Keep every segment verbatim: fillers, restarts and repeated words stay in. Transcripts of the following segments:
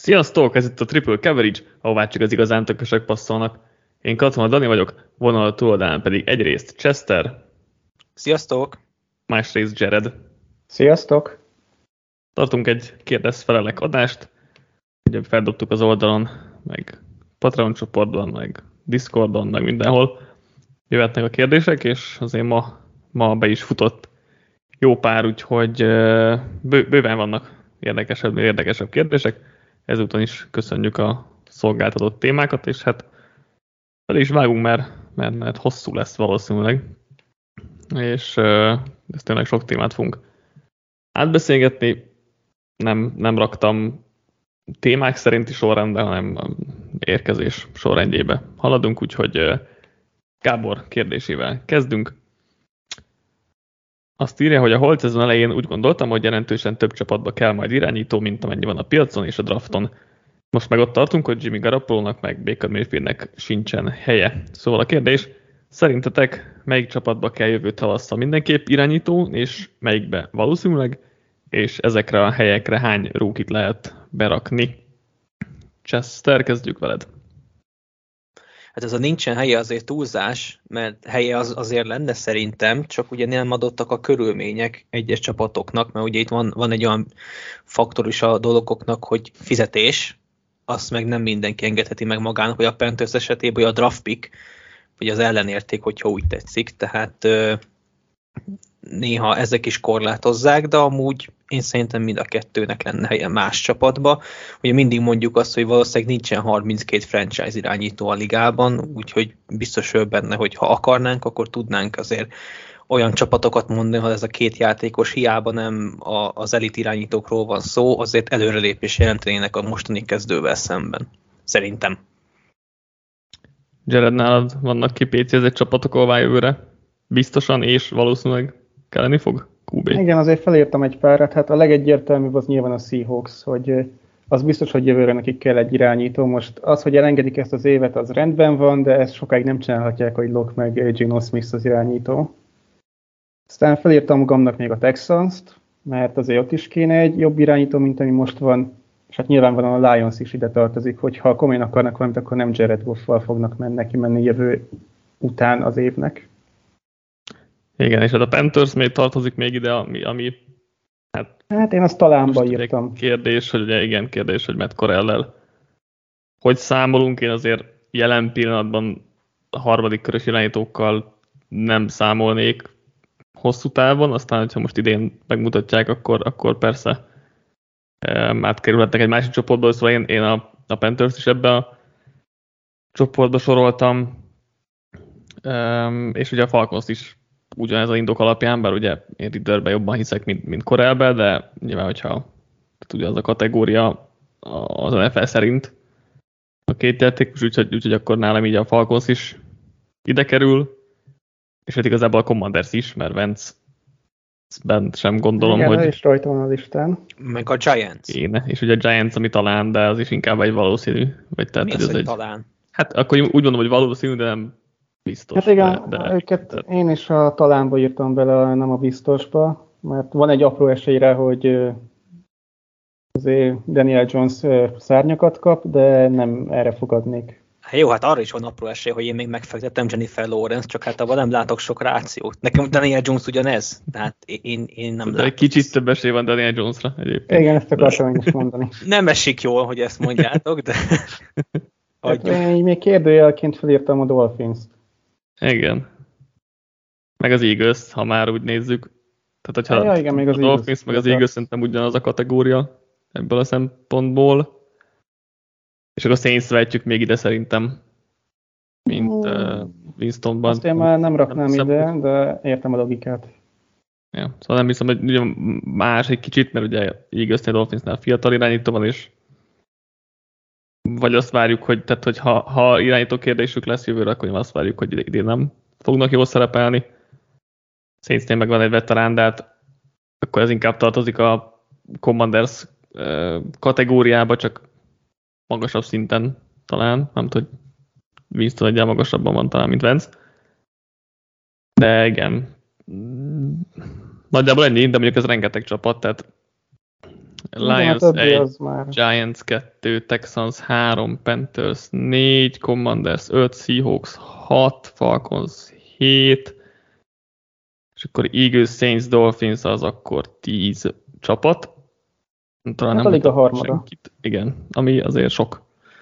Sziasztok, ez itt a Triple Coverage, ahová csak az igazán tökösök passzolnak. Én Katona Dani vagyok, vonal túloldalán pedig egyrészt Chester. Sziasztok! Másrészt Jared. Sziasztok! Tartunk egy kérdez-felelek adást. Ugye feldobtuk az oldalon, meg Patreon csoportban, meg Discordon, meg mindenhol. Jöhetnek a kérdések, és azért ma, ma be is futott jó pár, úgyhogy bő, bőven vannak érdekesebb, érdekesebb kérdések. Ezúton is köszönjük a szolgáltatott témákat, és hát fel is vágunk, mert, mert, mert hosszú lesz valószínűleg, és uh, ezt tényleg sok témát fogunk átbeszélgetni. Nem, nem raktam témák szerinti sorrendbe, hanem érkezés sorrendjébe haladunk, úgyhogy uh, Gábor kérdésével kezdünk. Azt írja, hogy a holt szezon elején úgy gondoltam, hogy jelentősen több csapatba kell majd irányító, mint amennyi van a piacon és a drafton. Most meg ott tartunk, hogy Jimmy Garoppolónak meg Baker Mayfieldnek sincsen helye. Szóval a kérdés, szerintetek melyik csapatba kell jövő tavasszal mindenképp irányító, és melyikbe valószínűleg, és ezekre a helyekre hány rúkit lehet berakni? Chester, kezdjük veled. Hát ez a nincsen helye azért túlzás, mert helye az azért lenne szerintem, csak ugye nem adottak a körülmények egyes csapatoknak, mert ugye itt van, van egy olyan faktor is a dolgoknak, hogy fizetés, azt meg nem mindenki engedheti meg magának, hogy a Panthers esetében hogy a draft pick, vagy az ellenérték, hogyha úgy tetszik, tehát euh, néha ezek is korlátozzák, de amúgy én szerintem mind a kettőnek lenne helye más csapatba. Ugye mindig mondjuk azt, hogy valószínűleg nincsen harminckét franchise irányító a ligában, úgyhogy biztos vagyok benne, hogy ha akarnánk, akkor tudnánk azért olyan csapatokat mondani, ha ez a két játékos hiába nem a, az elit irányítókról van szó, azért előrelépés jelentenének a mostani kezdővel szemben. Szerintem. Jared, nálad vannak kipécézett csapatok, ahová jövőre biztosan és valószínűleg kelleni fog? kú bé. Igen, azért felírtam egy párat, hát a legegyértelműbb az nyilván a Seahawks, hogy az biztos, hogy jövőre nekik kell egy irányító. Most az, hogy elengedik ezt az évet, az rendben van, de ezt sokáig nem csinálhatják, hogy Locke meg Geno Smith az irányító. Aztán felírtam magamnak még a Texans-t, mert azért ott is kéne egy jobb irányító, mint ami most van, és hát nyilvánvalóan a Lions is ide tartozik, hogyha komolyan akarnak valamit, akkor nem Jared Goff-val fognak menni, neki menni jövő után az évnek. Igen, és hát a Panthers még tartozik még ide, ami, ami hát, hát én azt talánba írtam. Kérdés, hogy ugye igen, kérdés, hogy Matt Corral-lel hogy számolunk, én azért jelen pillanatban a harmadik körös irányítókkal nem számolnék hosszú távon, aztán, hogyha most idén megmutatják, akkor, akkor persze um, átkerülhetnek egy másik csoportba, szóval én, én a, a Panthers is ebbe a csoportba soroltam, um, és ugye a Falcons is ugyanez az indok alapján, bár ugye én Ridderbe jobban hiszek, mint, mint Corralbe, de nyilván, hogyha ugye az a kategória az en ef el szerint a két játékos, úgyhogy, úgyhogy akkor nálam így a Falcons is ide kerül, és hát igazából a Commanders is, mert Vance-ben sem gondolom, igen, hogy... Igen, is rajta van a listán. Meg a Giants. Én, és ugye a Giants, ami talán, de az is inkább egy valószínű. Vagy tehát, Mi hogy az, az hogy egy... talán? Hát akkor úgy mondom, hogy valószínű, de nem biztos. Hát igen, de, de, őket de... én is a talánba írtam bele, nem a biztosba, mert van egy apró esélyre, hogy azért Daniel Jones szárnyakat kap, de nem erre fogadnék. Hát jó, hát arra is van apró esély, hogy én még megfektettem Jennifer Lawrence, csak hát abban nem látok sok rációt. Nekem Daniel Jones ugyanez, tehát én, én nem de látom. egy kicsit több esély van Daniel Jonesra egyébként. Igen, ezt akartam én is mondani. Nem esik jól, hogy ezt mondjátok, de... hát én még kérdőjelként felírtam a Dolphins-t. Igen. Meg az Eagles, ha már úgy nézzük. Tehát, hogyha ja, igen, még az a Dolphins, meg az Eagles szerintem ugyanaz a kategória ebből a szempontból. És akkor Saints vehetjük még ide szerintem, mint uh, Winstonban. Azt én már nem raknám nem ide, hiszem, de értem a logikát. Ja, szóval nem hiszem, hogy ugye más egy kicsit, mert ugye Eaglesnél, Dolphinsnál fiatal irányító van, és vagy azt várjuk, hogy, tehát, hogy ha, ha irányító kérdésük lesz jövőre, akkor azt várjuk, hogy idén nem fognak jól szerepelni. Saintsnél meg van egy veterán, de hát akkor ez inkább tartozik a Commanders kategóriába, csak magasabb szinten talán, nem tudom, hogy Winston egyáltalán magasabban van talán, mint Vance. De igen, nagyjából ennyi, de mondjuk ez rengeteg csapat, tehát Lions Igen, egy, már... Giants kettő, Texans három, Panthers négy, Commanders öt, Seahawks hat, Falcons hét, és akkor Eagles, Saints, Dolphins az akkor tíz csapat. Talán hát nem alig a harmada. Senkit. Igen, ami azért sok.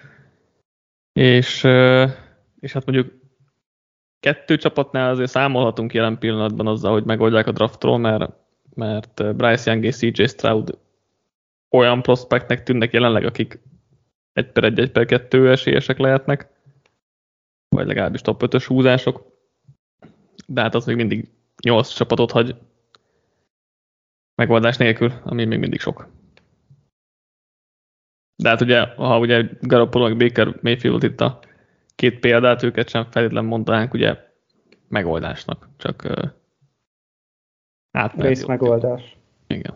És, és hát mondjuk kettő csapatnál azért számolhatunk jelen pillanatban azzal, hogy megoldják a draftról, mert, mert Bryce Young és cé jé Stroud olyan prospektnek tűnnek jelenleg, akik egy per egy, egy per kettő esélyesek lehetnek, vagy legalábbis top ötös húzások, de hát az még mindig nyolc csapatot hagy megoldás nélkül, ami még mindig sok. De hát ugye, ha ugye Garoppolo meg Baker Mayfield itt a két példát, őket sem feltétlenül mondanánk ugye megoldásnak, csak uh, átmeneti. Rész megoldás. Igen.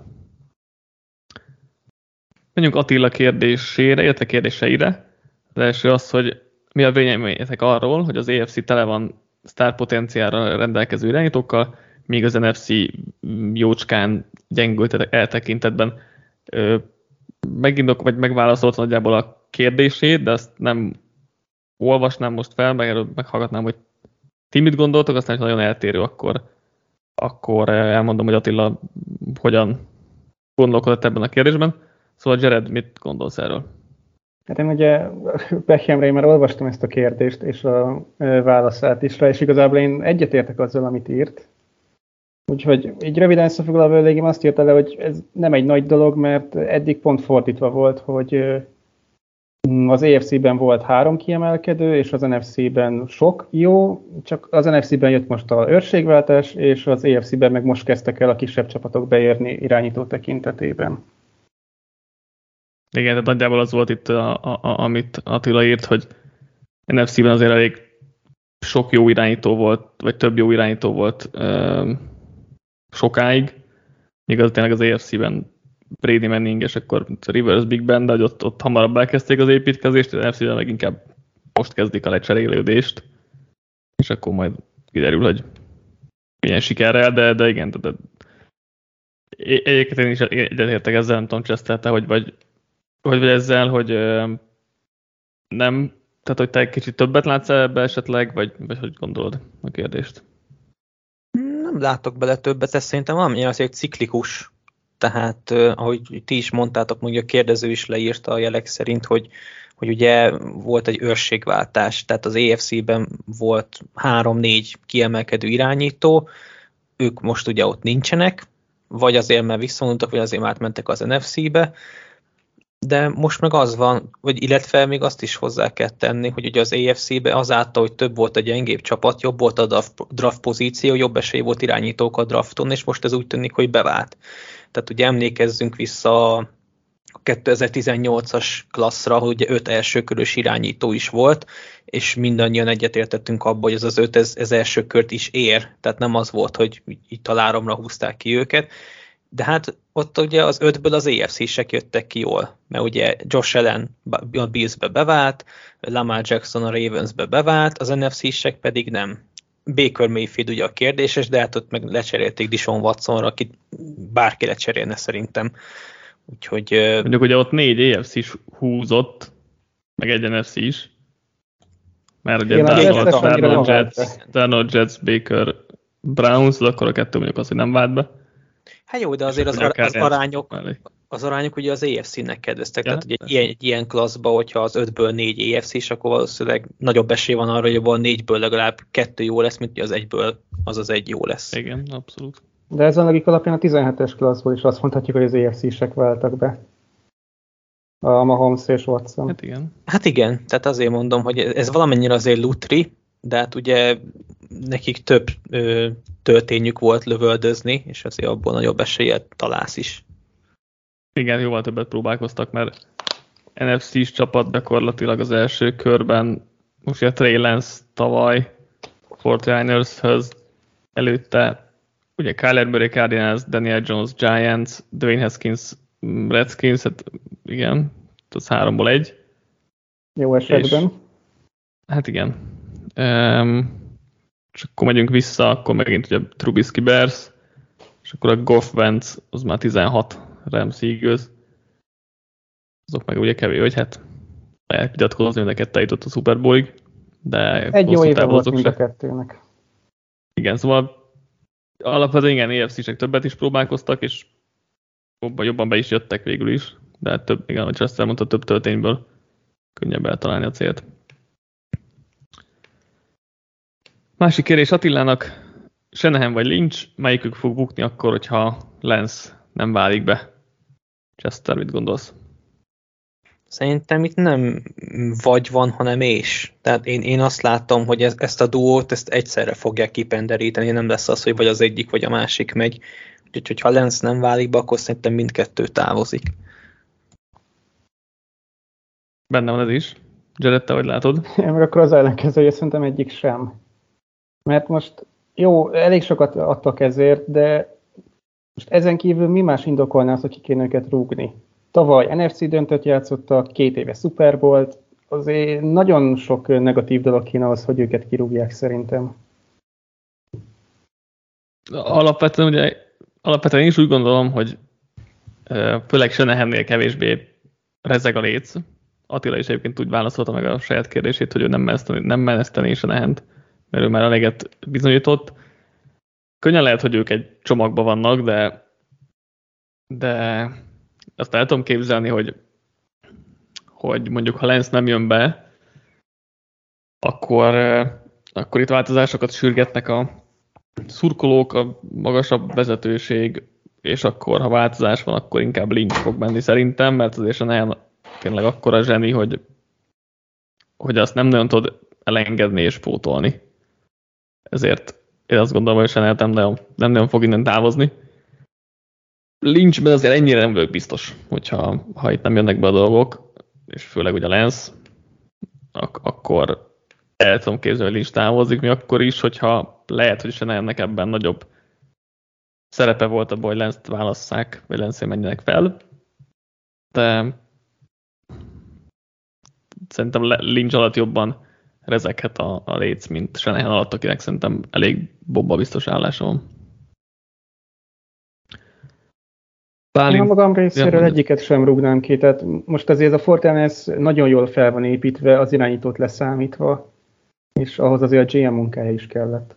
Menjünk Attila kérdésére, illetve kérdéseire. Az első az, hogy mi a véleményetek arról, hogy az á ef cé tele van sztár potenciálra rendelkező irányítókkal, míg az en ef cé jócskán gyengült eltekintetben. Megindok, vagy megválaszolt nagyjából a kérdését, de azt nem olvasnám most fel, meg meghallgatnám, hogy ti mit gondoltok, aztán, hogy nagyon eltérő, akkor, akkor elmondom, hogy Attila hogyan gondolkodott ebben a kérdésben. Szóval Jared, mit gondolsz erről? Hát én ugye Beckhamre már olvastam ezt a kérdést, és a válaszát is rá, és igazából én egyetértek azzal, amit írt. Úgyhogy így röviden összefoglalva elégém azt írta le, hogy ez nem egy nagy dolog, mert eddig pont fordítva volt, hogy az á ef cé-ben volt három kiemelkedő, és az en ef cé-ben sok jó, csak az en ef cé-ben jött most a őrségváltás, és az á ef cé-ben meg most kezdtek el a kisebb csapatok beérni irányító tekintetében. Igen, tehát nagyjából az volt itt, a, a, a, amit Attila írt, hogy en ef cé-ben azért elég sok jó irányító volt, vagy több jó irányító volt ö, sokáig, míg az tényleg az á ef cé-ben Brady Manning, és akkor Rivers Big Ben, de hogy ott, ott hamarabb elkezdték az építkezést, az en ef cé-ben meg inkább most kezdik a lecserélődést, és akkor majd kiderül, hogy milyen sikerrel, de, de igen, de, de egyébként én is egyetértek ezzel, nem tudom, Csesztelte, hogy vagy Hogy vagy ezzel, hogy ö, nem, tehát hogy te egy kicsit többet látsz ebbe esetleg, vagy, vagy hogy gondolod a kérdést? Nem látok bele többet, ez szerintem valami azért ciklikus. Tehát, ahogy ti is mondtátok, mondjuk a kérdező is leírta a jelek szerint, hogy, hogy ugye volt egy őrségváltás, tehát az á ef cé-ben volt három-négy kiemelkedő irányító, ők most ugye ott nincsenek, vagy azért, mert visszavonultak, vagy azért, mert átmentek az en ef cé-be, de most meg az van, vagy illetve még azt is hozzá kell tenni, hogy ugye az á ef cé-be azáltal, hogy több volt a gyengébb csapat, jobb volt a draft pozíció, jobb esély volt irányítók a drafton, és most ez úgy tűnik, hogy bevált. Tehát ugye emlékezzünk vissza a kétezer-tizennyolcas klasszra, hogy ugye öt elsőkörös irányító is volt, és mindannyian egyetértettünk abban, hogy ez az öt ez, ez első kört is ér, tehát nem az volt, hogy itt taláromra húzták ki őket. De hát ott ugye az ötből az á ef cé-sek jöttek ki jól, mert ugye Josh Allen a Bills-be bevált, Lamar Jackson a Ravens-be bevált, az en ef cé-sek pedig nem. Baker Mayfield ugye a kérdéses, de hát ott meg lecserélték Deshaun Watsonra, akit bárki lecserélne szerintem. Úgyhogy... Mondjuk ugye ott négy á ef cé is húzott, meg egy en ef cé is, mert ugye Darnold Jets, Darnold Jets, Baker, Browns, akkor a kettő mondjuk az, hogy nem vált be. Hát jó, de azért az, az, arányok, az arányok ugye az á ef cé-nek kedveztek, ja, tehát ugye egy ilyen, egy ilyen klasszban, hogyha az ötből négy á ef cé-s, akkor valószínűleg nagyobb esély van arra, hogy abban a négyből legalább kettő jó lesz, mint az egyből az az egy jó lesz. Igen, abszolút. De ezen a logika alapján a tizenhetes klasszból is azt mondhatjuk, hogy az á ef cé-sek váltak be. A Mahomes és Watson. Hát igen. Hát igen, tehát azért mondom, hogy ez valamennyire azért lutri, de hát ugye nekik több ö, töltényük volt lövöldözni, és azért abból nagyobb eséllyel találsz is. Igen, jóval többet próbálkoztak, mert en ef cé-s csapat gyakorlatilag az első körben, most a Trey Lance tavaly negyvenkilenceshöz, előtte ugye Kyler Murray Cardinals, Daniel Jones Giants, Dwayne Haskins Redskins, hát igen, az háromból egy. Jó esetben. És, hát igen. Um, és akkor megyünk vissza, akkor megint ugye Trubisky Bears, és akkor a Goff Wentz, az már tizenhat Rams Eagles, azok meg ugye kevés, hogy hát lehet vitatkozni, hogy neked jutott a Super Bowlig, de egy jó éve volt azok mind a se. kettőnek. Igen, szóval alapvetően igen, á ef cé-sek többet is próbálkoztak, és jobban, jobban be is jöttek végül is, de hát több, igen, hogy azt elmondta, több töltényből könnyebb eltalálni a célt. Másik kérdés Attilának, Shanahan vagy Lynch, melyikük fog bukni akkor, hogyha Lance nem válik be? Chester, mit gondolsz? Szerintem itt nem vagy van, hanem és. Tehát én, én azt látom, hogy ez, ezt a duót ezt egyszerre fogják kipenderíteni, nem lesz az, hogy vagy az egyik, vagy a másik megy. Úgyhogy ha Lance nem válik be, akkor szerintem mindkettő távozik. Benne van ez is. Jared, te hogy látod? Én meg akkor az ellenkező, hogy szerintem egyik sem. Mert most jó, elég sokat adtak ezért, de most ezen kívül mi más indokolná azt, hogy ki kéne őket rúgni? Tavaly en ef cé döntőt játszottak, két éve Super Bowl-t, azért nagyon sok negatív dolog kéne ahhoz, hogy őket kirúgják szerintem. Alapvetően, ugye, alapvetően én is úgy gondolom, hogy főleg Shanahannél kevésbé rezeg a léc. Attila is egyébként úgy válaszolta meg a saját kérdését, hogy ő nem meneszteni, nem meneszteni Shanahant, mert ő már eleget bizonyított. Könnyen lehet, hogy ők egy csomagban vannak, de, de azt el tudom képzelni, hogy, hogy mondjuk ha Lance nem jön be, akkor, akkor itt változásokat sürgetnek a szurkolók, a magasabb vezetőség, és akkor, ha változás van, akkor inkább Lynch fog menni szerintem, mert azért nagyon tényleg akkora zseni, hogy, hogy azt nem nagyon tud elengedni és pótolni. Ezért én azt gondolom, hogy Chanel nem nagyon, nem nagyon fog innen távozni. Lynchben azért ennyire nem vagyok biztos, hogyha ha itt nem jönnek be a dolgok, és főleg ugye Lance, ak- akkor el tudom képzelni, hogy Lynch távozik, mi akkor is, hogyha lehet, hogy Chanelnek ebben nagyobb szerepe volt abban, hogy Lance-t válasszák, vagy Lance-én menjenek fel. De szerintem Lynch alatt jobban rezeghet a, a léc, mint Shanahan alatt, akinek szerintem elég bomba biztos állása van. Én a magam részéről egyiket sem rúgnám ki, tehát most azért a Fortinet nagyon jól fel van építve, az irányítót leszámítva, és ahhoz azért a gé em munkája is kellett.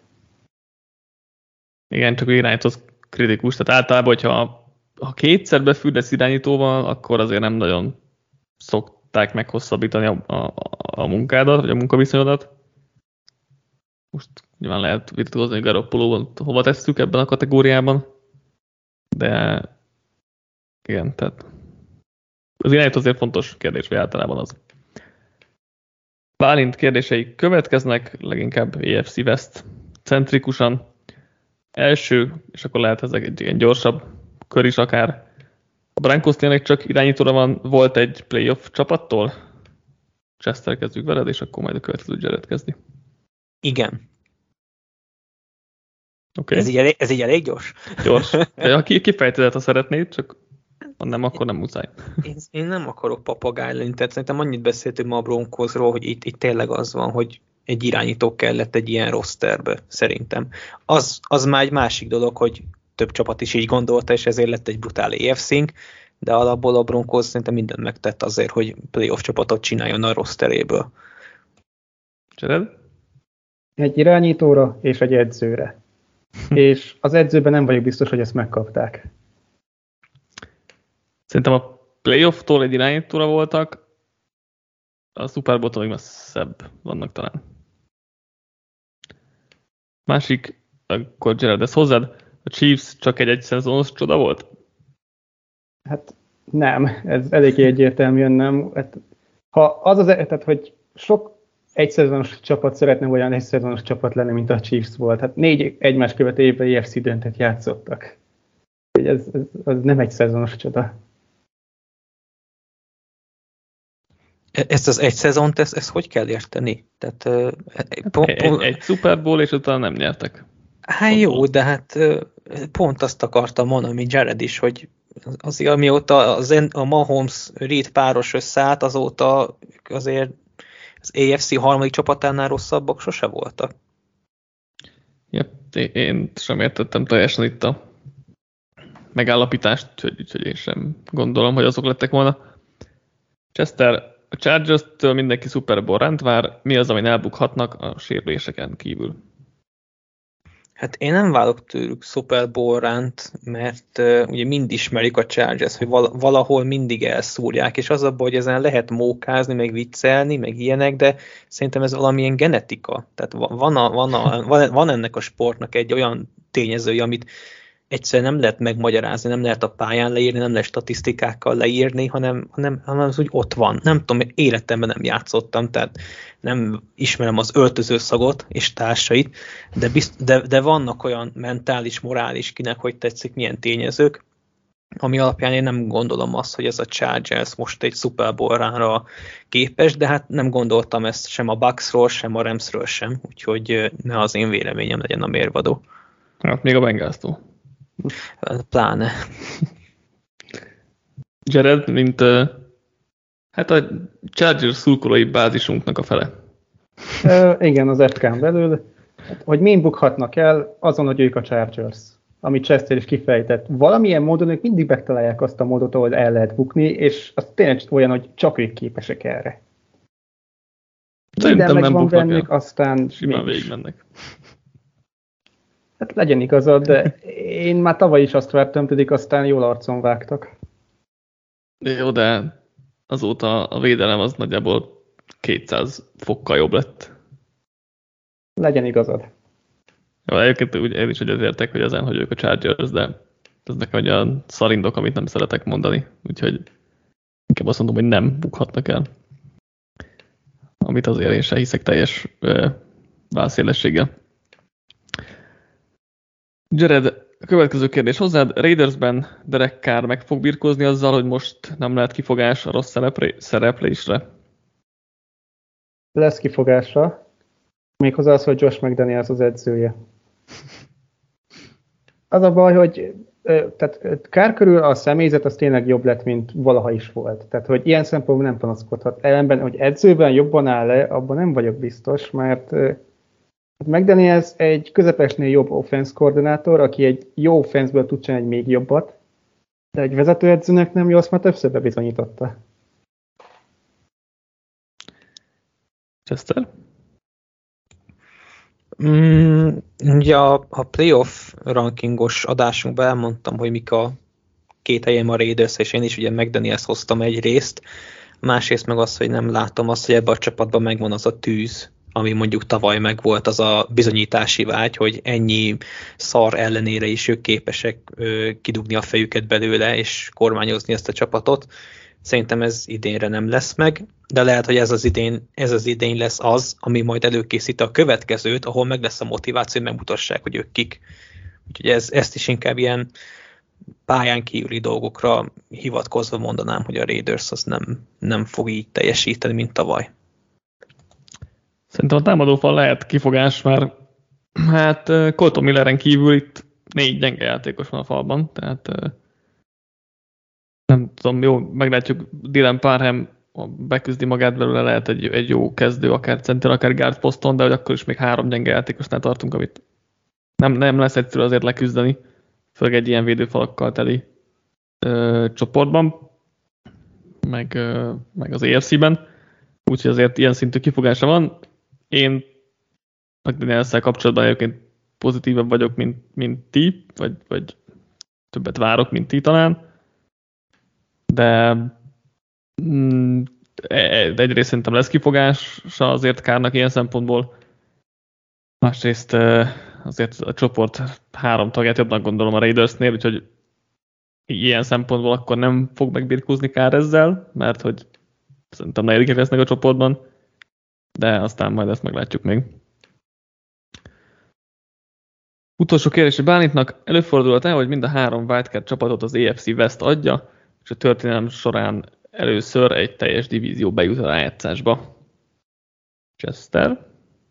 Igen, csak irányító kritikus, tehát általában, hogyha ha kétszer befürdesz irányítóval, akkor azért nem nagyon szokták meghosszabbítani a, a, a munkádat, vagy a munkaviszonyodat. Most nyilván lehet vitatkozni, hogy Garoppolóban hova tesszük ebben a kategóriában, de igen, tehát az irányító azért fontos kérdés, vagy általában az. Bálint kérdései következnek, leginkább á ef cé West centrikusan. Első, és akkor lehet ezek egy ilyen gyorsabb kör is akár. A Broncos tényleg csak irányítóra van, volt egy playoff csapattól? Chester, kezdjük veled, és akkor majd a következő Jared kezdi. Igen. Okay. Ez, így elég, ez így elég gyors? Gyors. De ha kifejtezed, ha szeretnéd, csak ha nem, akkor nem muszáj. Én, én nem akarok papagáj lenni, tehát szerintem annyit beszéltünk ma a Broncosról, hogy itt, itt tényleg az van, hogy egy irányító kellett egy ilyen rosterbe, szerintem. Az, az már egy másik dolog, hogy több csapat is így gondolta, és ezért lett egy brutál á ef cé-nk, de alapból a Broncos szerintem mindent megtett azért, hogy playoff csapatot csináljon a rosteréből. Jared? Egy irányítóra és egy edzőre. És az edzőben nem vagyok biztos, hogy ezt megkapták. Szerintem a playoff-tól egy irányítóra voltak, a Super Bowl-tól még messzebb vannak talán. Másik, akkor Jared, ez hozzád, a Chiefs csak egy egyszezonos csoda volt? Hát nem, ez eléggé egyértelműen nem. Hát, ha az az eset, hogy sok egyszezonos csapat szeretne olyan egyszezonos csapat lenni, mint a Chiefs volt. Hát négy egymás követő évben á ef cé döntőt játszottak. Ez, ez, ez nem egy szezonos csoda. Ezt az egy szezont, ezt, ezt hogy kell érteni? Tehát, hát pont, egy, egy Super Bowl, és utána nem nyertek. Hát jó, de hát pont azt akartam mondani, mint Jared is, hogy azért amióta az, a Mahomes Reed páros összeállt, azóta azért az á ef cé harmadik csapatánál rosszabbak sose voltak. Yep, én sem értettem teljesen itt a megállapítást, úgyhogy, úgyhogy én sem gondolom, hogy azok lettek volna. Chester, a Chargers-től mindenki Super Bowl ránt vár, mi az, amin elbukhatnak a sérüléseken kívül? Hát én nem várok tőlük Super Bowl ránt, mert uh, ugye mind ismerik a Chargers, hogy val- valahol mindig elszúrják, és az abban, hogy ezen lehet mókázni, meg viccelni, meg ilyenek, de szerintem ez valamilyen genetika. Tehát van, a, van, a, van, van ennek a sportnak egy olyan tényezője, amit egyszerűen nem lehet megmagyarázni, nem lehet a pályán leírni, nem lehet statisztikákkal leírni, hanem, hanem, hanem az úgy ott van. Nem tudom, életemben nem játszottam, tehát nem ismerem az öltöző szagot és társait, de, bizt, de, de vannak olyan mentális, morális, kinek hogy tetszik, milyen tényezők, ami alapján én nem gondolom azt, hogy ez a Chargers most egy Super Bowl-ra képes, de hát nem gondoltam ezt sem a Bucksról, sem a Ramsről sem, úgyhogy ne az én véleményem legyen a mérvadó. Hát még a Bengalstól. Pláne. Jared, mint uh, hát a Chargers szurkolói bázisunknak a fele. Uh, igen, az ef ká-n belül. Hogy mind bukhatnak el, azon, hogy ők a Chargers. Amit Chester is kifejtett. Valamilyen módon ők mindig megtalálják azt a módot, ahol el lehet bukni, és az tényleg olyan, hogy csak ők képesek erre. Szerintem nem buknak bennük, el. Aztán simán végigmennek. Hát legyen igazad, de én már tavaly is azt vártam, pedig aztán jól arcon vágtak. Jó, de azóta a védelem az nagyjából kétszáz fokkal jobb lett. Legyen igazad. Jó, egyébként úgy én is egyetértek, hogy ezen, hogy ők a Chargers, de ez nekem egy olyan szarindok, amit nem szeretek mondani. Úgyhogy inkább azt mondom, hogy nem bukhatnak el. Amit azért én sem hiszek teljes válszélességgel. Jared, a következő kérdés hozzád. Raidersben Derek Carr meg fog birkózni azzal, hogy most nem lehet kifogás a rossz szereplésre? Lesz kifogásra. Méghozzá az, hogy Josh McDaniels az edzője. Az a baj, hogy tehát Carr körül a személyzet az tényleg jobb lett, mint valaha is volt. Tehát, hogy ilyen szempontból nem panaszkodhat. Ellenben, hogy edzőben jobban áll-e, abban nem vagyok biztos, mert McDaniels egy közepesnél jobb offense koordinátor, aki egy jó offenseből tud csinálni egy még jobbat, de egy vezetőedzőnek nem jó, azt már többször bebizonyította. Chester? Mm, ugye a, a playoff rankingos adásunkban elmondtam, hogy mik a két helyem a Raiders, és én is ugye McDaniels hoztam egy részt, másrészt meg az, hogy nem látom azt, hogy ebben a csapatban megvan az a tűz, ami mondjuk tavaly megvolt, az a bizonyítási vágy, hogy ennyi szar ellenére is ők képesek ö, kidugni a fejüket belőle, és kormányozni ezt a csapatot. Szerintem ez idénre nem lesz meg, de lehet, hogy ez az idén, ez az idén lesz az, ami majd előkészít a következőt, ahol meg lesz a motiváció, hogy megmutassák, hogy ők kik. Úgyhogy ez, ezt is inkább ilyen pályán kívüli dolgokra hivatkozva mondanám, hogy a Raiders az nem, nem fog így teljesíteni, mint tavaly. Szerintem a támadófal lehet kifogás, mert hát Colton Milleren kívül itt négy gyenge játékos van a falban, tehát nem tudom, jó, meglátjuk, Dylan Parham beküzdi magát belőle, lehet egy, egy jó kezdő, akár center, akár guard poszton, de hogy akkor is még három gyenge játékosnál tartunk, amit nem, nem lesz egyszerű azért leküzdeni, főleg egy ilyen védőfalakkal teli ö, csoportban, meg, ö, meg az á ef cé-ben, úgyhogy azért ilyen szintű kifogása van. Én McDaniels-szel kapcsolatban egyébként pozitívabb vagyok, mint, mint ti, vagy, vagy többet várok, mint ti talán, de mm, egyrészt szerintem lesz kifogása azért Carrnak ilyen szempontból, másrészt azért a csoport három tagját jobbnak gondolom a Raidersnél, úgyhogy ilyen szempontból akkor nem fog megbirkózni Carr ezzel, mert hogy szerintem negyedikek lesznek a csoportban, de aztán majd ezt meglátjuk még. Utolsó kérdés, hogy Bálintnak előfordulhat-e, hogy mind a három wildcard csapatot az á ef cé West adja, és a történelem során először egy teljes divízió bejut a rájátszásba? Chester?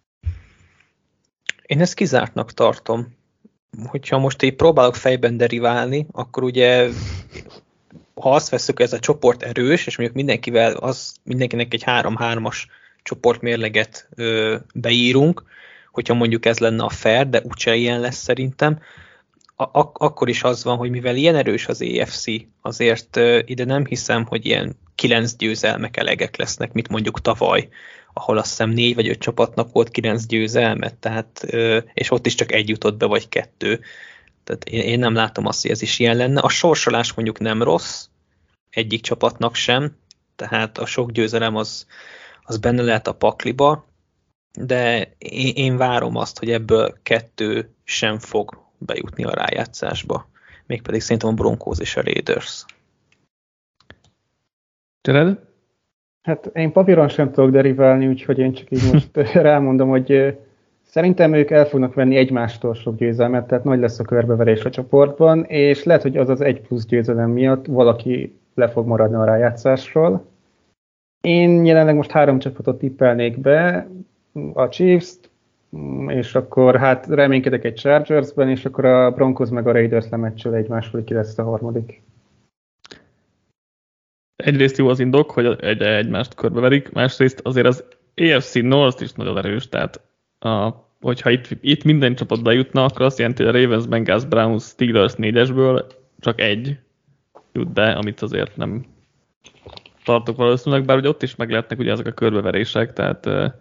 Én ezt kizártnak tartom. Hogyha most így próbálok fejben deriválni, akkor ugye, ha azt veszük, hogy ez a csoport erős, és mondjuk mindenkivel, az, mindenkinek egy három-hármas csoportmérleget ö, beírunk, hogyha mondjuk ez lenne a fair, de úgyse ilyen lesz szerintem, ak- akkor is az van, hogy mivel ilyen erős az á ef cé, azért ö, ide nem hiszem, hogy ilyen kilenc győzelmek elegek lesznek, mint mondjuk tavaly, ahol azt hiszem négy vagy öt csapatnak volt kilenc győzelmet, tehát, és ott is csak egy jutott be, vagy kettő. Tehát én, én nem látom azt, hogy ez is ilyen lenne. A sorsolás mondjuk nem rossz, egyik csapatnak sem, tehát a sok győzelem az, az benne lehet a pakliba, de én, én várom azt, hogy ebből kettő sem fog bejutni a rájátszásba. Mégpedig szerintem a Broncos és a Raiders. Jared? Hát én papíron sem tudok deriválni, úgyhogy én csak így most rámondom, hogy szerintem ők el fognak venni egymástól sok győzelmet, tehát nagy lesz a körbeverés a csoportban, és lehet, hogy az az egy plusz győzelem miatt valaki le fog maradni a rájátszásról. Én jelenleg most három csapatot tippelnék be, a Chiefs-t, és akkor hát reménykedek egy Chargersben, és akkor a Broncos meg a Raiders lemeccsel egymásról, ki lesz a harmadik. Egyrészt jó az indok, hogy egy, egymást körbeverik, másrészt azért az á ef cé North is nagyon erős, tehát a, hogyha itt, itt minden csapat bejutna, akkor azt jelenti, hogy a Ravens, Bengals, Browns, Steelers négyesből csak egy jut be, amit azért nem tartok valószínűleg, bár ugye ott is meg lehetnek ugye ezek a körbeverések, tehát uh,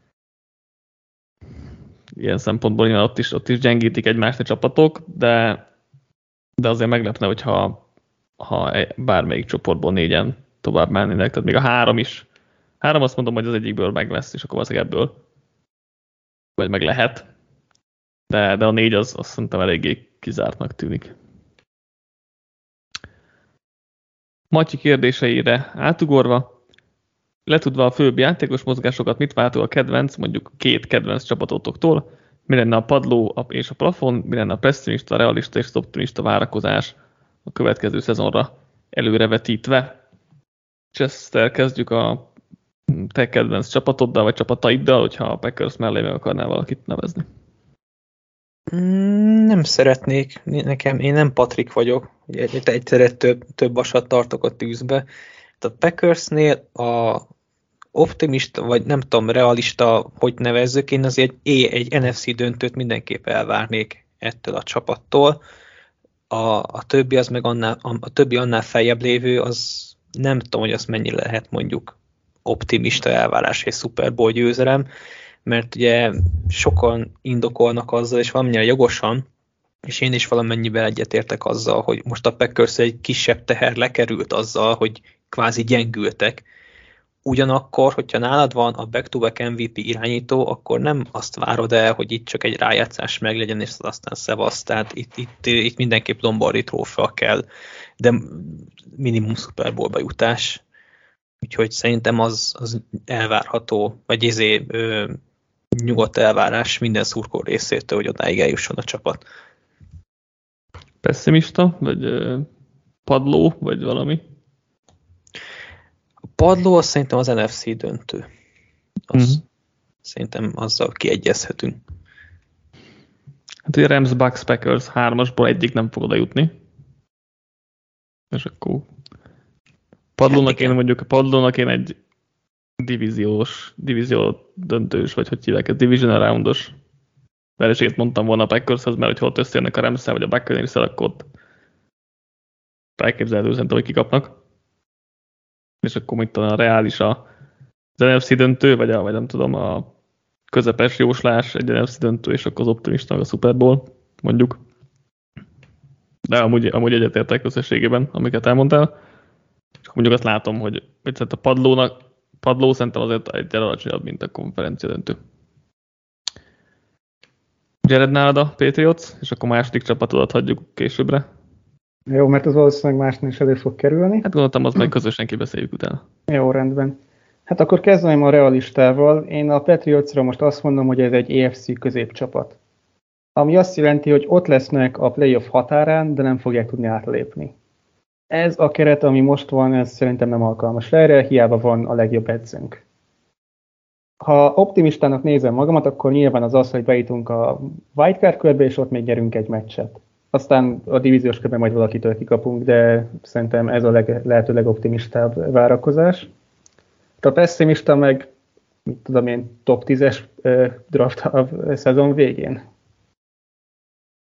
ilyen szempontból ilyen ott is, ott is gyengítik egymást a csapatok, de, de azért meglepne, hogyha ha bármelyik csoportból négyen tovább mennének, tehát még a három is. Három azt mondom, hogy az egyikből meg lesz, és akkor valószínűleg ebből vagy meg lehet. De, de a négy az azt szerintem eléggé kizártnak tűnik. Matyi kérdéseire átugorva, letudva a főbb játékos mozgásokat, mit váltó a kedvenc, mondjuk két kedvenc csapatotoktól, mi lenne a padló és a plafon, mi lenne a pessimista, realista és optimista várakozás a következő szezonra előrevetítve. Chester, kezdjük a te kedvenc csapatoddal, vagy csapataiddal, hogyha a Packers mellé meg akarnál valakit nevezni. Nem szeretnék, nekem, én nem Patrik vagyok, egy, egyszerre több, több vasat tartok a tűzbe. A Packersnél a optimista, vagy nem tudom, realista, hogy nevezzük, én azért egy, egy en ef cé döntőt mindenképp elvárnék ettől a csapattól. A, a többi az meg annál, a, a többi annál feljebb lévő, az nem tudom, hogy az mennyire lehet mondjuk optimista elvárás és Super Bowl győzelem, mert ugye sokan indokolnak azzal, és valamennyire jogosan, és én is valamennyivel egyetértek azzal, hogy most a Packers egy kisebb teher lekerült azzal, hogy kvázi gyengültek. Ugyanakkor, hogyha nálad van a back-to-back em vé pé irányító, akkor nem azt várod el, hogy itt csak egy rájátszás meglegyen, és aztán szevasz. Tehát itt, itt, itt mindenképp Lombardi trófea kell, de minimum Super Bowl-ba jutás. Úgyhogy szerintem az, az elvárható, vagy izé, ö, nyugodt elvárás minden szurkó részétől, hogy odáig eljusson a csapat. Pessimista, vagy ö, padló, vagy valami? A padló az szerintem az en ef cé döntő. Az, uh-huh. Szerintem azzal kiegyezhetünk. Hát ugye Rams, Bucks, Packers hármasból egyik nem fog oda jutni. És akkor padlónak én mondjuk, a padlónak én egy divíziós, divízió döntős, vagy hogy hívják, ez division roundos vereséget mondtam volna a Packershez, mert hogyha ott összejönnek a Rams-szel, vagy a Buccaneers-szel, akkor ott elképzelhető szerintem, hogy kikapnak. És akkor mit tudom, a reális a, az en ef cé döntő, vagy, a, vagy nem tudom, a közepes jóslás egy en ef cé döntő, és akkor az optimista a Super Bowl, mondjuk. De amúgy, amúgy egyetértek összességében, amiket elmondtál. Csak mondjuk azt látom, hogy a padlónak, padló szerintem azért egy alacsonyabb, mint a konferencia döntő. Jared, nálad a Patriots, és akkor második csapatodat hagyjuk későbbre. Jó, mert az valószínűleg másnál is elő fog kerülni. Hát gondoltam, azt majd közösen kibeszéljük utána. Jó, rendben. Hát akkor kezdeném a realistával. Én a Patriotsra most azt mondom, hogy ez egy á ef cé középcsapat. Ami azt jelenti, hogy ott lesznek a playoff határán, de nem fogják tudni átlépni. Ez a keret, ami most van, ez szerintem nem alkalmas erre, hiába van a legjobb edzőnk. Ha optimistának nézem magamat, akkor nyilván az az, hogy bejutunk a wildcard körbe, és ott még nyerünk egy meccset. Aztán a divíziós körben majd valakitől kikapunk, de szerintem ez a leg, lehető legoptimistább várakozás. A pessimista meg, mit tudom én, top tízes draft a szezon végén.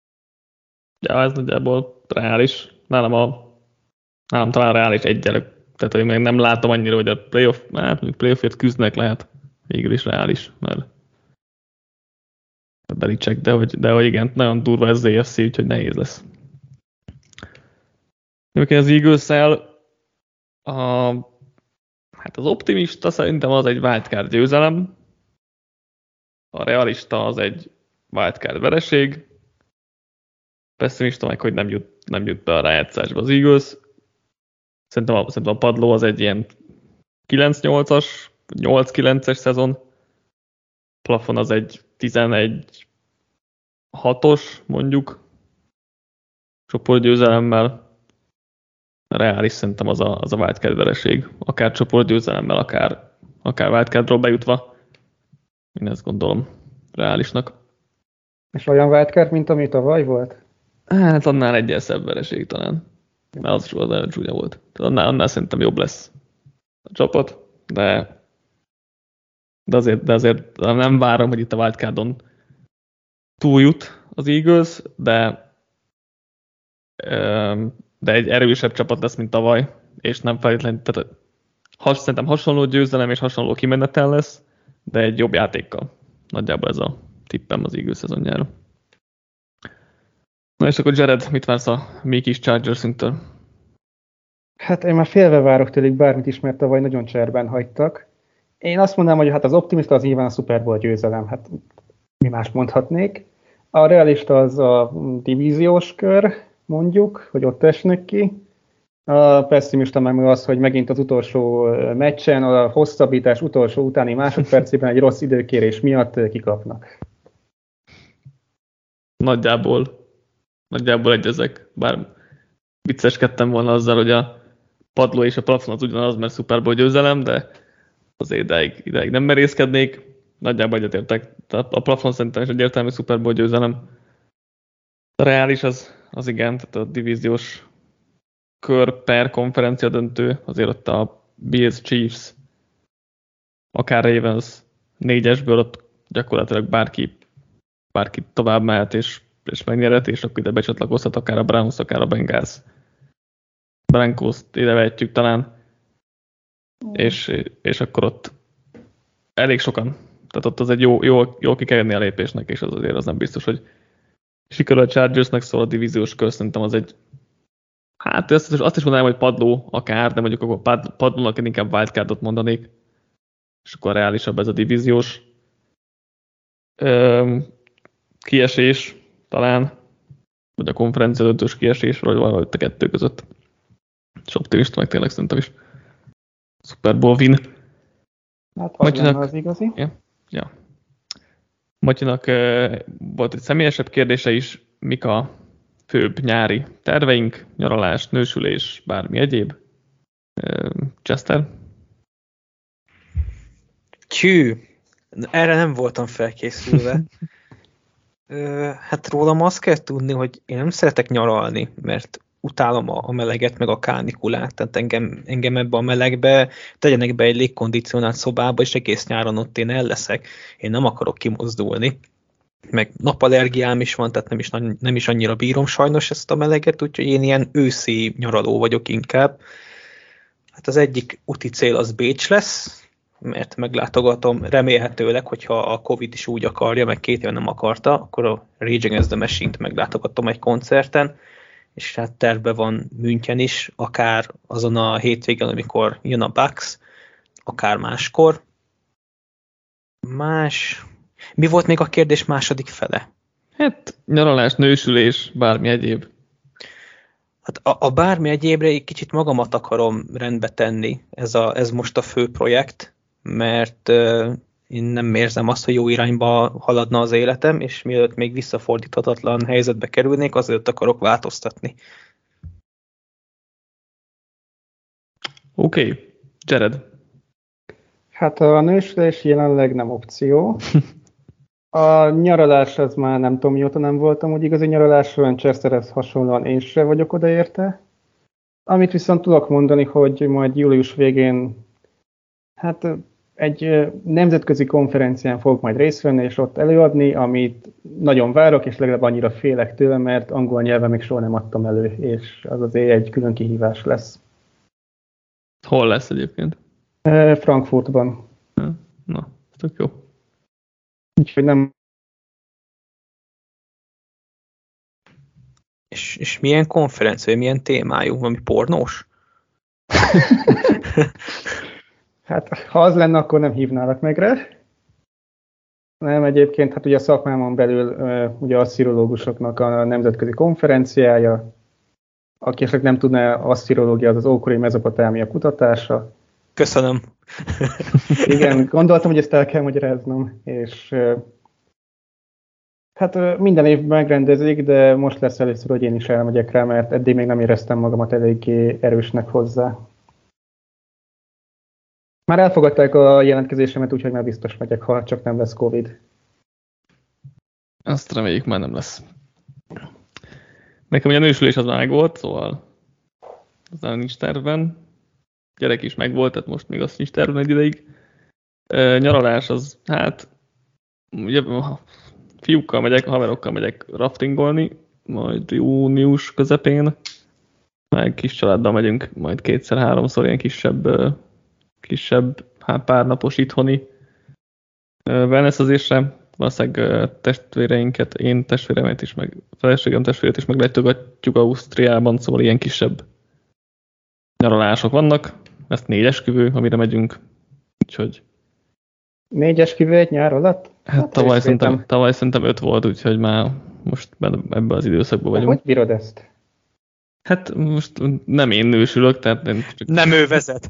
Ja, ez nagyjából reális. Nálam, a, nálam talán reális egyel Tehát én még nem látom annyira, hogy a playoff, hát playoffért küzdnek lehet végül is reális, mert Belichick, de hogy, de hogy igen, nagyon durva ez az á ef cé, úgyhogy nehéz lesz. Egyébként az Eagles-szel a, hát az optimista szerintem az egy wildcard győzelem, a realista az egy wildcard vereség, pessimista meg, hogy nem jut, nem jut be a rájátszásba az Eagles. Szerintem a, szerintem a padló az egy ilyen kilenc nyolcas, nyolc kilences szezon, plafon az egy tizenegy hatos mondjuk, csoportgyőzelemmel. Reális szerintem az a, az a wildcard vereség, akár csoportgyőzelemmel, akár, akár wildcardról bejutva. Én ezt gondolom reálisnak. És olyan wildcard, mint ami tavaly volt? Hát annál egyel szebb vereség talán. Mert az is az nagyon csúnya volt. Tehát annál, annál szerintem jobb lesz a csapat, de, de, azért, de azért nem várom, hogy itt a wildcardon túljut az Eagles, de de egy erősebb csapat lesz, mint tavaly, és nem feltétlenül, tehát has, szerintem hasonló győzelem és hasonló kimenetel lesz, de egy jobb játékkal. Nagyjából ez a tippem az Eagles szezonjára. Na és akkor Jared, mit vársz a mi kis Chargers-ünktől? Hát én már félve várok tőlük bármit is, mert tavaly nagyon cserben hagytak. Én azt mondanám, hogy hát az optimista az nyilván a Super Bowl győzelem, hát mi más mondhatnék. A realista az a divíziós kör, mondjuk, hogy ott esnek ki. A pessimista meg az, hogy megint az utolsó meccsen, a hosszabbítás utolsó utáni másodpercében egy rossz időkérés miatt kikapnak. Nagyjából, nagyjából egyezek, bár vicceskedtem volna azzal, hogy a padló és a plafon az ugyanaz, mert Super Bowl győzelem, de azért ideig, ideig nem merészkednék. Nagyjából egyetértek. A plafon szerintem is egyértelmű Super Bowl győzelem. A reális az, az igen, tehát a divíziós kör per konferencia döntő, azért ott a Bills, Chiefs, akár Ravens négyesből ott gyakorlatilag bárki, bárki tovább mehet és, és megnyerhet, és akkor ide becsatlakozhat akár a Browns, akár a Bengals. Broncos-t ide vehetjük talán, és, és akkor ott elég sokan, tehát ott az egy jó, jó, jó ki kell jönni a lépésnek, és az azért az nem biztos, hogy sikerül a Chargersnek, szóval a divíziós kör szerintem az egy, hát azt, azt is mondanám, hogy padló akár, de mondjuk akkor pad, padlónak én inkább wildcardot mondanék, és akkor reálisabb ez a divíziós Öm, kiesés talán, vagy a konferencia döntős kiesés, vagy valahogy a kettő között. És optimista meg tényleg szerintem is. Super Bowl win. Hát az lenne az igazi. Ja, ja. Matyinak uh, volt egy személyesebb kérdése is, mik a főbb nyári terveink, nyaralás, nősülés, bármi egyéb. Uh, Chester? Tjű, erre nem voltam felkészülve. uh, hát rólam azt kell tudni, hogy én nem szeretek nyaralni, mert utálom a, a meleget, meg a kánikulát, tehát engem, engem ebbe a melegbe tegyenek be egy légkondicionált szobába, és egész nyáron ott én el leszek. Én nem akarok kimozdulni. Meg napallergiám is van, tehát nem is, nem is annyira bírom sajnos ezt a meleget, úgyhogy én ilyen őszi nyaraló vagyok inkább. Hát az egyik úti cél az Bécs lesz, mert meglátogatom remélhetőleg, hogyha a Covid is úgy akarja, meg két éve nem akarta, akkor a Rage Against the Machine-t meglátogatom egy koncerten, és hát tervben van München is, akár azon a hétvégen, amikor jön a Bucks, akár máskor. Más... Mi volt még a kérdés második fele? Hát nyaralás, nősülés, bármi egyéb. Hát a, a bármi egyébre egy kicsit magamat akarom rendbe tenni. Ez, a, ez most a fő projekt, mert uh, én nem érzem azt, hogy jó irányba haladna az életem, és mielőtt még visszafordíthatatlan helyzetbe kerülnék, azért akarok változtatni. Oké, okay. Jared. Hát a nősülés jelenleg nem opció. A nyaralás az már nem tudom, mióta nem voltam úgy igazi nyaralás, olyan Chesterhez hasonlóan én sem vagyok odaérte. Amit viszont tudok mondani, hogy majd július végén hát egy nemzetközi konferencián fogok majd részt venni, és ott előadni, amit nagyon várok, és legalább annyira félek tőle, mert angol nyelven még soha nem adtam elő, és az azért egy külön kihívás lesz. Hol lesz egyébként? Frankfurtban. Na, tök jó. Úgyhogy nem... És, és milyen konferencia, milyen témájú? Valami pornós? Hát, ha az lenne, akkor nem hívnálak meg rá. Nem, egyébként, hát ugye a szakmámon belül ugye a szirológusoknak a nemzetközi konferenciája, aki esetleg nem tudná, a szirológia az az ókori Mezopotámia kutatása. Köszönöm. Igen, gondoltam, hogy ezt el kell magyaráznom, és hát minden évben megrendezik, de most lesz először, hogy én is elmegyek rá, mert eddig még nem éreztem magamat eléggé erősnek hozzá. Már elfogadták a jelentkezésemet, úgyhogy már biztos megyek, ha csak nem lesz Covid. Azt reméljük, már nem lesz. Nekem ugye a nősülés az már volt, szóval az nem nincs tervben. Gyerek is megvolt, tehát most még azt nincs tervben egy ideig. E, nyaralás az, hát, ugye fiúkkal megyek, haverokkal megyek raftingolni, majd június közepén. Meg kis családdal megyünk, majd kétszer-háromszor ilyen kisebb, kisebb hát pár napos itthoni wellnessezésre. Valószínűleg testvéreinket, én testvéremet is, meg feleségem testvérét is meglátogatjuk Ausztriában, szóval ilyen kisebb nyaralások vannak. Ezt négy esküvő, amire megyünk, úgyhogy... Négy esküvő egy nyár alatt? Hát, hát tavaly, szerintem, tavaly szerintem öt volt, úgyhogy már most ebben az időszakban vagyunk. Hogy bírod ezt? Hát most nem én nősülök, tehát... Én csak... Nem ő vezet.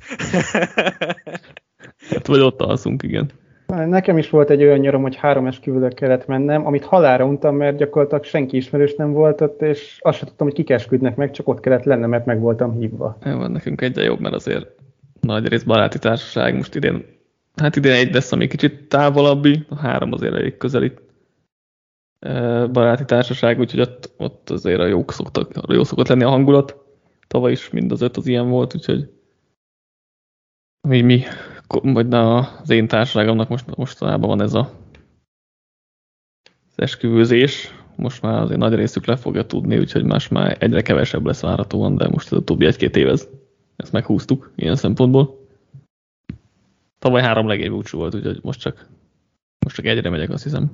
Hát vagy ott alszunk, igen. Nekem is volt egy olyan nyarom, hogy három esküvőre kellett mennem, amit halálra untam, mert gyakorlatilag senki ismerős nem volt ott, és azt sem tudtam, hogy kik esküdnek meg, csak ott kellett lennem, mert meg voltam hívva. Jó, nekünk egyre jobb, mert azért nagy rész baráti társaság. Most idén, hát idén egy lesz, ami kicsit távolabbi, a három azért elég közeli baráti társaság, úgyhogy ott, ott azért a jók szoktak, jó szokott lenni a hangulat. Tavaly is mind az öt az ilyen volt, úgyhogy mi, mi vagy na, az én társaságomnak most, mostanában van ez a az esküvőzés. Most már azért nagy részük le fogja tudni, úgyhogy más már egyre kevesebb lesz várhatóan, de most az utóbbi egy-két év ez, ezt meghúztuk ilyen szempontból. Tavaly három legény búcsú volt, úgyhogy most csak, most csak egyre megyek, azt hiszem.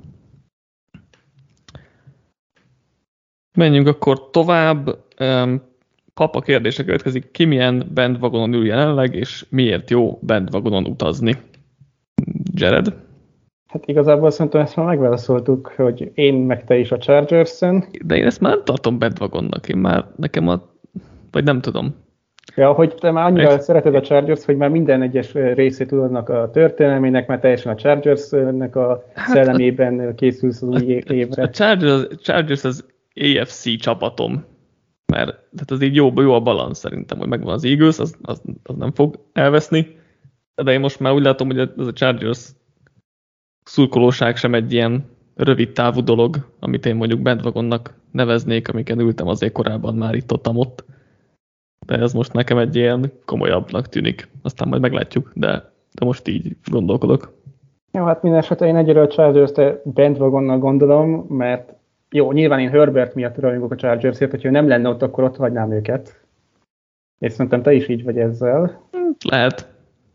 Menjünk akkor tovább. Papa kérdése következik, ki milyen bandwagonon ül jelenleg, és miért jó bandwagonon utazni? Jared? Hát igazából szerintem ezt már megválaszoltuk, hogy én meg te is a Chargers-en. De én ezt már nem tartom bandwagonnak, én már nekem a... vagy nem tudom. Ja, hogy te már annyira Egy... szereted a Chargers, hogy már minden egyes részét tudodnak a történelmének, már teljesen a Chargers-nek a hát szellemében a... készülsz az új évre. A Chargers, Chargers az á ef cé csapatom. Mert tehát az így jó, jó a balansz szerintem, hogy megvan az Eagles, az, az, az nem fog elveszni. De én most már úgy látom, hogy ez a Chargers szurkolóság sem egy ilyen rövid távú dolog, amit én mondjuk bandwagonnak neveznék, amiken ültem azért korábban már itt-ottam ott. De ez most nekem egy ilyen komolyabbnak tűnik. Aztán majd meglátjuk, de, de most így gondolkodok. Jó, hát minden esetre én egyről a Chargers-t bandwagonnal gondolom, mert jó, nyilván én Herbert miatt rajongok a Chargersért, hogyha nem lenne ott, akkor ott hagynám őket. És szerintem te is így vagy ezzel. Lehet.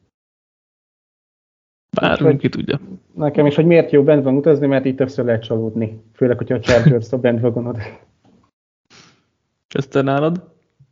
Bármi, ki tudja. Nekem is, hogy miért jó bandwagon utazni, mert így többször lehet csalódni. Főleg, hogyha a Chargers a bandwagonod. Chester nálad?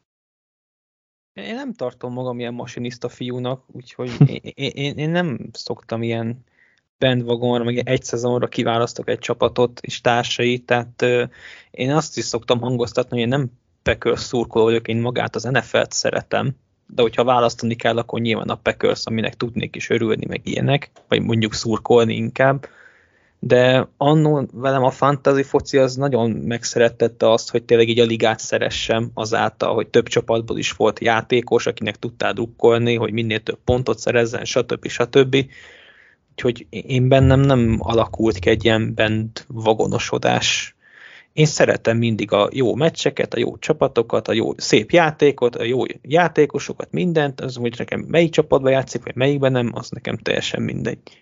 Én nem tartom magam ilyen masinista fiúnak, úgyhogy én, én, én nem szoktam ilyen bandwagonra, meg egy szezonra kiválasztok egy csapatot és társait, tehát euh, én azt is szoktam hangoztatni, hogy én nem Packers szurkoló vagyok, én magát az en ef el-t szeretem, de hogyha választani kell, akkor nyilván a Packers, aminek tudnék is örülni, meg ilyenek, vagy mondjuk szurkolni inkább, de annó velem a fantasy foci az nagyon megszerettette azt, hogy tényleg így a ligát szeressem azáltal, hogy több csapatból is volt játékos, akinek tudtál drukkolni, hogy minél több pontot szerezzen, stb. stb. Úgyhogy én bennem nem alakult ki egy ilyen bandwagonosodás. Én szeretem mindig a jó meccseket, a jó csapatokat, a jó szép játékot, a jó játékosokat, mindent, az, hogy nekem melyik csapatban játszik, vagy melyikben nem, az nekem teljesen mindegy.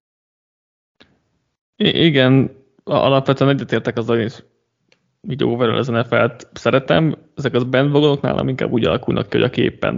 I- igen, alapvetően egyetértek azzal, hogy így overall az en ef el-t szeretem. Ezek az bandwagonok nálam inkább úgy alakulnak ki, hogy aki éppen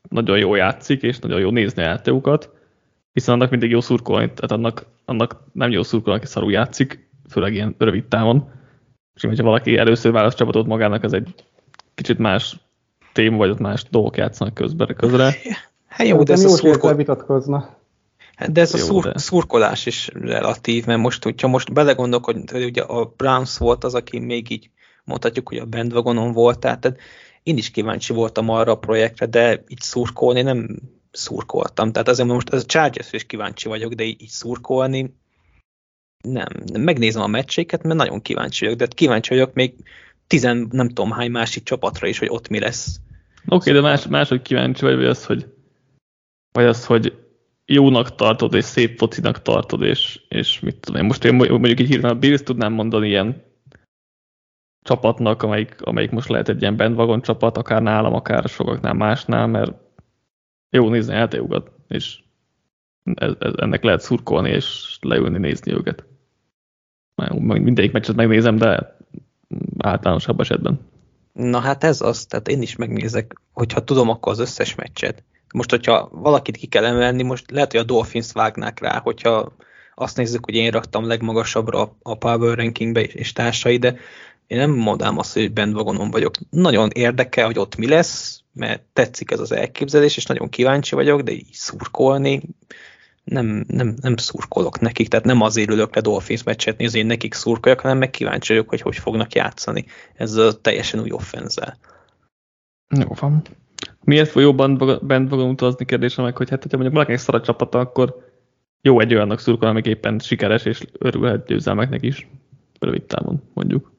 nagyon jó játszik, és nagyon jó nézni a játékokat, hiszen annak mindig jó szurkolni, tehát annak, annak nem jó szurkolni, aki szarul játszik, főleg ilyen rövid távon. És hogyha valaki először választ csapatot magának, ez egy kicsit más téma, vagy ott más dolgok játszanak közben, közre. Hát jó, de ez a szurkol... vitatkozna. De ez a szur... de. szurkolás is relatív, mert most, hogyha most belegondolok, hogy ugye a Browns volt az, aki még így mondhatjuk, hogy a bandwagonon volt, tehát én is kíváncsi voltam arra a projektre, de így szurkolni nem szurkoltam. Tehát azért most az a Chargers is kíváncsi vagyok, de így, így szurkolni nem. Megnézem a meccséket, mert nagyon kíváncsi vagyok, de kíváncsi vagyok még tizen nem tudom hány másik csapatra is, hogy ott mi lesz. Oké, okay, de más, máshogy kíváncsi vagy, vagy az, hogy vagy az, hogy jónak tartod, és szép focinak tartod, és, és mit tudom én. Most én mondjuk így hirtelen a Bills tudnám mondani ilyen csapatnak, amelyik, amelyik most lehet egy ilyen bandwagon csapat, akár nálam, akár sokaknál másnál, mert jó nézni játékokat, és ez, ez, ennek lehet szurkolni, és leülni, nézni őket. Mindegyik meccset megnézem, de általánosabb esetben. Na hát ez az, tehát én is megnézek, hogyha tudom, akkor az összes meccset. Most, hogyha valakit ki kell emelni, most lehet, hogy a Dolphins vágnák rá, hogyha azt nézzük, hogy én raktam legmagasabbra a Power Rankingbe és társai, de én nem mondám azt, hogy bandwagonon vagyok. Nagyon érdekel, hogy ott mi lesz, mert tetszik ez az elképzelés, és nagyon kíváncsi vagyok, de így szurkolni nem, nem, nem szurkolok nekik, tehát nem azért ülök le Dolphins meccset nézni, én nekik szurkoljak, hanem meg kíváncsi vagyok, hogy hogy fognak játszani. Ez a teljesen új offenzel. Jó van. Miért fog jobban bandwagon utazni kérdésem meg, hogy hát, hogyha mondjuk valakinek szar a csapata, akkor jó egy olyannak szurkolni, amik éppen sikeres, és örülhet győzelmeknek is. Rövid távon, mondjuk.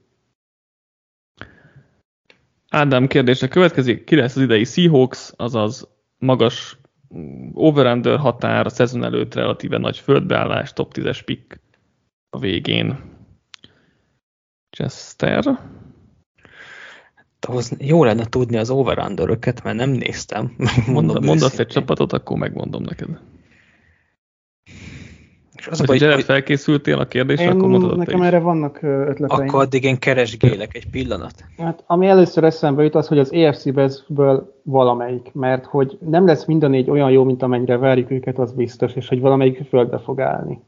Ádám kérdése következik, ki lesz az idei Seahawks, azaz magas over-under határ, a szezon előtt relatíve nagy földbeállás, top tízes pick a végén. Chester? Ahhoz jó lenne tudni az over-underöket, mert nem néztem. Mondd, mondd azt egy csapatot, akkor megmondom neked. És az ha Jared felkészültél a kérdésre, én, akkor mondod. Nekem erre vannak ötleteim. Akkor addig én keresgélek egy pillanat. Hát, ami először eszembe jut az, hogy az á ef cé Westből valamelyik, mert hogy nem lesz mind a négy olyan jó, mint amennyire várjuk őket, az biztos, és hogy valamelyik földbe fog állni.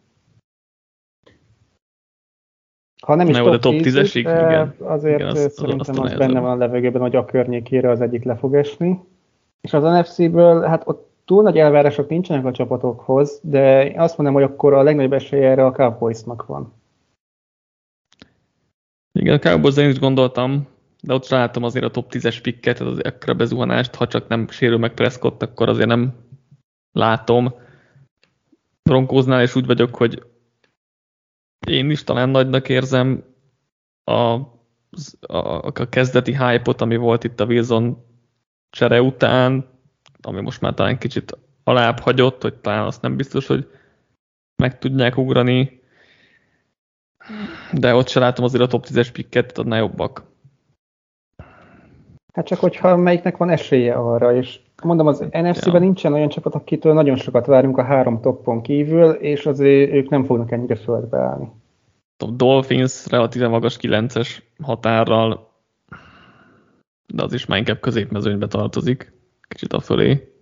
Ha nem is Na, top, top tízesig, igen. Azért igen, azt, szerintem az, az benne van a levegőben, hogy a környékére az egyik le fog esni. És az en ef cé-ből, hát ott túl nagy elvárások nincsenek a csapatokhoz, de azt mondom, hogy akkor a legnagyobb esélye erre a Cowboysnak van. Igen, a Cowboys-ra én is gondoltam, de ott látom azért a top tízes picket, az ekkora bezuhanást, ha csak nem sérül meg Prescott, akkor azért nem látom. Broncosnál is úgy vagyok, hogy én is talán nagynak érzem a, a, a kezdeti hype-ot, ami volt itt a Wilson csere után, ami most már talán kicsit alább hagyott, hogy talán azt nem biztos, hogy meg tudják ugrani, de ott se látom azért a top tízes picket, adná jobbak. Hát csak hogyha melyiknek van esélye arra, és mondom, az en ef cé-ben ja. nincsen olyan csapat, akitől nagyon sokat várunk a három toppon kívül, és azért ők nem fognak ennyire földbe állni. A Dolphins relatíve magas kilences határral, de az is már inkább középmezőnybe tartozik, kicsit afölé.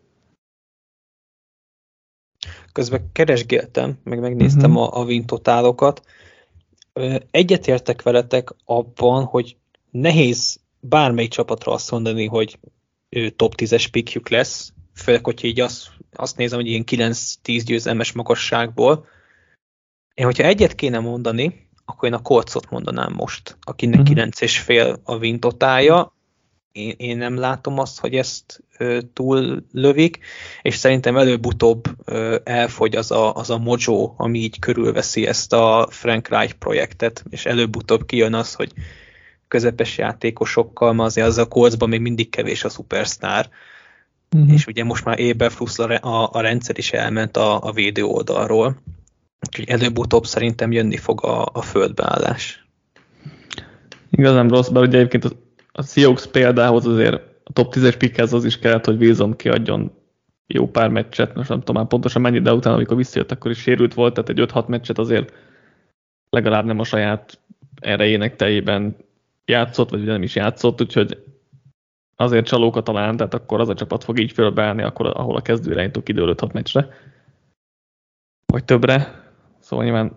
Közben keresgéltem, meg megnéztem uh-huh. a, a win totálokat. Egyetértek veletek abban, hogy nehéz bármelyik csapatra azt mondani, hogy top tízes pickjük lesz, főleg, hogyha így azt, azt nézem, hogy ilyen kilenc-tíz győzelmes magasságból. Én, hogyha egyet kéne mondani, akkor én a Coltsot mondanám most, akinek uh-huh. kilenc és fél a win totálja. Én, én nem látom azt, hogy ezt ö, túl lövik, és szerintem előbb-utóbb ö, elfogy az a, az a mojo, ami így körülveszi ezt a Frank Reich projektet, és előbb-utóbb kijön az, hogy közepes játékosokkal, ma azért az a Coltsban még mindig kevés a szupersztár, uh-huh. és ugye most már Eberfluss a, a, a rendszer is elment a, a védő oldalról, úgyhogy előbb-utóbb szerintem jönni fog a, a földbeállás. Igazán rossz, bár ugye egyébként a, a Seahawks példához azért a top tízes pickhez az is kellett, hogy Wilson kiadjon jó pár meccset, most nem tudom már pontosan mennyi, de utána, amikor visszajött, akkor is sérült volt, tehát egy öt-hat meccset azért legalább nem a saját erejének teljében játszott, vagy nem is játszott, úgyhogy azért csalóka talán, tehát akkor az a csapat fog így fölbeállni, akkor, ahol a kezdő irányító kidőlött hat meccsre, vagy többre. Szóval nyilván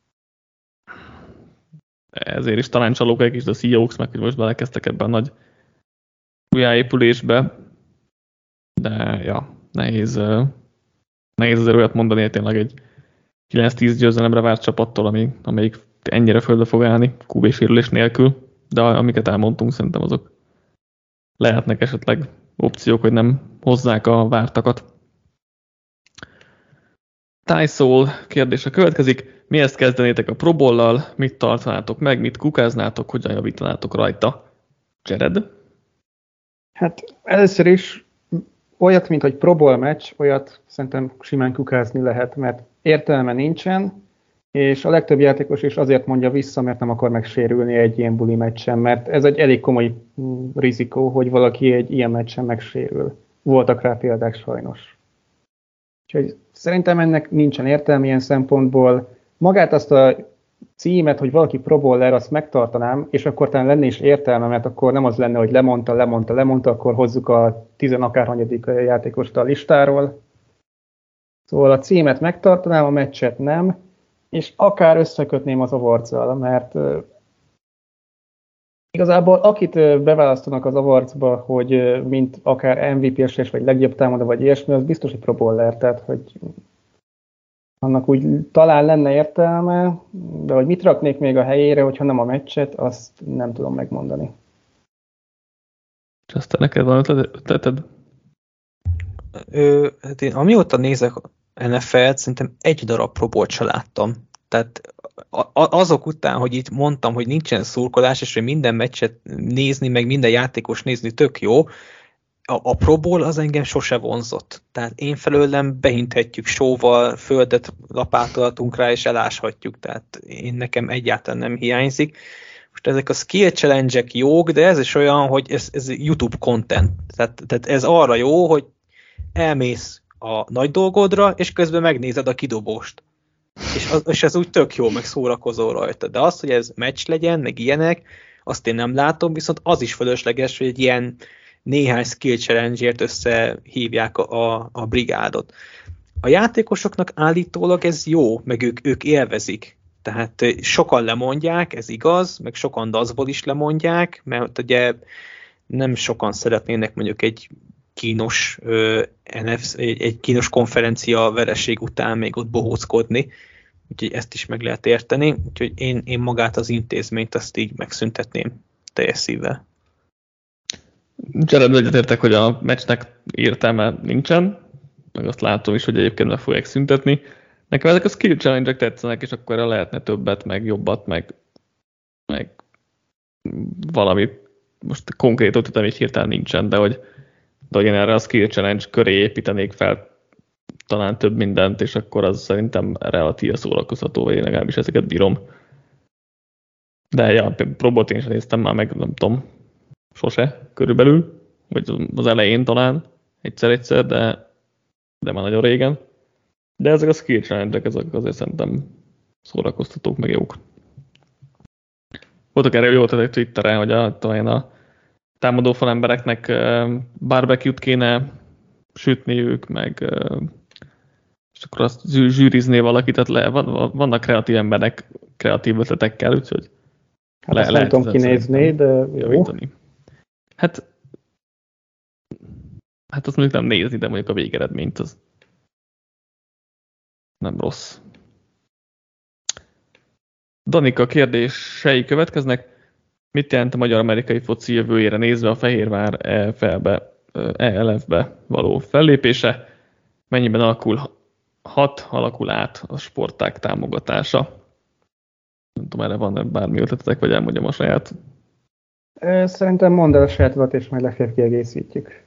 ezért is talán csalókák is, de a Seahawks meg, hogy most belekezdtek ebben a nagy újjáépülésbe. De ja, nehéz, nehéz azért olyat mondani, hogy tényleg egy kilenc-tíz győzelemre várt csapattól, ami, amelyik ennyire földbe fog állni, kú bé sérülés nélkül, de amiket elmondtunk, szerintem azok lehetnek esetleg opciók, hogy nem hozzák a vártakat. Tysoul kérdése következik. Mi ezt kezdenétek a Pro Bowl-lal? Mit tartanátok meg? Mit kukáznátok? Hogyan javítanátok rajta? Jared? Hát először is olyat, mint hogy Pro Bowl meccs, olyat szerintem simán kukázni lehet, mert értelme nincsen, és a legtöbb játékos is azért mondja vissza, mert nem akar megsérülni egy ilyen buli meccsen, mert ez egy elég komoly rizikó, hogy valaki egy ilyen meccsen megsérül. Voltak rá példák sajnos. Úgyhogy szerintem ennek nincsen értelme ilyen szempontból. Magát azt a címet, hogy valaki Pro Bowler, azt megtartanám, és akkor talán lenne is értelme, mert akkor nem az lenne, hogy lemondta, lemondta, lemondta, akkor hozzuk a tizenakárhanyadik játékost a listáról. Szóval a címet megtartanám, a meccset nem, és akár összekötném az awards-zal, mert uh, igazából akit uh, beválasztanak az awards-ba, hogy uh, mint akár em vé pé-es vagy legjobb támadó, vagy ilyesmi, az biztos, hogy Pro Bowler, tehát hogy annak úgy talán lenne értelme, de hogy mit raknék még a helyére, hogyha nem a meccset, azt nem tudom megmondani. És aztán neked van ötleted? Ö, hát én amióta nézek en ef el-t, szerintem egy darab Pro Bowl-t se láttam. Tehát azok után, hogy itt mondtam, hogy nincsen szurkolás, és hogy minden meccset nézni, meg minden játékos nézni tök jó, a, a Pro Bowl az engem sose vonzott. Tehát én felőlem behinthetjük sóval, földet lapátolhatunk rá, és eláshatjuk. Tehát én nekem egyáltalán nem hiányzik. Most ezek a skill challenge-ek jók, de ez is olyan, hogy ez, ez YouTube content. Tehát, tehát ez arra jó, hogy elmész a nagy dolgodra, és közben megnézed a kidobóst. És, az, és ez úgy tök jó, meg szórakozó rajta. De az, hogy ez meccs legyen, meg ilyenek, azt én nem látom, viszont az is fölösleges, hogy egy ilyen néhány skill challenge-ért összehívják a, a, a brigádot. A játékosoknak állítólag ez jó, meg ők, ők élvezik. Tehát sokan lemondják, ez igaz, meg sokan daszból is lemondják, mert ugye nem sokan szeretnének mondjuk egy kínos ö, en ef cé, egy, egy kínos konferencia vereség után még ott bohóckodni, úgyhogy ezt is meg lehet érteni, úgyhogy én, én magát az intézményt azt így megszüntetném teljes szívvel. Jared, egyetértek, hogy a meccsnek értelme nincsen, meg azt látom is, hogy egyébként meg fogják szüntetni. Nekem ezek a skill challenge-ek tetszenek, és akkor erre lehetne többet, meg jobbat, meg, meg valami, most konkrét ötletem így hirtelen nincsen, de hogy, de hogy én erre a skill challenge köré építenék fel talán több mindent, és akkor az szerintem relatív szórakoztató, én legalábbis ezeket bírom. De ja, próbót én sem néztem már meg, nem tudom, sose körülbelül, vagy az elején talán, egyszer-egyszer, de, de már nagyon régen. De ezek a skill challenge-ek, ezek azért szerintem szórakoztatók, meg jók. Voltak erre jó ötletek Twitteren, hogy a, talán a támadó falembereknek barbecue-t kéne sütniük, meg és akkor azt zsűrizné valaki, tehát le, vannak kreatív emberek kreatív ötletekkel, úgyhogy hát le, azt nem tudom kinézni, de jó. Javítani. Hát, hát azt mondjuk nem nézni, de mondjuk a végeredményt az nem rossz. Danika kérdései következnek. Mit jelent a magyar-amerikai foci jövőjére nézve a Fehérvár é el ef-be való fellépése? Mennyiben alakulhat, alakul át a sportág támogatása? Nem tudom, erre van bármi ötletetek, vagy elmondjam a saját? Szerintem mondd el a sajátodat, és majd legfeljebb kiegészítjük.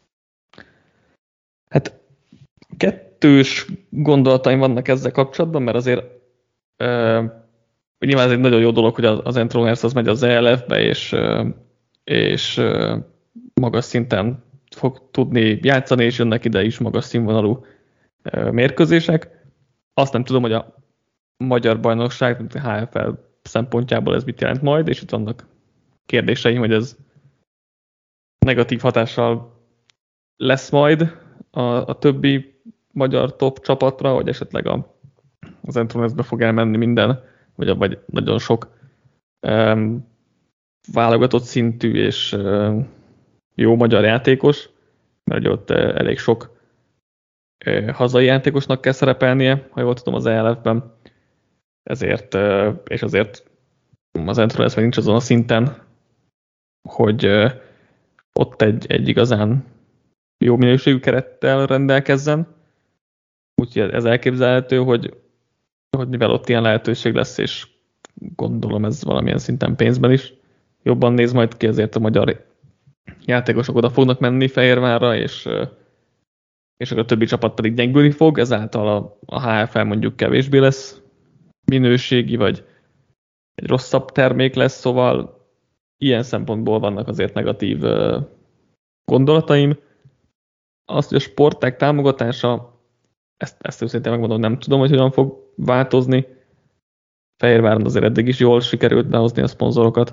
Hát kettős gondolataim vannak ezzel kapcsolatban, mert azért uh, nyilván ez egy nagyon jó dolog, hogy az Entroners az megy az é el ef-be, és, uh, és uh, magas szinten fog tudni játszani, és jönnek ide is magas színvonalú uh, mérkőzések. Azt nem tudom, hogy a magyar bajnokság, mint a há ef el szempontjából ez mit jelent majd, és itt vannak kérdéseim, hogy ez negatív hatással lesz majd a, a többi magyar top csapatra, vagy esetleg a, az Entroneszbe fog elmenni minden, vagy, vagy nagyon sok um, válogatott szintű és um, jó magyar játékos, mert ott uh, elég sok uh, hazai játékosnak kell szerepelnie, ha jól tudom, az E L F-ben. Ezért, uh, és azért az Entronesz még nincs azon a szinten, hogy uh, ott egy, egy igazán jó minőségű kerettel rendelkezzen. Úgyhogy ez elképzelhető, hogy, hogy mivel ott ilyen lehetőség lesz, és gondolom ez valamilyen szinten pénzben is jobban néz majd ki, ezért a magyar játékosok oda fognak menni Fehérvárra, és, és a többi csapat pedig gyengülni fog, ezáltal a, a há ef el mondjuk kevésbé lesz minőségi, vagy egy rosszabb termék lesz, szóval ilyen szempontból vannak azért negatív gondolataim. Azt, hogy a sportág támogatása, ezt, ezt őszintén megmondom, nem tudom, hogy hogyan fog változni. Fehérváron azért eddig is jól sikerült behozni a szponzorokat,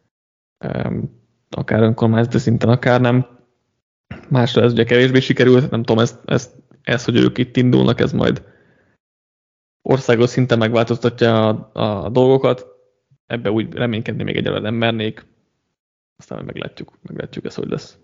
akár önkormányzati szinten, akár nem. Másra ez ugye kevésbé sikerült, nem tudom, ezt, ezt, ezt, hogy ők itt indulnak, ez majd országos szinten megváltoztatja a, a dolgokat. Ebbe úgy reménykedni még egyelőre nem mernék. Aztán meglátjuk, meglátjuk ezt, hogy lesz.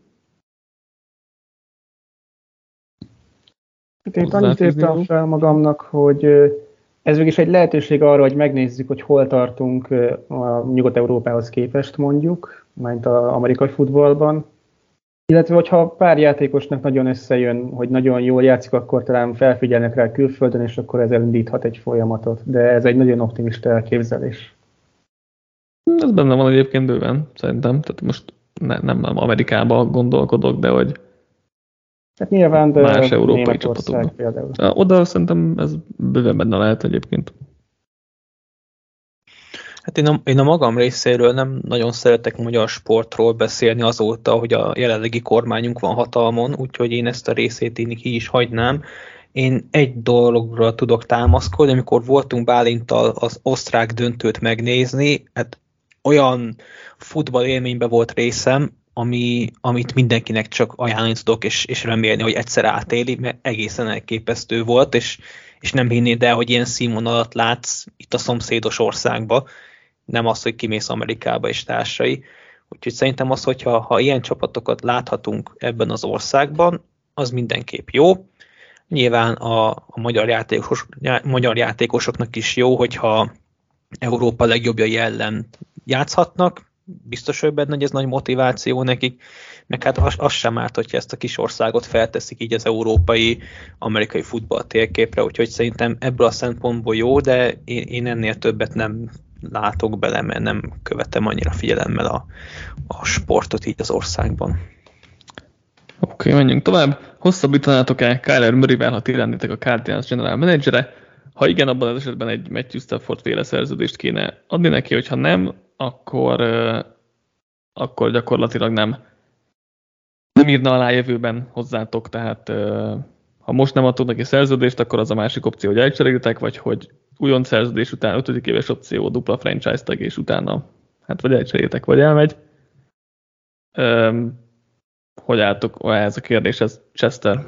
Én annyit írtam fel magamnak, hogy ez mégis egy lehetőség arra, hogy megnézzük, hogy hol tartunk a Nyugat-Európához képest mondjuk, mint az amerikai futballban. Illetve, hogyha pár játékosnak nagyon összejön, hogy nagyon jól játszik, akkor talán felfigyelnek rá külföldön, és akkor ez elindíthat egy folyamatot. De ez egy nagyon optimista elképzelés. Ez benne van egyébként bőven, szerintem. Tehát most ne, nem Amerikában gondolkodok, de hogy hát nyilván, de más európai csapatokban. Például. Oda szerintem ez bőven benne lehet egyébként. Hát én a, én a magam részéről nem nagyon szeretek magyar sportról beszélni azóta, hogy a jelenlegi kormányunk van hatalmon, úgyhogy én ezt a részét én ki is hagynám. Én egy dologra tudok támaszkodni, amikor voltunk Bálinttal az osztrák döntőt megnézni, hát olyan futball élményben volt részem, ami, amit mindenkinek csak ajánlani tudok, és, és remélni, hogy egyszer átéli, mert egészen elképesztő volt, és, és nem hinnéd el, hogy ilyen színvonalat látsz itt a szomszédos országba, nem az, hogy kimész Amerikába és társai. Úgyhogy szerintem az, hogyha ha ilyen csapatokat láthatunk ebben az országban, az mindenképp jó. Nyilván a, a magyar, játékos, magyar játékosoknak is jó, hogyha Európa legjobbjai ellen játszhatnak, biztos, hogy benne, hogy ez nagy motiváció nekik, meg hát az, az sem árt, hogyha ezt a kis országot felteszik így az európai, amerikai futball térképre, úgyhogy szerintem ebből a szempontból jó, de én, én ennél többet nem látok bele, mert nem követem annyira figyelemmel a, a sportot így az országban. Oké, okay, menjünk tovább. Hosszabbítanátok el Kyler Murrayvel, ha ti lennétek a Cardinals general menedzsere? Ha igen, abban az esetben egy Matthew Stafford féle szerződést kéne adni neki, hogyha nem, akkor, uh, akkor gyakorlatilag nem, nem írna alá jövőben hozzátok, tehát uh, ha most nem adtok neki szerződést, akkor az a másik opció, hogy elcserélitek, vagy hogy újon szerződés után ötödik éves opció, dupla franchise tag, és utána hát vagy elcserélitek, vagy elmegy. Um, hogy álltok ez a kérdéshez, Chester?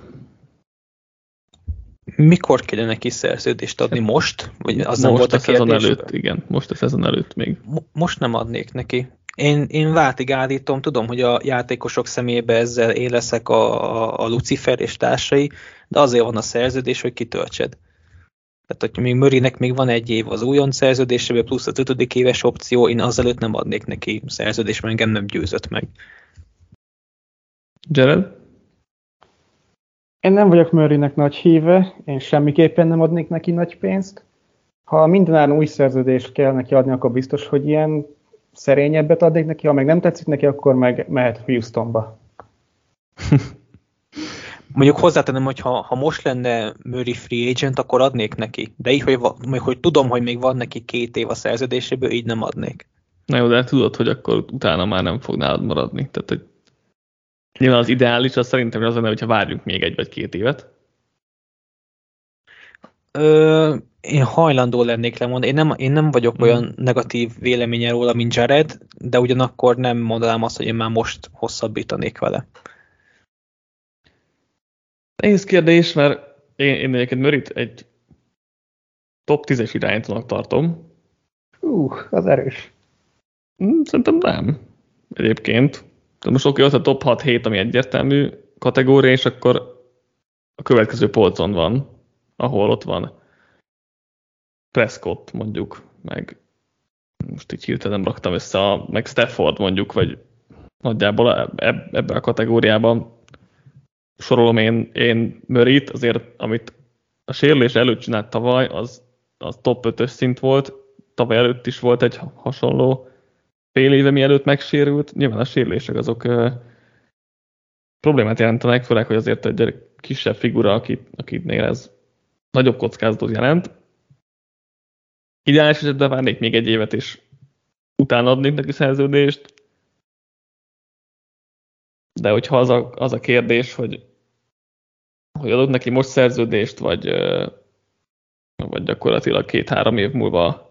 Mikor kéne neki szerződést adni? Most? Vagy az nem most volt a, a szezon kérdés? előtt, igen. Most a szezon előtt még. Most nem adnék neki. Én, én váltig állítom, tudom, hogy a játékosok szemébe ezzel én leszek a, a, a Lucifer és társai, de azért van a szerződés, hogy kitöltsed. Tehát, hogy még Murraynek még van egy év az újon szerződéséből, plusz az ötödik éves opció, én azelőtt nem adnék neki szerződést, mert engem nem győzött meg. Jared? Én nem vagyok Murraynek nagy híve, én semmiképpen nem adnék neki nagy pénzt. Ha mindenáron új szerződést kell neki adni, akkor biztos, hogy ilyen szerényebbet adnék neki, ha meg nem tetszik neki, akkor meg mehet Houstonba. Mondjuk hozzátenem, hogy ha, ha most lenne Murray free agent, akkor adnék neki. De így, hogy, hogy tudom, hogy még van neki két év a szerződéséből, így nem adnék. Na jó, de tudod, hogy akkor utána már nem fog nálad maradni. Tehát, hogy nyilván az ideális, az szerintem az lenne, hogyha várjunk még egy vagy két évet. Ö, én hajlandó lennék lemondani. Én nem, én nem vagyok mm. olyan negatív véleménye róla, mint Jared, de ugyanakkor nem mondanám azt, hogy én már most hosszabbítanék vele. Nehéz kérdés, mert én, én egyébként Murrayt egy top tízes irányítónak tartom. Hú, az erős. Szerintem nem. Egyébként. De most oké, ott a top hat hét, ami egyértelmű kategória, és akkor a következő polcon van, ahol ott van Prescott mondjuk, meg most így hirtelen nem raktam össze, a, meg Stafford mondjuk, vagy nagyjából ebben a kategóriában sorolom én, én Murrayt, azért amit a sérülés előtt csinált tavaly, az, az top ötös szint volt, tavaly előtt is volt egy hasonló fél éve, mielőtt megsérült. Nyilván a sérülések azok ö, problémát jelentenek, főleg, hogy azért egy kisebb figura, akit, akitnél ez nagyobb kockázatot jelent. Ideális esetben várnék még egy évet, és utána adnék neki szerződést. De hogyha az a, az a kérdés, hogy, hogy adok neki most szerződést, vagy, vagy gyakorlatilag két-három év múlva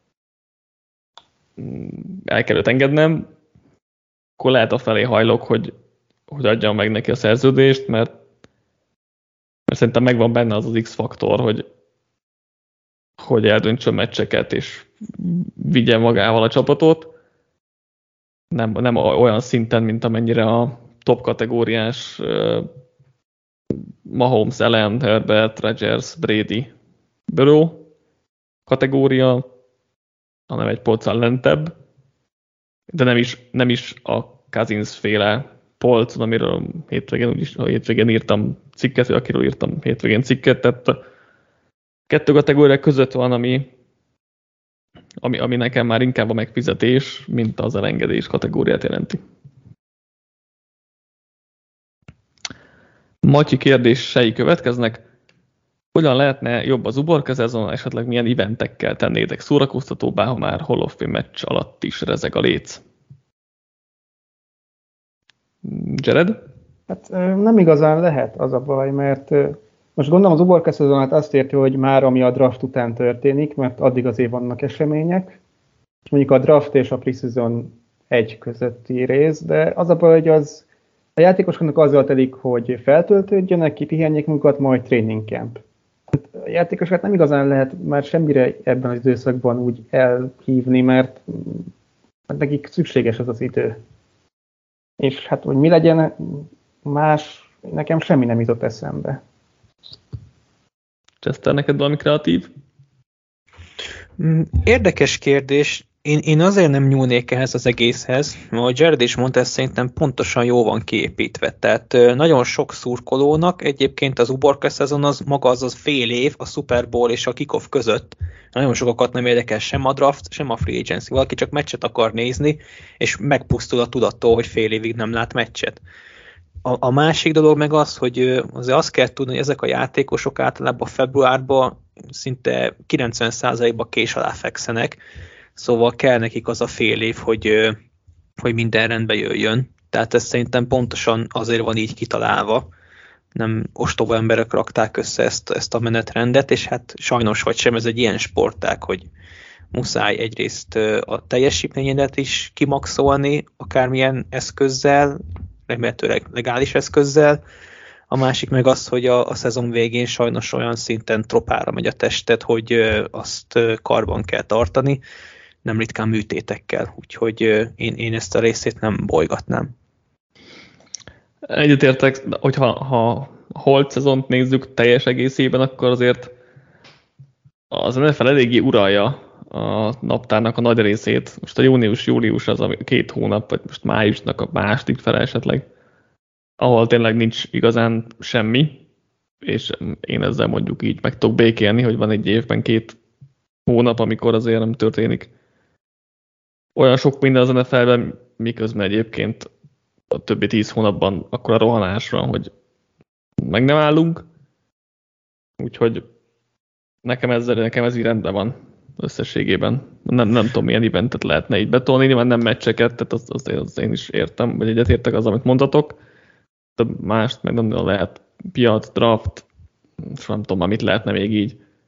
el kell őt engednem, akkor lehet afelé hajlok, hogy, hogy adjam meg neki a szerződést, mert, mert szerintem megvan benne az az X-faktor, hogy, hogy eldöntsön meccseket, és vigye magával a csapatot. Nem, nem olyan szinten, mint amennyire a top kategóriás uh, Mahomes, Allen, Herbert, Rodgers, Brady, Burrow kategória, hanem egy polccal lentebb, de nem is, nem is a Cousins féle polcon, amiről hétvégén, úgyis, hétvégén írtam cikket, vagy akiről írtam hétvégén cikket, tehát a kettő kategóriák között van, ami, ami, ami nekem már inkább a megfizetés, mint az elengedés kategóriát jelenti. Matyi kérdései következnek. Hogyan lehetne jobb az uborka szezon, esetleg milyen eventekkel tennétek szórakoztatóbbá, ha már Hall of Fame meccs alatt is rezeg a léc? Jared? Hát nem igazán lehet, az a baj, mert most gondolom az uborka szezonát azt érti, hogy már ami a draft után történik, mert addig azért vannak események, és mondjuk a draft és a preseason egy közötti rész, de az a baj, hogy az a játékosoknak azzal telik, hogy feltöltődjenek, kipihenjék magukat, majd training camp. A játékosokat nem igazán lehet már semmire ebben az időszakban úgy elhívni, mert, mert nekik szükséges az az idő. És hát, hogy mi legyen más, nekem semmi nem jutott eszembe. Chester, neked valami kreatív? Érdekes kérdés. Én, én azért nem nyúlnék ehhez az egészhez, mert Jared is mondta, ez szerintem pontosan jó van kiépítve. Tehát nagyon sok szurkolónak egyébként az uborka szezon az maga az az fél év a Super Bowl és a kickoff között. Nagyon sokakat nem érdekel sem a draft, sem a free agency. Valaki csak meccset akar nézni, és megpusztul a tudattól, hogy fél évig nem lát meccset. A, a másik dolog meg az, hogy azért azt kell tudni, hogy ezek a játékosok általában februárban szinte kilencven százalékban kés alá fekszenek, szóval kell nekik az a fél év, hogy, hogy minden rendbe jöjjön. Tehát ez szerintem pontosan azért van így kitalálva. Nem ostoba emberek rakták össze ezt, ezt a menetrendet, és hát sajnos vagy sem, ez egy ilyen sportág, hogy muszáj egyrészt a teljesítményedet is kimaxolni, akármilyen eszközzel, remélhetőleg legális eszközzel. A másik meg az, hogy a, a szezon végén sajnos olyan szinten tropára megy a tested, hogy azt karban kell tartani, nem ritkán műtétekkel, úgyhogy én, én ezt a részét nem bolygatnám. Egyetértek, hogyha ha holt szezont nézzük teljes egészében, akkor azért az en ef el eléggé uralja a naptárnak a nagy részét. Most a június-július az a két hónap, vagy most májusnak a második fele esetleg, ahol tényleg nincs igazán semmi, és én ezzel mondjuk így meg tudok békélni, hogy van egy évben két hónap, amikor azért nem történik olyan sok minden az en ef el-ben, miközben egyébként a többi tíz hónapban akkor a rohanás van, hogy meg nem állunk. Úgyhogy nekem, ezzel, nekem ez így rendben van összességében. Nem, nem tudom, milyen eventet lehetne így betolni, nyilván nem meccseket, tehát azt az, az én is értem, vagy egyetértek az, amit mondtatok. De mást meg nem lehet piac, draft, és nem tudom, mit lehetne még így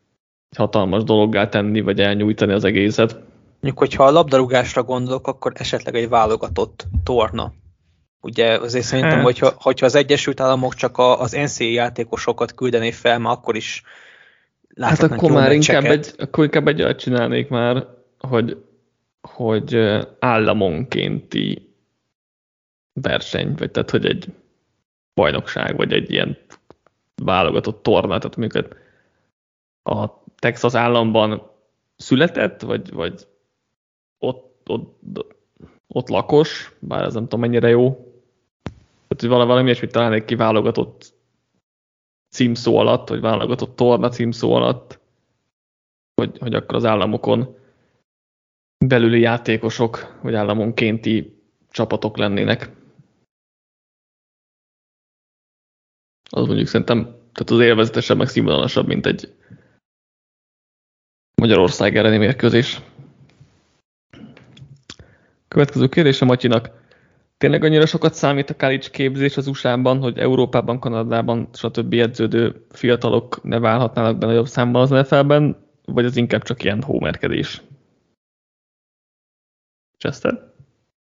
hatalmas dologgá tenni, vagy elnyújtani az egészet. Mondjuk, hogyha a labdarúgásra gondolok, akkor esetleg egy válogatott torna. Ugye azért szerintem, hát, hogyha, hogyha az Egyesült Államok csak a, az en cé á á játékosokat küldené fel, már akkor is láthatnánk. Hát akkor már inkább egy, akkor inkább egy olyat csinálnék már, hogy, hogy államonkénti verseny, vagy tehát, hogy egy bajnokság, vagy egy ilyen válogatott torna, tehát amiket a Texas államban született, vagy, vagy ott, ott, ott lakos, bár ez nem tudom mennyire jó. Tehát, hogy valami ilyesmit találnék ki válogatott címszó alatt, vagy válogatott torna címszó alatt, hogy, hogy akkor az államokon belüli játékosok, vagy államonkénti csapatok lennének. Az mondjuk szerintem, tehát az élvezetesebb, meg színvonalasabb, mint egy Magyarország elleni mérkőzés. Következő kérdés a Matyinak. Tényleg annyira sokat számít a college képzés az u es á-ban, hogy Európában, Kanadában, stb. Edződő fiatalok ne válhatnának be nagyobb számban az en ef el-ben, vagy az inkább csak ilyen hómerkedés? Chester?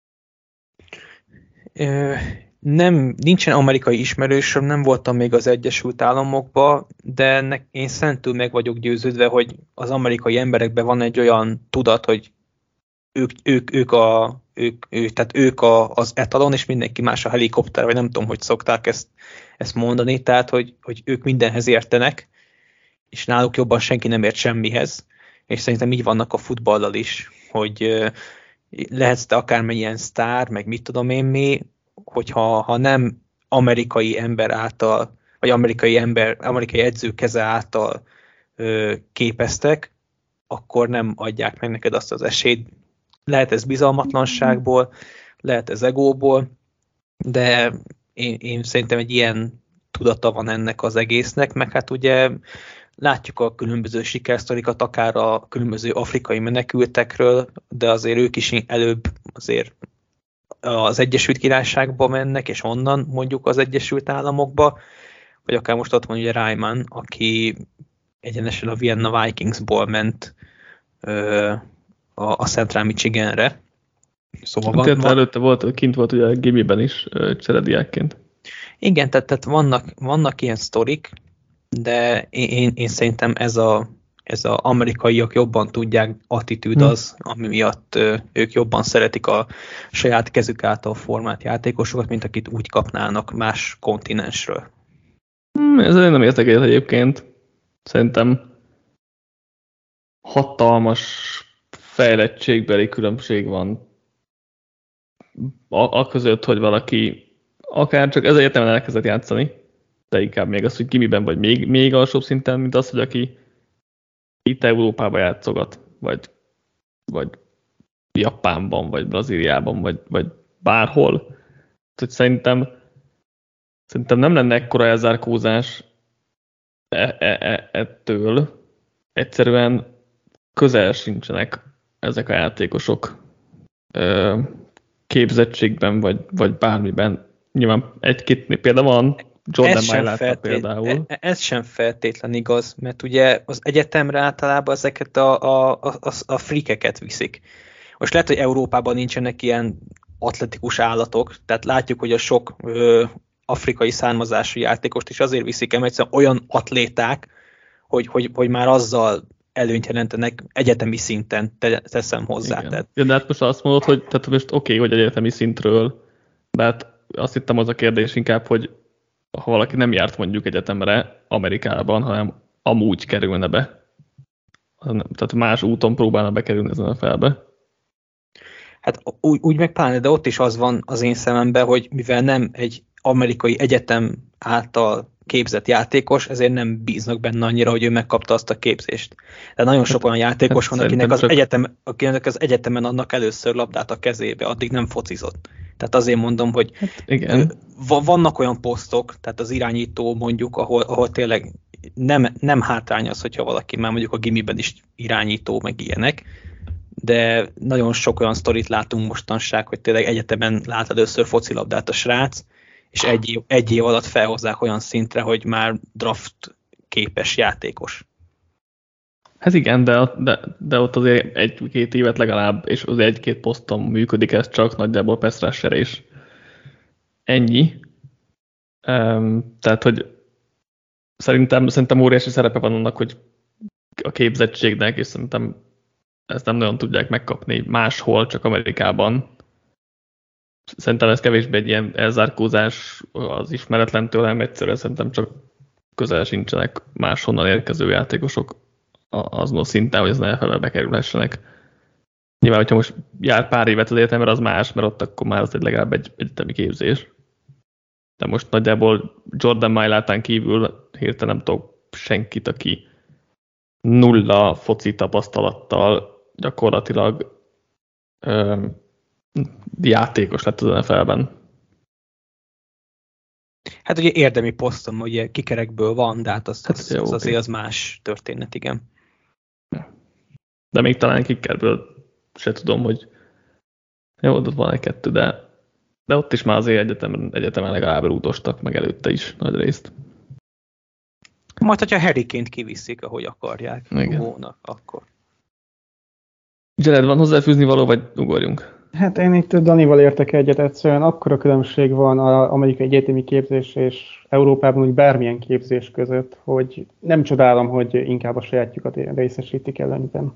Ö, nem, nincsen amerikai ismerősöm, nem voltam még az Egyesült Államokban, de ne, én szentül meg vagyok győződve, hogy az amerikai emberekben van egy olyan tudat, hogy ők, ők, ők, a, ők, ők, tehát ők a, az etalon, és mindenki más a helikopter, vagy nem tudom, hogy szokták ezt, ezt mondani, tehát hogy, hogy ők mindenhez értenek, és náluk jobban senki nem ért semmihez, és szerintem így vannak a futballal is, hogy lehetsz te akármennyien sztár, meg mit tudom én mi, hogyha ha nem amerikai ember által, vagy amerikai ember, amerikai edző keze által ö, képeztek, akkor nem adják meg neked azt az esélyt. Lehet ez bizalmatlanságból, lehet ez egóból, de én, én szerintem egy ilyen tudata van ennek az egésznek, meg hát ugye látjuk a különböző sikersztorikat, akár a különböző afrikai menekültekről, de azért ők is előbb azért az Egyesült Királyságba mennek, és onnan mondjuk az Egyesült Államokba, vagy akár most ott van ugye Ryman, aki egyenesen a Vienna Vikingsból ment ö, a, a Central Michiganre. Szóval van, van, előtte volt, kint volt ugye a gimiben is cserediákként. Igen, tehát, tehát vannak, vannak ilyen sztorik, de én, én, én szerintem ez a ez az amerikaiak jobban tudják, attitűd az, ami miatt ö, ők jobban szeretik a saját kezük által formált játékosokat, mint akit úgy kapnának más kontinensről. Hmm, ezzel én nem értek egyet egyébként. Szerintem hatalmas fejlettségbeli különbség van a, a között, hogy valaki akár csak ez egyetemen elkezdett játszani, de inkább még az, hogy gimiben vagy még, még alsóbb szinten, mint az, hogy aki itt Európában játszogat, vagy, vagy Japánban, vagy Brazíliában, vagy, vagy bárhol. Tehát szerintem, szerintem nem lenne ekkora elzárkózás e, e, e, ettől. Egyszerűen közel sincsenek ezek a játékosok ö, képzettségben, vagy, vagy bármiben. Nyilván egy-két példa van, Jordan Mailata például. Ez sem feltétlen igaz, mert ugye az egyetemre általában ezeket a, a, a, a frikeket viszik. Most lehet, hogy Európában nincsenek ilyen atletikus állatok, tehát látjuk, hogy a sok ö, afrikai származású játékost is azért viszik el, mert egyszerűen olyan atléták, hogy, hogy, hogy már azzal előnyt jelentenek egyetemi szinten, te, teszem hozzá. Tehát. Ja, de hát most azt mondod, hogy tehát most oké, okay, hogy egyetemi szintről, de hát azt hittem az a kérdés inkább, hogy ha valaki nem járt mondjuk egyetemre Amerikában, hanem amúgy kerülne be. Tehát más úton próbálna bekerülni ezen a felbe. Hát úgy, úgy meg pláne, de ott is az van az én szememben, hogy mivel nem egy amerikai egyetem által képzett játékos, ezért nem bíznak benne annyira, hogy ő megkapta azt a képzést. De nagyon sok olyan játékos hát van, akinek az, csak... egyetem, akinek az egyetemen adnak először labdát a kezébe, addig nem focizott. Tehát azért mondom, hogy hát igen. Vannak olyan posztok, tehát az irányító mondjuk, ahol, ahol tényleg nem, nem hátrány az, hogyha valaki már mondjuk a gimiben is irányító, meg ilyenek, de nagyon sok olyan sztorit látunk mostanság, hogy tényleg egyetemen lát először focilabdát a srác, és egy év, egy év alatt felhozzák olyan szintre, hogy már draft képes játékos. Hát igen, de, de, de ott azért egy-két évet legalább, és az egy-két poszton működik ez csak, nagyjából pass rusher és ennyi. Um, tehát, hogy szerintem, szerintem óriási szerepe van annak, hogy a képzettségnek, és szerintem ezt nem nagyon tudják megkapni máshol, csak Amerikában. Szerintem ez kevésbé egy ilyen elzárkózás az ismeretlentől, nem egyszerűen szerintem csak közel sincsenek máshonnan érkező játékosok azon a szinten, hogy az en ef el-be bekerülhessenek. Nyilván, hogyha most jár pár évet az egyetemre, az más, mert ott akkor már az egy legalább egy egyetemi képzés. De most nagyjából Jordan Mailátán kívül hirtelen nem tudok senkit, aki nulla foci tapasztalattal gyakorlatilag ö, játékos lett az en ef el-ben. Hát ugye érdemi poszton, ugye kikerekből van, de hát az, Hát, az, jó, az okay. azért az más történet, igen. De még talán kikerből se tudom, hogy jó, ott van egy-kettő, de, de ott is már azért egyetemen, egyetemen legalább rúdostak, meg előtte is nagy részt. Majd, hogyha Harry-ként kiviszik, ahogy akarják, volna, akkor. Jared, van hozzáfűzni való, vagy ugorjunk? Hát én itt Danival értek egyet, egyszerűen akkora különbség van az amerikai egyetemi képzés és Európában úgy bármilyen képzés között, hogy nem csodálom, hogy inkább a sajátjukat részesítik előnyben.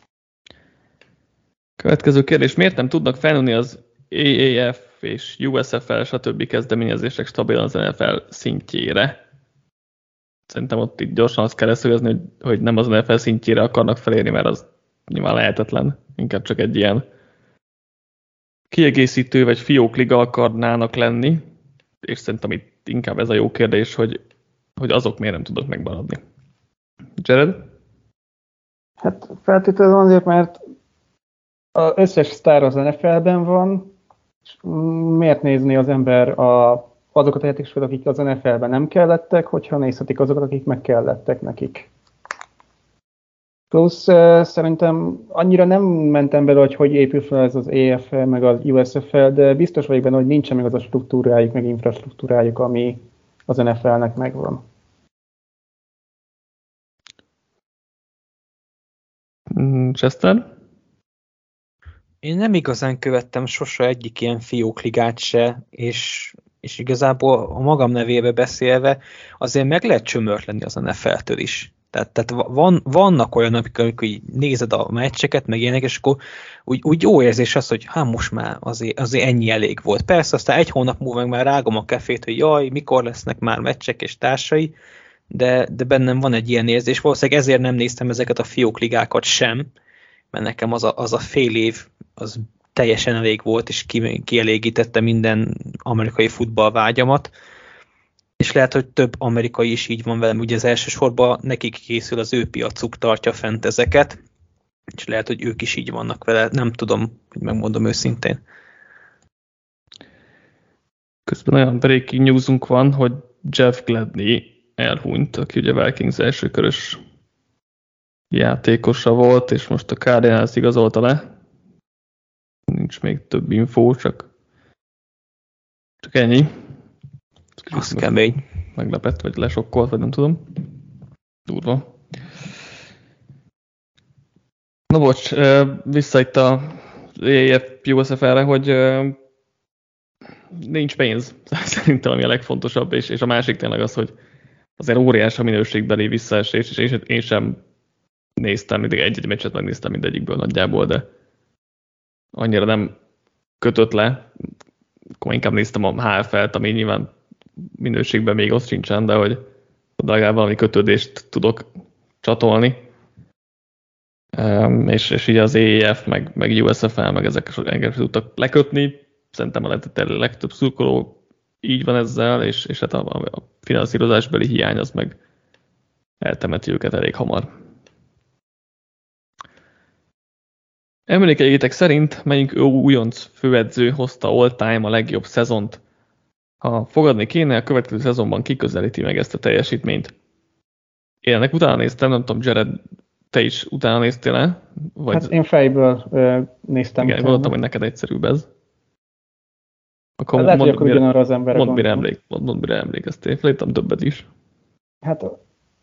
Következő kérdés. Miért nem tudnak felnőni az á á ef és u es ef el, stb. Kezdeményezések stabilan az en ef el szintjére? Szerintem ott itt gyorsan azt kell leszögezni, hogy, hogy nem az en ef el szintjére akarnak felérni, mert az nyilván lehetetlen. Inkább csak egy ilyen kiegészítő vagy fiókliga akarnának lenni, és szerintem itt inkább ez a jó kérdés, hogy, hogy azok miért nem tudnak megmaradni. Jared? Hát feltétlenül azért, mert az összes sztár az en ef el-ben van, és miért nézni az ember a, azokat a játékosokat, akik az en ef el-ben nem kellettek, hogyha nézhetik azokat, akik meg kellettek nekik. Plusz uh, szerintem annyira nem mentem bele, hogy hogy épül fel ez az á ef el, meg az u es ef el, de biztos vagyok benne, hogy nincsen meg az a struktúrájuk, meg infrastruktúrájuk, ami az en ef el-nek megvan. Chester? Én nem igazán követtem sose egyik ilyen fiókligát se, és, és igazából a magam nevébe beszélve azért meg lehet csömörtlenni az en ef el-től is. Tehát, tehát van, vannak olyanok, amikor nézed a meccseket, meg ilyenek, és akkor úgy, úgy jó érzés az, hogy hát most már azért, azért ennyi elég volt. Persze, aztán egy hónap múlva meg már rágom a kefét, hogy jaj, mikor lesznek már meccsek és társai, de, de bennem van egy ilyen érzés. Valószínűleg ezért nem néztem ezeket a fiókligákat sem, mert nekem az a, az a fél év az teljesen elég volt, és ki, kielégítette minden amerikai futballvágyamat. És lehet, hogy több amerikai is így van velem, ugye az elsősorban nekik készül, az ő piacuk tartja fent ezeket, és lehet, hogy ők is így vannak vele, nem tudom, hogy megmondom őszintén. Közben olyan breaking newsunk van, hogy Jeff Gladney elhunyt, aki ugye Vikings elsőkörös játékosa volt, és most a Cardinals igazolta le. Nincs még több infó, csak, csak ennyi. Az kemény. Meglepett, vagy lesokkolt, vagy nem tudom. Durva. Na bocs, vissza itt a á á ef u es ef el-re, hogy nincs pénz. Szerintem ami a legfontosabb, és, és a másik tényleg az, hogy azért óriás a minőségbeli visszaesés, és én, én sem néztem, mindig egy-egy meccset megnéztem mindegyikből nagyjából, de annyira nem kötött le. Akkor inkább néztem a há ef el-t, ami nyilván minőségben még ott sincsen, de hogy legalább valami kötődést tudok csatolni. Um, és, és így az á á ef, meg, meg u es ef el, meg ezek engem tudtak lekötni. Szerintem a legtöbb szurkoló így van ezzel, és, és hát a, a finanszírozásbeli hiány az meg eltemeti őket elég hamar. Emlékeljétek szerint, melyik újonc főedző hozta all-time a legjobb szezont? Ha fogadni kéne, a következő szezonban kiközelíti meg ezt a teljesítményt. Én ennek utána néztem, nem tudom, Jared, te is utána néztél-e? Vagy... Hát én fejből ö, néztem. Igen, gondoltam, hogy neked egyszerűbb ez. Akkor hát lehet, hogy akkor ugyanarra az emberre mondd, mire, emlék, mondd, mondd, mire emlékeztél. Felírtam többet is. Hát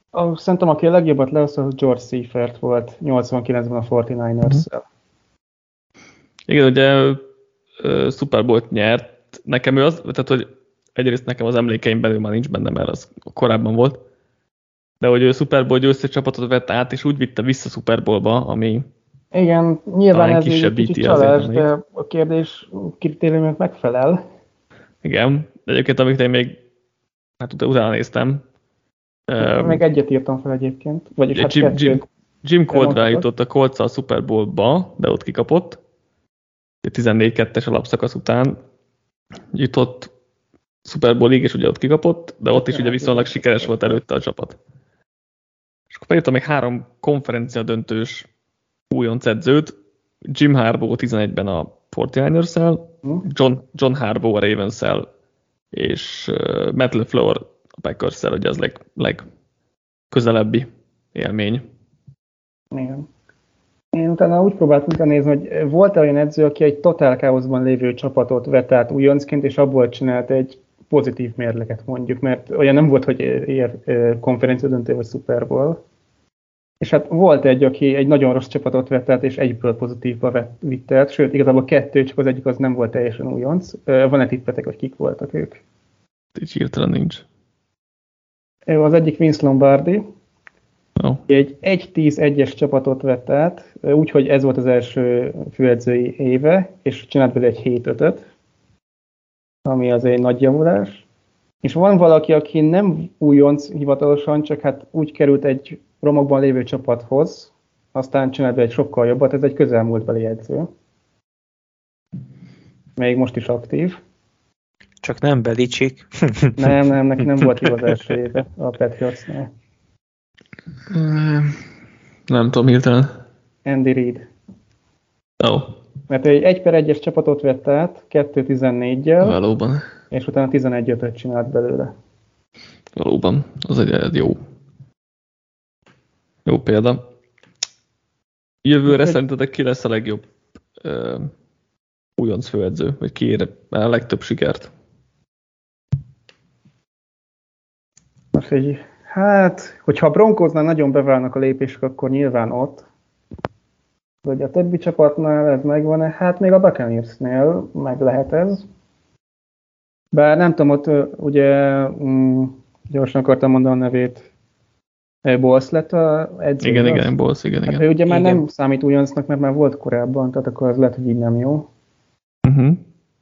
A, szerintem aki a legjobbat lehozta, az George Seifert volt nyolcvankilencben a negyvenkilenc-szel. Igen, ugye uh, Super Bowl-t nyert. Nekem ő az, tehát hogy egyrészt nekem az emlékeim belül már nincs benne, mert az korábban volt. De hogy ő Super Bowl győztes csapatot vett át, és úgy vitte vissza Super Bowl-ba, ami igen, nyilván ez egy kicsit csalás, de a kérdés kritériumok megfelel. Igen, de egyébként amit én még hát ut- utána néztem. Um, még egyet írtam fel egyébként. Vagyis hát Jim, Jim, Jim Caldwell jutott a Colts a Super Bowl-ba, de ott kikapott. tizennégy kettes alapszakasz után jutott Super Bowl-ig, és ugye ott kikapott, de ott is ugye viszonylag sikeres volt előtte a csapat. És akkor felírtam még három konferencia döntős újonc edzőt, Jim Harbaugh tizenegyben a negyvenkilenc-szel, John, John Harbaugh a Ravens-szel, és uh, Matt LaFleur a Packers-szel, ugye az leg, legközelebbi élmény. Igen. Én utána úgy próbáltam nézni, hogy volt-e olyan edző, aki egy totál káoszban lévő csapatot vett át újoncként, és abból csinált egy pozitív mérleket mondjuk, mert olyan nem volt, hogy ér konferencia döntő vagy Super Bowl. És hát volt egy, aki egy nagyon rossz csapatot vett át, és egyből pozitívba vett, vitte át, sőt, igazából kettő, csak az egyik az nem volt teljesen újonc. Van-e tippetek, hogy kik voltak ők? Így hirtelen nincs. Az egyik Vince Lombardi, oh. egy egy tíz egyes csapatot vett át, úgyhogy ez volt az első főedzői éve, és csinált belőle egy hét ötöt, ami az egy nagy javulás. És van valaki, aki nem újonc hivatalosan, csak hát úgy került egy romokban lévő csapathoz, aztán csinált be egy sokkal jobbat, ez egy közelmúltbeli edző. Még most is aktív. Csak nem Belichick. nem, nem, neki nem volt jó az első éve a Patriotsnál. Nem tudom hirtelen. Andy Reid. Oh. Mert egy egy per egyes csapatot vett át, kettő tizennégyel. Valóban. És utána tizenegy ötöt csinált belőle. Valóban, az egy jó. Jó példa. Jövőre egy... szerintetek ki lesz a legjobb uh, újonc főedző, vagy ki ér a legtöbb sikert? Most egy, hát, hogyha a Broncosnál nagyon beválnak a lépések, akkor nyilván ott. Vagy a többi csapatnál ez megvan-e? Hát még a Buccaneersnél meg lehet ez. Bár nem tudom, ott ugye um, gyorsan akartam mondani a nevét. Bowles lett a edző. Igen, az? igen, Bowles, igen, hát igen. Ő ugye már igen. nem számít újoncnak, mert már volt korábban, tehát akkor az lehet, hogy így nem jó. Uh-huh.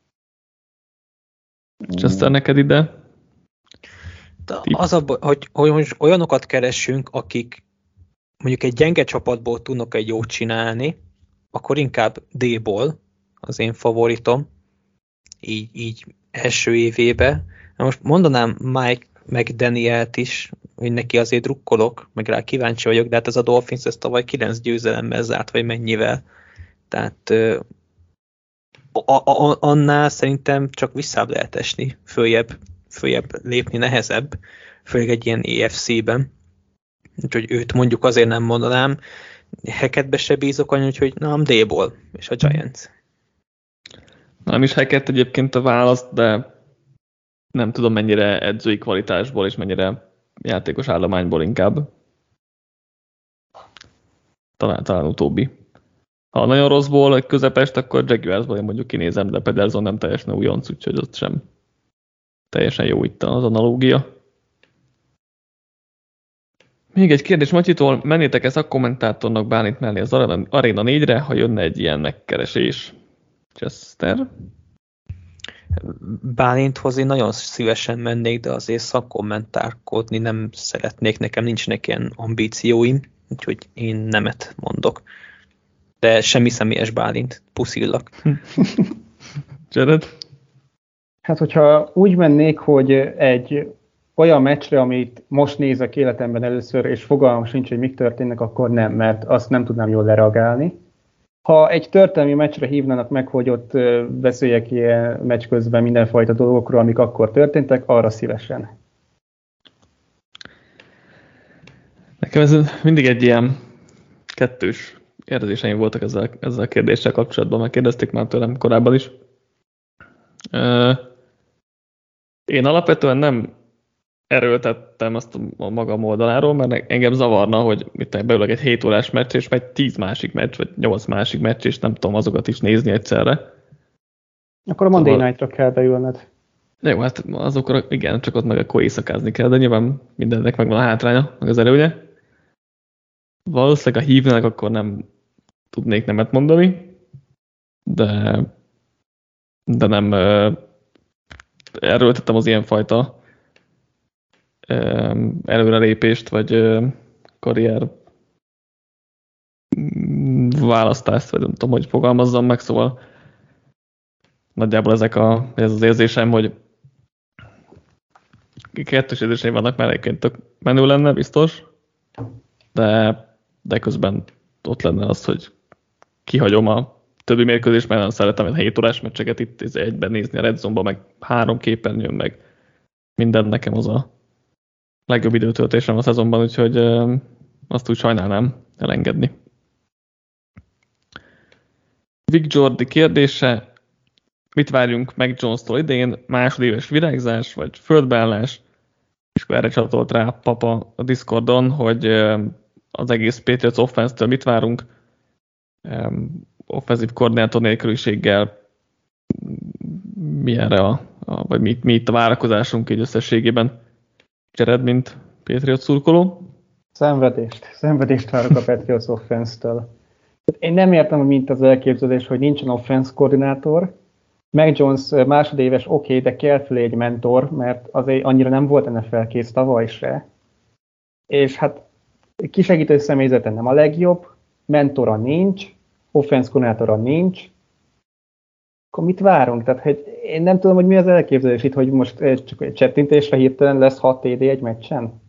És aztán neked ide? De az a, hogy, hogy most olyanokat keressünk, akik mondjuk egy gyenge csapatból tudnak egy jót csinálni, akkor inkább D-ból az én favoritom, így, így első évébe. Na most mondanám Mike McDanielt is, hogy neki azért drukkolok, meg rá kíváncsi vagyok, de hát ez a Dolphins ez tavaly kilenc győzelemmel zárt, vagy mennyivel. Tehát a, a, annál szerintem csak visszább lehet esni, följebb, följebb lépni nehezebb, főleg egy ilyen á ef cé-ben. Úgyhogy őt mondjuk azért nem mondanám, Hackettbe se bízok annyi, úgyhogy nem D-ból, és a Giants. Nem is Hackett egyébként a választ, de nem tudom mennyire edzői kvalitásból, és mennyire játékos állományból inkább. Talán, talán utóbbi. Ha nagyon rosszból, egy közepest, akkor Jaguarsból én mondjuk kinézem, de Pederson nem teljesen újonc, úgyhogy ott sem teljesen jó itt az analógia. Még egy kérdés Matyitól, mennétek-e szakkommentátornak Bálint mellé az Arena négyre, ha jönne egy ilyen megkeresés? Chester? Bálinthoz én nagyon szívesen mennék, de azért szakkommentárkodni nem szeretnék, nekem nincsenek ilyen ambícióim, úgyhogy én nemet mondok. De semmi személyes Bálint, puszillak. Jared? Hát, hogyha úgy mennék, hogy egy olyan meccsre, amit most nézek életemben először, és fogalmam sincs, hogy mik történnek, akkor nem, mert azt nem tudnám jól lereagálni. Ha egy történelmi meccsre hívnának meg, hogy ott beszéljek ilyen meccs közben mindenfajta dolgokról, amik akkor történtek, arra szívesen. Nekem ez mindig egy ilyen kettős érzéseim voltak ezzel, ezzel a kérdéssel kapcsolatban, mert kérdezték már tőlem korábban is. Én alapvetően nem erőltettem azt a magam oldaláról, mert engem zavarna, hogy mit beülök egy hét órás meccs, és megy tíz másik meccs, vagy nyolc másik meccs, és nem tudom azokat is nézni egyszerre. Akkor a Monday szóval... Night-ra kell beülned. Jó, hát azokra igen, csak ott meg akkor éjszakázni kell, de nyilván mindennek megvan a hátránya, meg az előnye. Valószínűleg a hívnak akkor nem tudnék nemet mondani, de, de nem erőltettem az ilyenfajta előrelépést, vagy karrier választást, vagy nem tudom, hogy fogalmazzam meg, szóval nagyjából ezek a, ez az érzésem, hogy kettős érzéseim vannak, mert egyébként tök menő lenne, biztos, de, de közben ott lenne az, hogy kihagyom a többi mérkőzést, mert nem szeretem a hét órás meccseket itt egyben nézni a Red Zone-ba, meg három képernyőn, meg minden nekem az a legjobb időtöltésem a szezonban, úgyhogy azt úgy sajnálnám elengedni. Vic Jordi kérdése: mit várjunk meg Jones-tól idén? Másodéves virágzás, vagy földbeállás? És akkor erre csatolt rá Papa a Discordon, hogy az egész Patriots offense-től mit várunk, offenzív koordinátor nélküliséggel, mi erre a, a vagy mi, mi itt a várakozásunk így összességében. Csered, mint Patriots szurkoló? Szenvedést. Szenvedést várok a Patriots offense-től. Én nem értem, hogy mint az elképzelés, hogy nincsen offense koordinátor. Mac Jones másodéves, oké, okay, de kell fölé egy mentor, mert azért annyira nem volt en ef el kész tavaly se. És hát kisegítő személyzete nem a legjobb, mentora nincs, offense koordinátora nincs. Akkor mit várunk? Tehát, hogy én nem tudom, hogy mi az elképzelés itt, hogy most csak egy csettintésre hirtelen lesz hat té dé egy meccsen.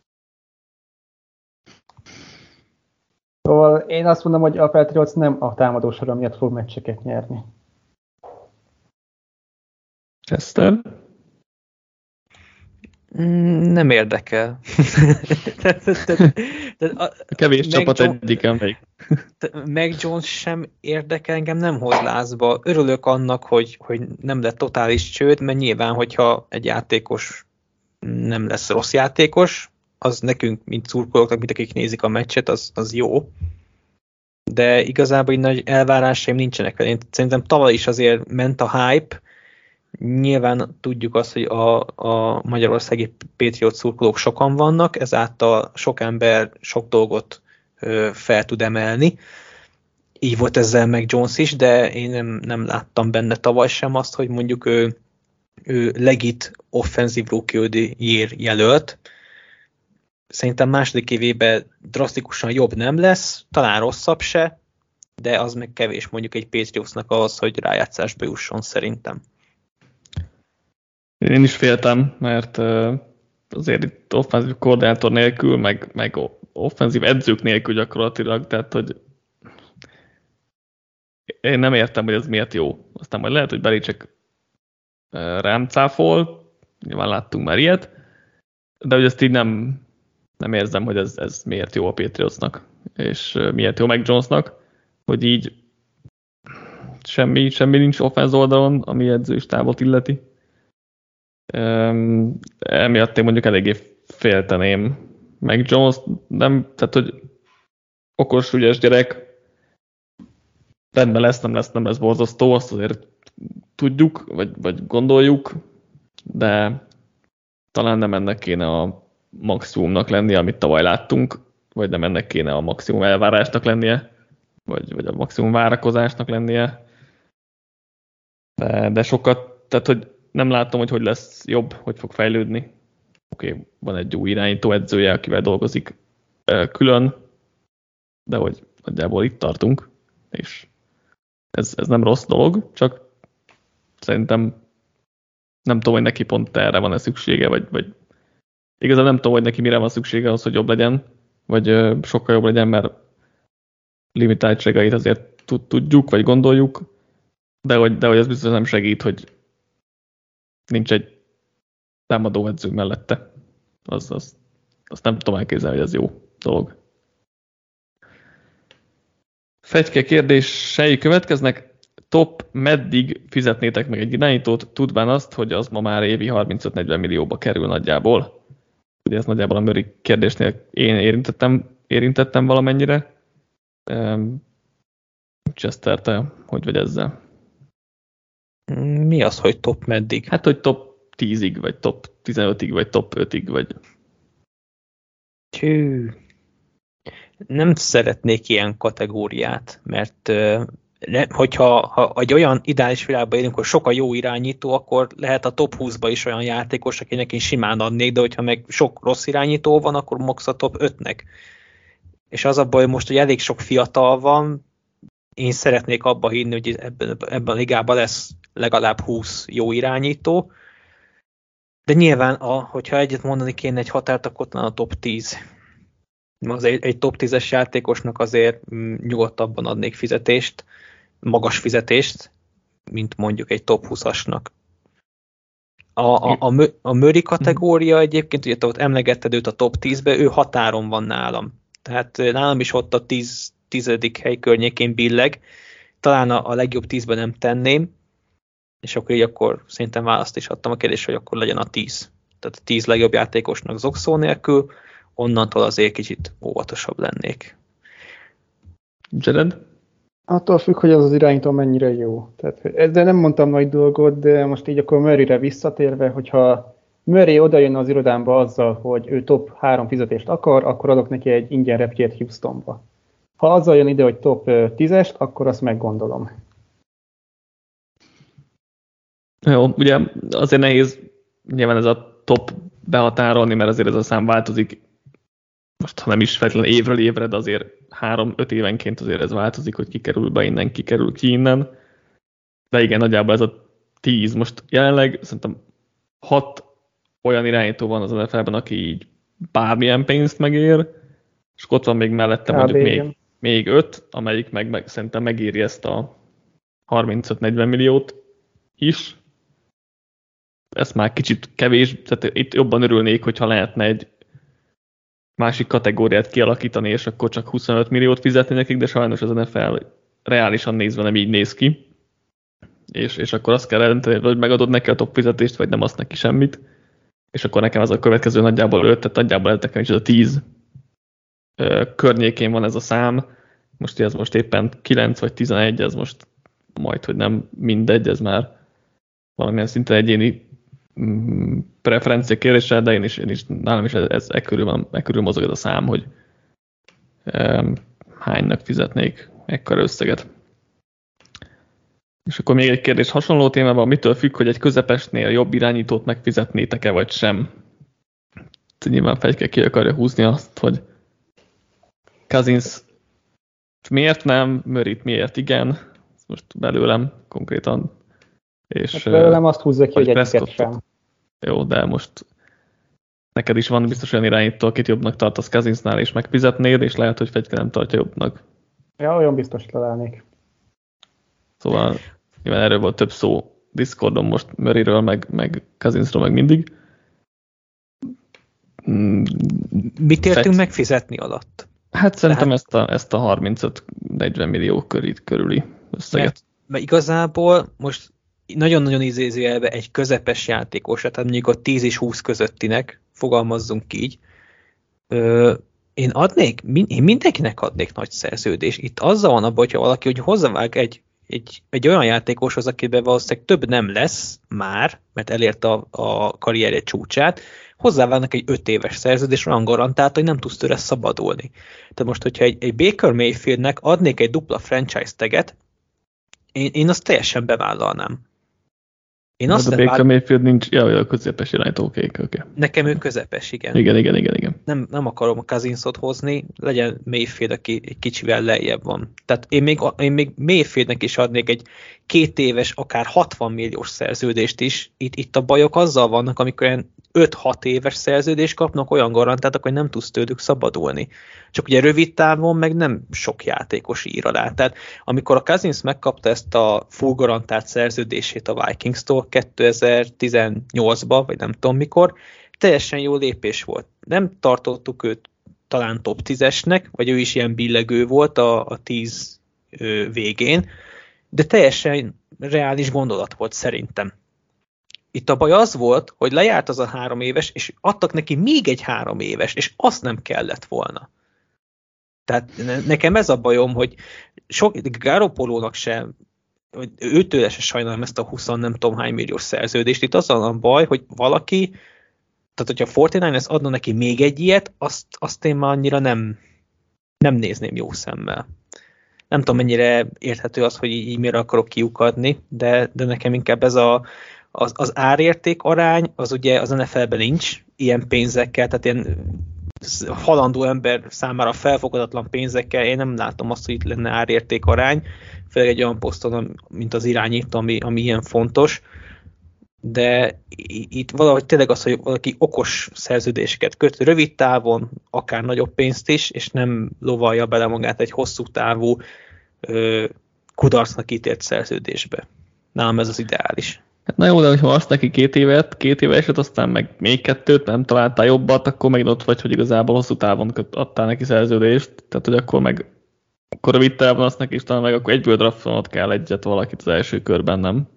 Szóval én azt mondom, hogy a Patriots nem a támadósora miatt fog meccseket nyerni. Eszter? Nem érdekel. Kevés csapat egyiken még. Mac Jones sem érdekel, engem nem hoz lázba. Örülök annak, hogy, hogy nem lett totális csőd, mert nyilván, hogyha egy játékos nem lesz rossz játékos, az nekünk, mint szurkolóknak, mint akik nézik a meccset, az, az jó. De igazából így nagy elvárásaim nincsenek vele. Én szerintem tavaly is azért ment a hype. Nyilván tudjuk azt, hogy a, a magyarországi Patriot szurkolók sokan vannak, ezáltal sok ember sok dolgot ö, fel tud emelni. Így volt ezzel meg Jones is, de én nem, nem láttam benne tavaly sem azt, hogy mondjuk ő, ő legit offensive rookie of the year jelölt. Szerintem második évében drasztikusan jobb nem lesz, talán rosszabb se, de az meg kevés mondjuk egy Patriotsnak ahhoz, hogy rájátszásba jusson szerintem. Én is féltem, mert azért itt offenzív koordinátor nélkül, meg, meg offenzív edzők nélkül gyakorlatilag, tehát hogy én nem értem, hogy ez miért jó. Aztán majd lehet, hogy Belichick rám cáfol, nyilván láttunk már ilyet, de hogy ezt így nem, nem érzem, hogy ez, ez miért jó a Patriotsnak, és miért jó meg Jonesnak, hogy így semmi, semmi nincs offense oldalon, ami edzőstábot illeti. Um, emiatt én mondjuk eléggé félteném meg Jones, nem, tehát hogy okos, ügyes gyerek, rendben lesz, nem lesz, nem lesz borzasztó, azt azért tudjuk, vagy, vagy gondoljuk, de talán nem ennek kéne a maximumnak lennie, amit tavaly láttunk, vagy nem ennek kéne a maximum elvárásnak lennie, vagy, vagy a maximum várakozásnak lennie, de, de sokat, tehát hogy nem látom, hogy hogy lesz jobb, hogy fog fejlődni. Oké, okay, van egy új irányító edzője, akivel dolgozik külön, de hogy nagyjából itt tartunk, és ez, ez nem rossz dolog, csak szerintem nem tudom, hogy neki pont erre van-e szüksége, vagy, vagy igazán nem tudom, hogy neki mire van szüksége az, hogy jobb legyen, vagy sokkal jobb legyen, mert limitáltságait azért tudjuk, vagy gondoljuk, de hogy, de hogy ez biztos nem segít, hogy nincs egy támadó edző mellette. Az, az, azt nem tudom elképzelni, hogy ez jó dolog. Fegyke kérdései következnek. Top, meddig fizetnétek meg egy irányítót, tudván azt, hogy az ma már évi harmincöt-negyven millióba kerül nagyjából. ugye ezt nagyjából a Murray kérdésnél én érintettem, érintettem valamennyire. Chester, te hogy vagy ezzel? Mi az, hogy top meddig? Hát, hogy top tízig, vagy top tizenötig, vagy top ötig, vagy... Hű. Nem szeretnék ilyen kategóriát, mert hogyha ha egy olyan ideális világban élünk, hogy sok a jó irányító, akkor lehet a top húszba is olyan játékos, akinek én simán adnék, de hogyha meg sok rossz irányító van, akkor max a top ötnek. És az a baj, hogy most, hogy elég sok fiatal van, én szeretnék abba hinni, hogy ebben, ebben a ligában lesz legalább húsz jó irányító, de nyilván, a, hogyha egyet mondani kéne egy határt, akkor a top tíz. Az egy, egy top tízes játékosnak azért nyugodtabban adnék fizetést, magas fizetést, mint mondjuk egy top húszasnak. A, a, a, a Murray kategória egyébként, ugye te ott emlegetted őt a top tízbe, ő határon van nálam. Tehát nálam is ott a tíz, tizedik hely környékén billeg. Talán a, a legjobb tízben nem tenném, és akkor így akkor szerintem választ is adtam a kérdés, hogy akkor legyen a tíz. Tehát a tíz legjobb játékosnak zokszó nélkül, onnantól azért kicsit óvatosabb lennék. Jared? Attól függ, hogy az az irányító mennyire jó. Tehát, ezzel nem mondtam nagy dolgot, de most így akkor Murrayre visszatérve, hogyha Murray odajön az irodámba azzal, hogy ő top három fizetést akar, akkor adok neki egy ingyen repjét Houstonba. Ha azzal jön ide, hogy top tízest, akkor azt meggondolom. Jó, ugye azért nehéz nyilván ez a top behatárolni, mert azért ez a szám változik. Most ha nem is feltétlenül évről évre, de azért három-öt évenként azért ez változik, hogy ki kerül be innen, ki kerül ki innen. De igen, nagyjából ez a tíz. Most jelenleg szerintem hat olyan irányító van az en ef el-ben, aki így bármilyen pénzt megér, és ott van még mellette Kb. mondjuk még, még öt, amelyik meg, meg szerintem megéri ezt a harmincöt-negyven milliót is. Ez már kicsit kevés, tehát itt jobban örülnék, hogyha lehetne egy másik kategóriát kialakítani, és akkor csak huszonöt milliót fizetni nekik, de sajnos az en ef el reálisan nézve nem így néz ki. És, és akkor azt kell eldönteni, hogy megadod neki a top fizetést, vagy nem azt neki semmit. És akkor nekem ez a következő nagyjából öt, tehát nagyjából ez nekem is ez a tíz környékén van ez a szám. Most ez most éppen kilenc vagy tizenegy, ez most majd, hogy nem mindegy, ez már valamilyen szinten egyéni preferencia kérdéssel, de én is, én is nálam is ez, ez e körül, van, e körül mozog ez a szám, hogy um, hánynak fizetnék ekkora összeget. És akkor még egy kérdés hasonló témában, mitől függ, hogy egy közepesnél jobb irányítót megfizetnétek-e, vagy sem? Nyilván Fegyke ki akarja húzni azt, hogy Cousins miért nem, Murrayt miért igen, most belőlem konkrétan. És, hát belőlem azt húzza ki, hogy egyiket sem. Jó, de most neked is van biztos olyan irányító, akit jobbnak tartasz Cousinsnál, és megfizetnéd, és lehet, hogy Fegyke nem tartja jobbnak. Ja, olyan biztos találnék. Szóval nyilván erről volt több szó Discordon most Murrayről, meg, meg Cousinsról, meg mindig. Mit értünk Fegy... megfizetni alatt? Hát szerintem Tehát... ezt a, ezt a harmincöt-negyven millió körül, körüli összeget. Mert, mert igazából most nagyon-nagyon idézőjelben egy közepes játékos, tehát mondjuk a tíz és húsz közöttinek, fogalmazzunk így, ö, én adnék, én mindenkinek adnék nagy szerződést. Itt azzal van abban, hogyha valaki hogy hozzávág egy, egy, egy olyan játékoshoz, akiben valószínűleg több nem lesz már, mert elérte a, a karrierje csúcsát, hozzávágnak egy öt éves szerződés, olyan garantált, hogy nem tudsz tőle szabadulni. Tehát most, hogyha egy, egy Baker Mayfieldnek adnék egy dupla franchise taget, én, én azt teljesen bevállalnám. Én azt a Baker Mayfield nincs, ja, a közepes irányító, oké, okay, oké. Okay. Nekem ő közepes, igen. Igen, igen, igen, igen. Nem, nem akarom a Cousinsot hozni, legyen Mayfield, aki egy kicsivel lejjebb van. Tehát én még, én még Mayfieldnek is adnék egy két éves, akár hatvan milliós szerződést is. Itt, itt a bajok azzal vannak, amikor ilyen öt-hat éves szerződést kapnak, olyan garantáltak, hogy nem tudsz tőlük szabadulni. Csak ugye rövid távon meg nem sok játékos ír alá. Tehát amikor a Cousins megkapta ezt a full garantált szerződését a Vikingstól kétezer-tizennyolcban, vagy nem tudom mikor, teljesen jó lépés volt. Nem tartottuk őt talán top tízesnek, vagy ő is ilyen billegő volt a, a tíz végén, de teljesen reális gondolat volt szerintem. Itt a baj az volt, hogy lejárt az a három éves, és adtak neki még egy három éves, és azt nem kellett volna. Tehát nekem ez a bajom, hogy sok Garoppolónak sem, őtőle se sajnálom ezt a húsz nem tudom hány milliós szerződést. Itt az a baj, hogy valaki, tehát hogyha a negyvenkilences adna neki még egy ilyet, azt, azt én már annyira nem, nem nézném jó szemmel. Nem tudom, mennyire érthető az, hogy így, így mire akarok kiukadni, de, de nekem inkább ez a, az, az árérték arány, az ugye az en ef el-ben nincs ilyen pénzekkel, tehát ilyen halandó ember számára felfogadatlan pénzekkel, én nem látom azt, hogy itt lenne árérték arány, főleg egy olyan poszton, mint az irányító, ami, ami ilyen fontos, de itt valahogy tényleg az, hogy valaki okos szerződéseket köt, rövid távon, akár nagyobb pénzt is, és nem lovalja bele magát egy hosszú távú ö, kudarcnak ítélt szerződésbe. Nálam ez az ideális. Hát na jó, de hogyha azt neki két évet, két éveset, aztán meg még kettőt, nem találtál jobbat, akkor megint ott vagy, hogy igazából hosszú távon adtál neki szerződést, tehát hogy akkor meg akkor rövid távon azt neki is talán meg akkor egyből draftonod kell egyet valakit az első körben, nem?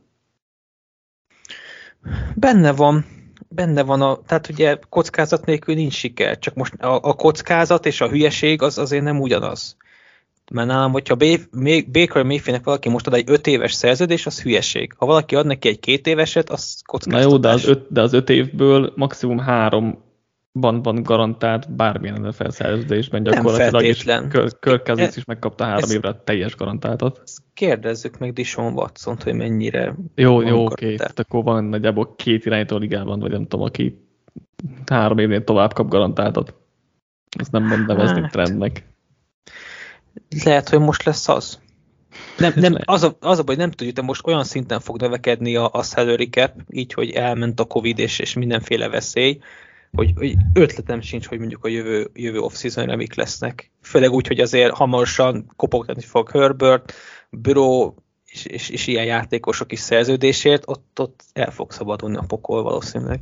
Benne van, benne van, a, tehát ugye kockázat nélkül nincs siker, csak most a, a kockázat és a hülyeség az azért nem ugyanaz. Mert nálam, hogyha Baker Mayfieldnek valaki most ad egy öt éves szerződés, az hülyeség. Ha valaki ad neki egy két éveset, az kockáztatás. Na jó, de az öt, de az öt évből maximum háromban van garantált bármilyen en ef el szerződésben gyakorlatilag, és Kirk Cousins is megkapta három évre teljes garantáltat. Kérdezzük meg Deshaun Watsont, hogy mennyire... Jó, jó, oké. Okay. Tehát akkor van nagyjából két irányító ligában, vagy nem tudom, aki három évnél tovább kap garantáltat. Ezt nem mondom nevezni hát... trendnek. Lehet, hogy most lesz az. Nem, nem, az, a, az a baj, nem tudjuk, de most olyan szinten fog növekedni a, a salary cap, így, hogy elment a Covid és, és mindenféle veszély, hogy, hogy ötletem sincs, hogy mondjuk a jövő, jövő off-seasonre mik lesznek. Főleg úgy, hogy azért hamarosan kopogtatni fog Herbert, Burrow és, és, és ilyen játékosok is szerződésért, ott, ott el fog szabadulni a pokol valószínűleg.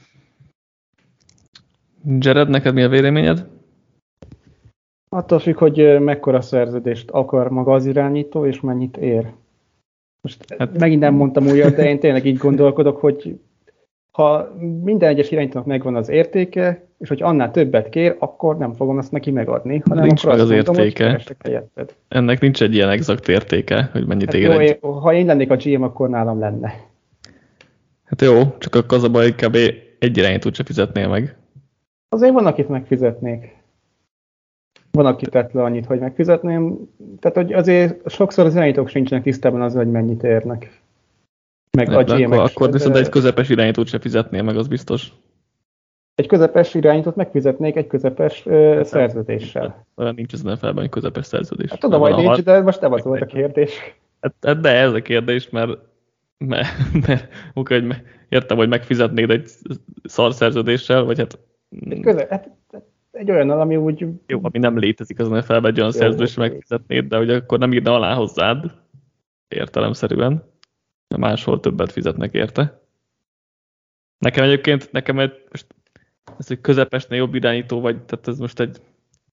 Jared, neked mi a véleményed? Attól függ, hogy mekkora szerződést akar maga az irányító, és mennyit ér. Most hát, megint nem mondtam újat, de én tényleg így gondolkodok, hogy ha minden egyes irányítónak megvan az értéke, és hogy annál többet kér, akkor nem fogom azt neki megadni, hanem nincs akkor meg azt az mondom, értéke. Ennek nincs egy ilyen exakt értéke, hogy mennyit hát ér jó, egy... Ha én lennék a gé em, akkor nálam lenne. Hát jó, csak akkor az a baj, kb. Egy irányítót se fizetnél meg. Azért van, akit megfizetnék. Van, aki tett le annyit, hogy megfizetném. Tehát hogy azért sokszor az irányítók sincsenek tisztában az, hogy mennyit érnek. Meg ne, a gé em-ek akkor, akkor viszont de... egy közepes irányítót se fizetnél meg, az biztos. Egy közepes irányítót megfizetnék egy közepes ö, szerződéssel. Olyan nincs az en ef el-ben egy közepes szerződés. Hát tudom, hogy nincs, de most nem az volt a kérdés. Hát, de ez a kérdés, mert, mert, mert okay, hogy értem, hogy megfizetnéd egy szar szerződéssel, vagy hát... Egy, köze, hát, egy olyan, ami úgy... Jó, ami nem létezik az en ef el-ben, egy olyan szerződésre megfizetnéd, de hogy akkor nem írna alá hozzád, értelemszerűen, de máshol többet fizetnek érte. Nekem egyébként, nekem egy, most ez egy közepesnél jobb irányító vagy, tehát ez most egy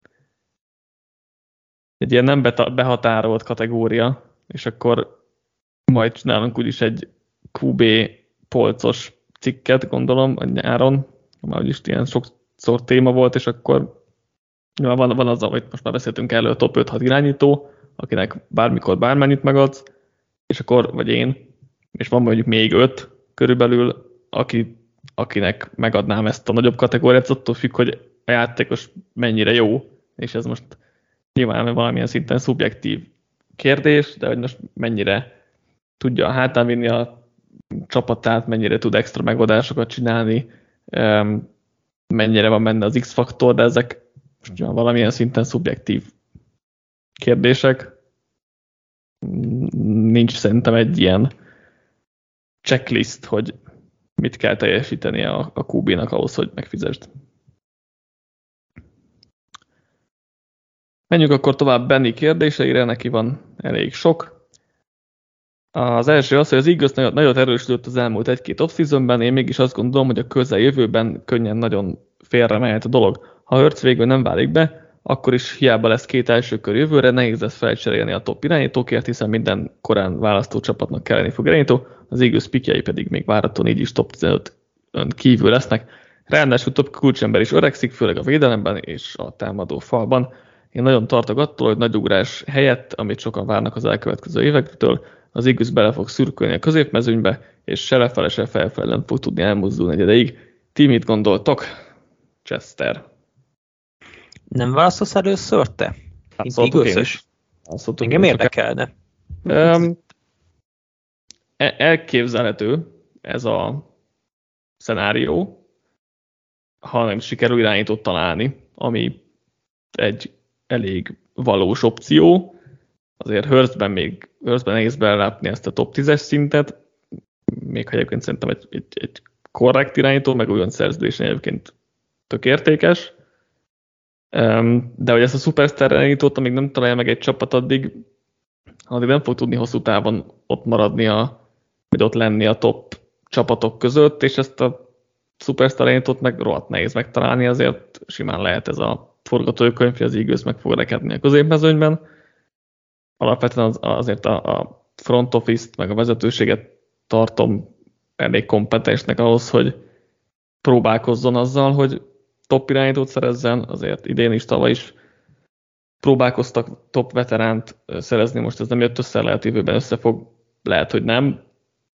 egy ilyen nem behatárolt kategória, és akkor majd csinálunk úgyis egy kú bé polcos cikket, gondolom, a nyáron, már úgyis ilyen sokszor téma volt, és akkor van, van az, amit most már beszéltünk elő, a top öt-hat irányító, akinek bármikor bármennyit megadsz, és akkor, vagy én, és van mondjuk még öt körülbelül, aki, akinek megadnám ezt a nagyobb kategóriát, attól függ, hogy a játékos mennyire jó, és ez most nyilván valamilyen szinten szubjektív kérdés, de hogy most mennyire tudja hátán vinni a csapatát, mennyire tud extra megoldásokat csinálni, mennyire van benne az X-faktor, de ezek most valamilyen szinten szubjektív kérdések. Nincs szerintem egy ilyen checklist, hogy mit kell teljesítenie a, a kú bénak ahhoz, hogy megfizesd. Menjünk akkor tovább Benny kérdéseire, neki van elég sok. Az első az, hogy az Eagles nagyot erősödött az elmúlt egy-két off-seasonben, én mégis azt gondolom, hogy a közeljövőben könnyen nagyon félre mehet a dolog. Ha Hurts végül nem válik be, akkor is hiába lesz két első kör jövőre, nehéz lesz felcserélni a top irányítókért, hiszen minden korán választó csapatnak kelleni fog irányító, az Eagles pikjei pedig még várhatóan így is top tizenötön kívül lesznek. Ráadásul több kulcsember is öregszik, főleg a védelemben és a támadó falban. Én nagyon tartok attól, hogy nagy ugrás helyett, amit sokan várnak az elkövetkező évektől, az Eagles bele fog szürkölni a középmezőnybe, és se lefele, se felfelé nem fog tudni elmozdulni egy ideig. Ti mit gondoltok, Chester? Nem válaszolsz először te? Hát szóltuk én is. Engem érdekelne. Um, elképzelhető ez a szenárió, ha nem sikerül irányítót találni, ami egy elég valós opció. Azért Hurtsben még Hurtsben nehéz belelátni ezt a top tízes szintet, még ha egyébként szerintem egy, egy, egy korrekt irányító, meg olyan szerződésen egyébként tök értékes. De hogy ezt a szupersztár irányítót, amíg nem találja meg egy csapat, addig, addig nem fog tudni hosszú távon ott maradni, a, vagy ott lenni a top csapatok között, és ezt a szupersztár irányítót meg rohadt nehéz megtalálni, azért simán lehet ez a forgatókönyv, hogy az Eagles meg fog rekedni a középmezőnyben. Alapvetően az, azért a, a front office-t, meg a vezetőséget tartom elég kompetensnek ahhoz, hogy próbálkozzon azzal, hogy top irányítót szerezzen, azért idén is, tavaly is próbálkoztak top veteránt szerezni, most ez nem jött össze, lehet jövőben összefog, lehet, hogy nem.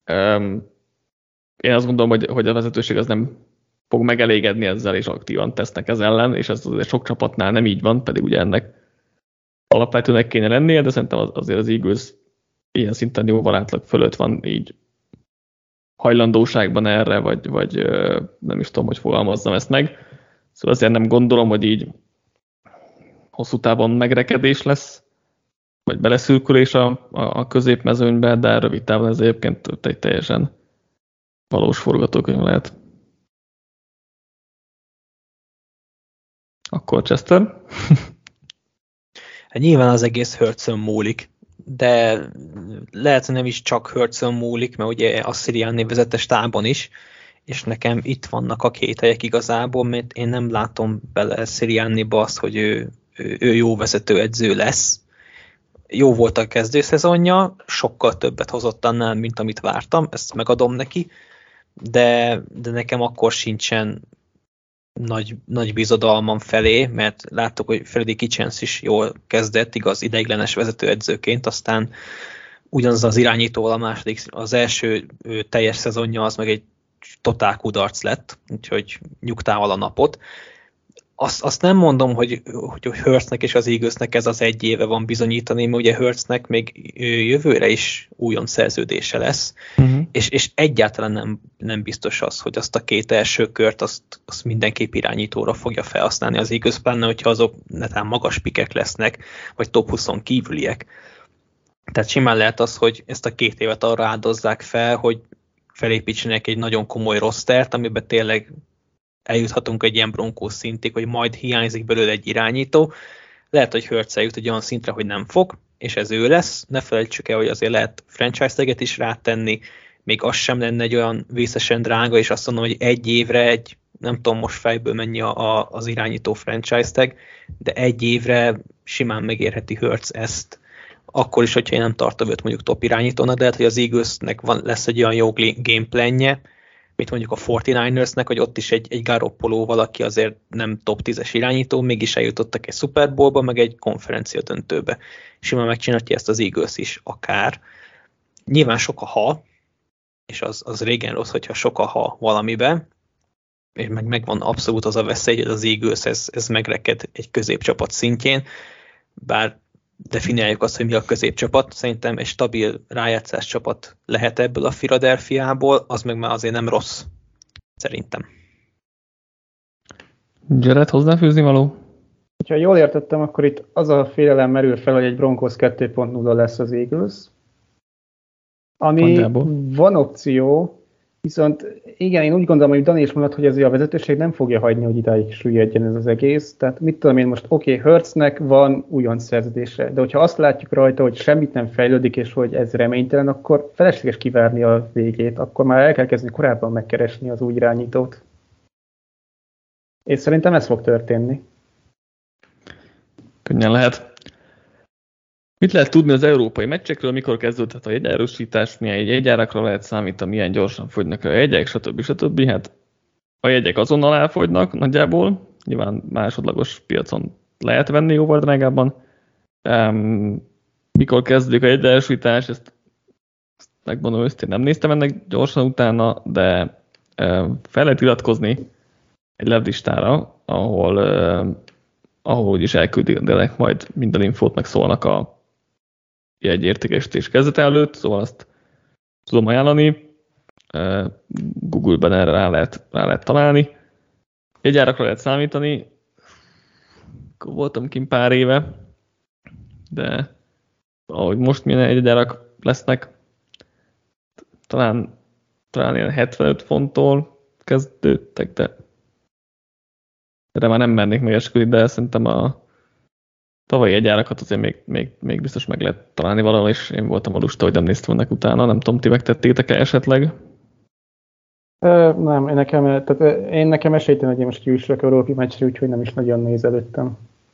Én azt gondolom, hogy, hogy a vezetőség az nem fog megelégedni ezzel, és aktívan tesznek ez ellen, és ez azért sok csapatnál nem így van, pedig ugye ennek alapvetőnek kéne lennie, de szerintem azért az Eagles ilyen szinten jóval átlag fölött van így hajlandóságban erre, vagy, vagy nem is tudom, hogy fogalmazzam ezt meg. Szóval azért nem gondolom, hogy így hosszú távon megrekedés lesz, vagy beleszürkülés a, a, a középmezőnybe, de rövid távon ez egyébként egy teljesen valós forgatókönyv lehet. Akkor Chester? Hát nyilván az egész Hurtson múlik, de lehet, hogy nem is csak Hurtson múlik, mert ugye a Sirianni vezette stábon is, és nekem itt vannak a kételyek igazából, mert én nem látom bele Sirianniba azt, hogy ő, ő, ő jó vezetőedző lesz. Jó volt a kezdőszezonja, sokkal többet hozott annál, mint amit vártam, ezt megadom neki, de, de nekem akkor sincsen nagy, nagy bizodalmam felé, mert láttuk, hogy Freddy Kitchens is jól kezdett, igaz, ideiglenes vezetőedzőként, aztán ugyanaz az irányítóval a második, az első teljes szezonja az meg egy totál kudarc lett, úgyhogy nyugtával a napot. Azt, azt nem mondom, hogy, hogy Hurtsnek és az Eaglesnek ez az egy éve van bizonyítani, mert ugye Hurtsnek még jövőre is újon szerződése lesz, uh-huh. és, és egyáltalán nem, nem biztos az, hogy azt a két első kört azt, azt mindenképp irányítóra fogja felhasználni az Eagles, pláne, hogyha azok netán magas pikek lesznek, vagy top huszon kívüliek. Tehát simán lehet az, hogy ezt a két évet arra áldozzák fel, hogy felépítsenek egy nagyon komoly rostert, amiben tényleg eljuthatunk egy ilyen Broncos szintig, hogy majd hiányzik belőle egy irányító. Lehet, hogy Hurts eljut egy olyan szintre, hogy nem fog, és ez ő lesz. Ne felejtsük el, hogy azért lehet franchise taget is rátenni, még az sem lenne egy olyan vészesen drága, és azt mondom, hogy egy évre egy, nem tudom most fejből mennyi a, a, az irányító franchise tag, de egy évre simán megérheti Hurts ezt. Akkor is, hogyha én nem tartom őt mondjuk top irányítónak, de lehet, hogy az Eaglesnek van, lesz egy olyan jó gameplanje, mint mondjuk a negyvenkilenceresnek, hogy ott is egy, egy Garoppolo valaki azért nem top tízes irányító, mégis eljutottak egy Super Bowlba, meg egy konferencia döntőbe. Simán megcsinálja ezt az Eagles is akár. Nyilván sok a ha, és az, az régen rossz, hogyha sok a ha valamiben, és meg megvan abszolút az a veszély, hogy az Eagles ez, ez megreked egy középcsapat szintjén, bár definiáljuk azt, hogy mi a középcsapat. Szerintem egy stabil rájátszás csapat lehet ebből a Philadelphiából, az meg már azért nem rossz. Szerintem. Jared, hozzáfűzni való? Ha jól értettem, akkor itt az a félelem merül fel, hogy egy Broncos kettő pont nulla lesz az Eagles. Ami Nagyjából. Van opció, viszont igen, én úgy gondolom, hogy Dani is mondott, hogy azért a vezetőség nem fogja hagyni, hogy idáig süllyedjen ez az egész. Tehát mit tudom én most, oké, okay, Hurtsnek van újonc szerződése, de hogyha azt látjuk rajta, hogy semmit nem fejlődik, és hogy ez reménytelen, akkor felesleges kivárni a végét, akkor már el kell kezdeni korábban megkeresni az új irányítót. És szerintem ez fog történni. könnyen lehet. Mit lehet tudni az európai meccsekről, mikor kezdődhet a jegyárusítás, milyen jegyárakra lehet számítani, milyen gyorsan fogynak a jegyek, stb. stb. Hát a jegyek azonnal elfogynak nagyjából, nyilván másodlagos piacon lehet venni jóval drágábban. Um, mikor kezdődik a jegyárusítás, ezt, ezt megmondom őszintén, nem néztem ennek gyorsan utána, de um, fel lehet iratkozni egy weblistára, ahol, um, ahol úgyis elküldik majd minden infót, meg szólnak a jegyértékesítés kezdete előtt, szóval azt tudom ajánlani. Google-ben erre rá lehet, rá lehet találni. Jegyárakra lehet számítani. Voltam kint pár éve, de ahogy most milyen jegyárak lesznek, talán, talán ilyen hetvenöt fonttól kezdődtek, de erre már nem mernék még esküdni, de szerintem a tavalyi jegyárakat azért még, még, még biztos meg lehet találni valahol, és én voltam a lusta, hogy nem néztem ennek utána. Nem tudom, ti megtettétek-e esetleg? Ö, nem, én nekem, tehát én nekem esélytelen, hogy én most kiüssök európai meccsre, úgyhogy nem is nagyon nézelődtem.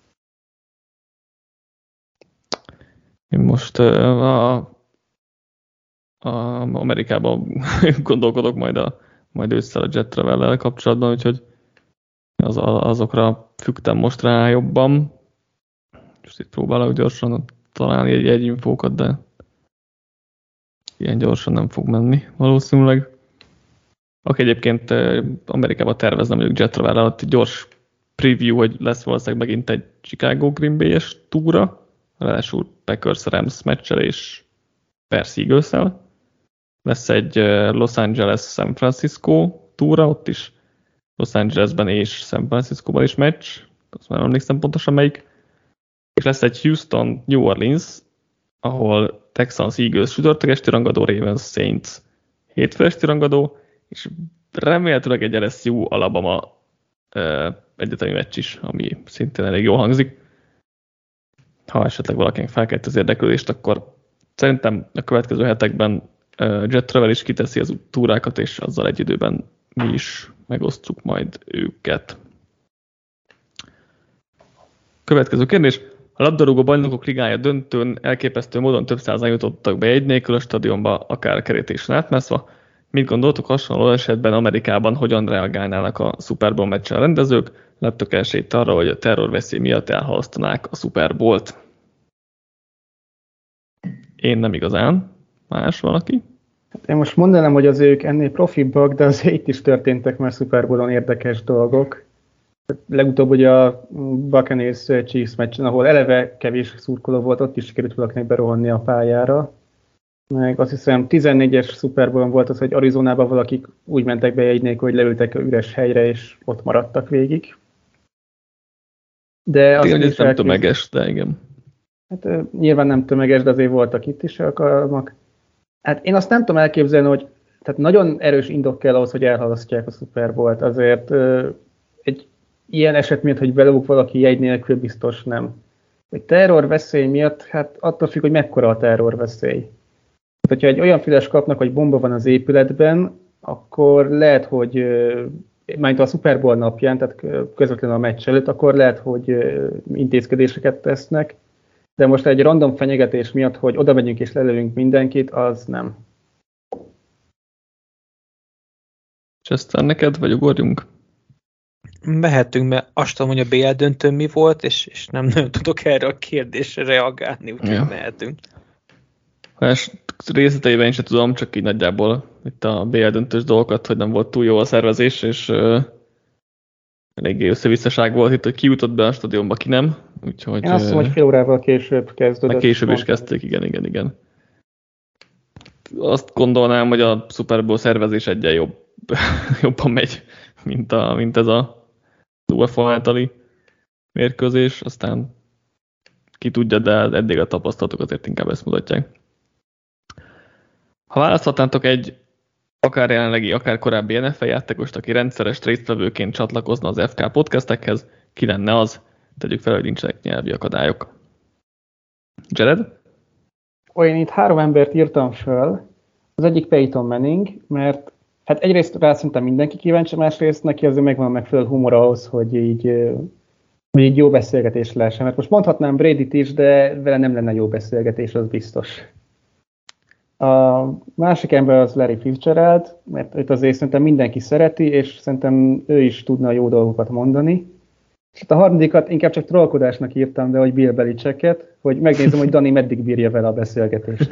Én most a, a Amerikában gondolkodok majd, a, majd ősszel a Jet Travel-lel kapcsolatban, úgyhogy az, azokra fügtem most rá jobban. Most itt próbálok gyorsan találni egy jegyinfókat, de ilyen gyorsan nem fog menni valószínűleg. Aki egyébként Amerikában tervezne, mondjuk Jet Travel alatt egy gyors preview, hogy lesz valószínűleg megint egy Chicago Green Bay-es túra, ráadásul Packers Rams meccsel és Bears Eagles-szel. Lesz egy Los Angeles San Francisco túra, ott is Los Angelesben és San Franciscoban is meccs, azt már emlékszem pontosan melyik. És lesz egy Houston New Orleans, ahol Texans Eagles csütörtök esti rangadó, Ravens Saints hétfő esti rangadó, és remélhetőleg egy el es u Alabama uh, egyetemi meccs is, ami szintén elég jól hangzik. Ha esetleg valakinek felkelt az érdeklődést, akkor szerintem a következő hetekben uh, Jet Travel is kiteszi az túrákat, és azzal egy időben mi is megosztjuk majd őket. Következő kérdés. A labdarúgó bajnokok ligája döntőn elképesztő módon több százan jutottak be egy nélkül a stadionba, akár kerítésen átmászva. Mit gondoltok hasonló esetben Amerikában, hogyan reagálnának a Super Bowl meccsen a rendezők? Láttok esélyt arra, hogy a terrorveszély miatt elhalasztanák a Super Bowl-t? Én nem igazán. Más valaki? Én most mondanám, hogy az ők ennél profibbak, de azért itt is történtek már Super Bowl-on érdekes dolgok. Legutóbb ugye a Buccaneers Chiefs meccsen, ahol eleve kevés szurkoló volt, ott is sikerült valakinek berohanni a pályára. Meg azt hiszem tizennégyes Super Bowl-on volt az, hogy Arizonában valakik úgy mentek be egy nélkül, hogy leültek üres helyre, és ott maradtak végig. De azt ez nem tömeges, de igen. Hát nyilván nem tömeges, de azért voltak itt is alkalmak. Hát én azt nem tudom elképzelni, hogy tehát nagyon erős indok kell ahhoz, hogy elhalasztják a Super Bowl-t. Azért egy ilyen eset miatt, hogy belóg valaki jegy nélkül, biztos nem. Egy terrorveszély miatt, hát attól függ, hogy mekkora a terrorveszély. Tehát, hogyha egy olyan füles kapnak, hogy bomba van az épületben, akkor lehet, hogy majd a Super Bowl napján, tehát közvetlenül a meccs előtt, akkor lehet, hogy intézkedéseket tesznek, de most egy random fenyegetés miatt, hogy oda megyünk és lelövünk mindenkit, az nem. Chester, neked, vagy ugorjunk? Mehetünk, mert azt tudom, hogy a bé el döntőn mi volt, és, és nem nagyon tudok erre a kérdésre reagálni, úgyhogy ja. mehetünk. Hát részleteiben én sem tudom, csak így nagyjából itt a bé el döntős dolgokat, hogy nem volt túl jó a szervezés, és uh, eléggé összevisszaság volt itt, hogy ki jutott be a stadionba, ki nem. Úgyhogy, én azt mondom, hogy fél órával később kezdődött. Később is kezdték, igen, igen, igen. Azt gondolnám, hogy a Super Bowl szervezés egyen jobb, jobban megy, mint, a, mint ez a u ef o általi mérkőzés, aztán ki tudja, de eddig a tapasztalatok azért inkább ezt mutatják. Ha választhatnátok egy akár jelenlegi, akár korábbi en ef el játékost, aki rendszeres résztvevőként csatlakozna az ef ká podcastekhez, ki lenne az? Tegyük fel, hogy nincsenek nyelvi akadályok. Jared? Olyan itt három embert írtam föl. Az egyik Peyton Manning, mert hát egyrészt rá szerintem mindenki kíváncsi, másrészt neki azért megvan a megfelelő humor ahhoz, hogy így hogy így jó beszélgetés lehessen. Mert most mondhatnám Bradyt is, de vele nem lenne jó beszélgetés, az biztos. A másik ember az Larry Fitzgerald, mert őt azért szerintem mindenki szereti, és szerintem ő is tudna jó dolgokat mondani. És a harmadikat inkább csak trollkodásnak írtam, de hogy Bill Belichicket, hogy megnézem, hogy Dani meddig bírja vele a beszélgetést.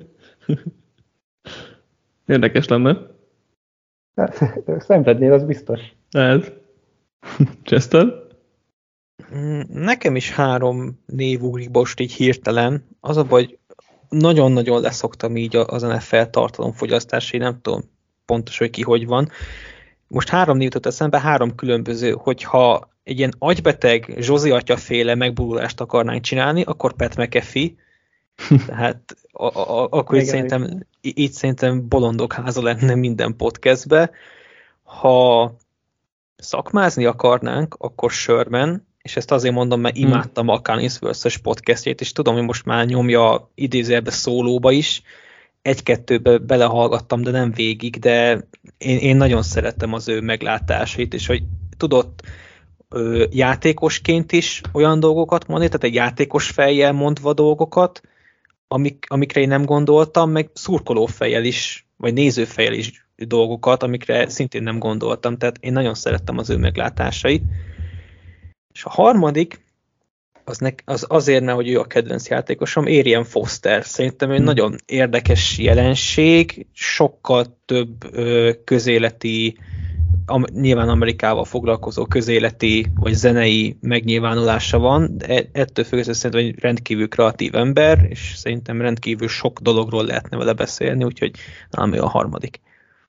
Érdekes lenne. Szenvednél, az biztos. Ez. Chester? Nekem is három név ugrik most így hirtelen. Az a baj, hogy nagyon-nagyon leszoktam így az en ef el tartalomfogyasztásé, nem tudom pontos, hogy ki hogy van. Most három név jutott eszembe, három különböző, hogyha egy ilyen agybeteg, Zsozi atyaféle megburulást akarnánk csinálni, akkor Pat McAfee, tehát a, a, a, akkor így szerintem, így szerintem bolondok háza lenne minden podcastbe. Ha szakmázni akarnánk, akkor Sherman, és ezt azért mondom, mert imádtam a Canis versus podcastjét, és tudom, hogy most már nyomja idézőjelbe szólóba is, egy-kettőbe belehallgattam, de nem végig, de én, én nagyon szerettem az ő meglátásait, és hogy tudott ö, játékosként is olyan dolgokat mondani, tehát egy játékos fejjel mondva dolgokat, amik, amikre én nem gondoltam, meg szurkoló fejjel is, vagy néző fejjel is dolgokat, amikre szintén nem gondoltam, tehát én nagyon szerettem az ő meglátásait. És a harmadik, az, ne, az azért, mert hogy ő a kedvenc játékosom, Arian Foster. Szerintem egy hmm. nagyon érdekes jelenség, sokkal több ö, közéleti, am, nyilván Amerikával foglalkozó közéleti vagy zenei megnyilvánulása van, de ettől függetlenül szerintem egy rendkívül kreatív ember, és szerintem rendkívül sok dologról lehetne vele beszélni, úgyhogy nálam ő a harmadik.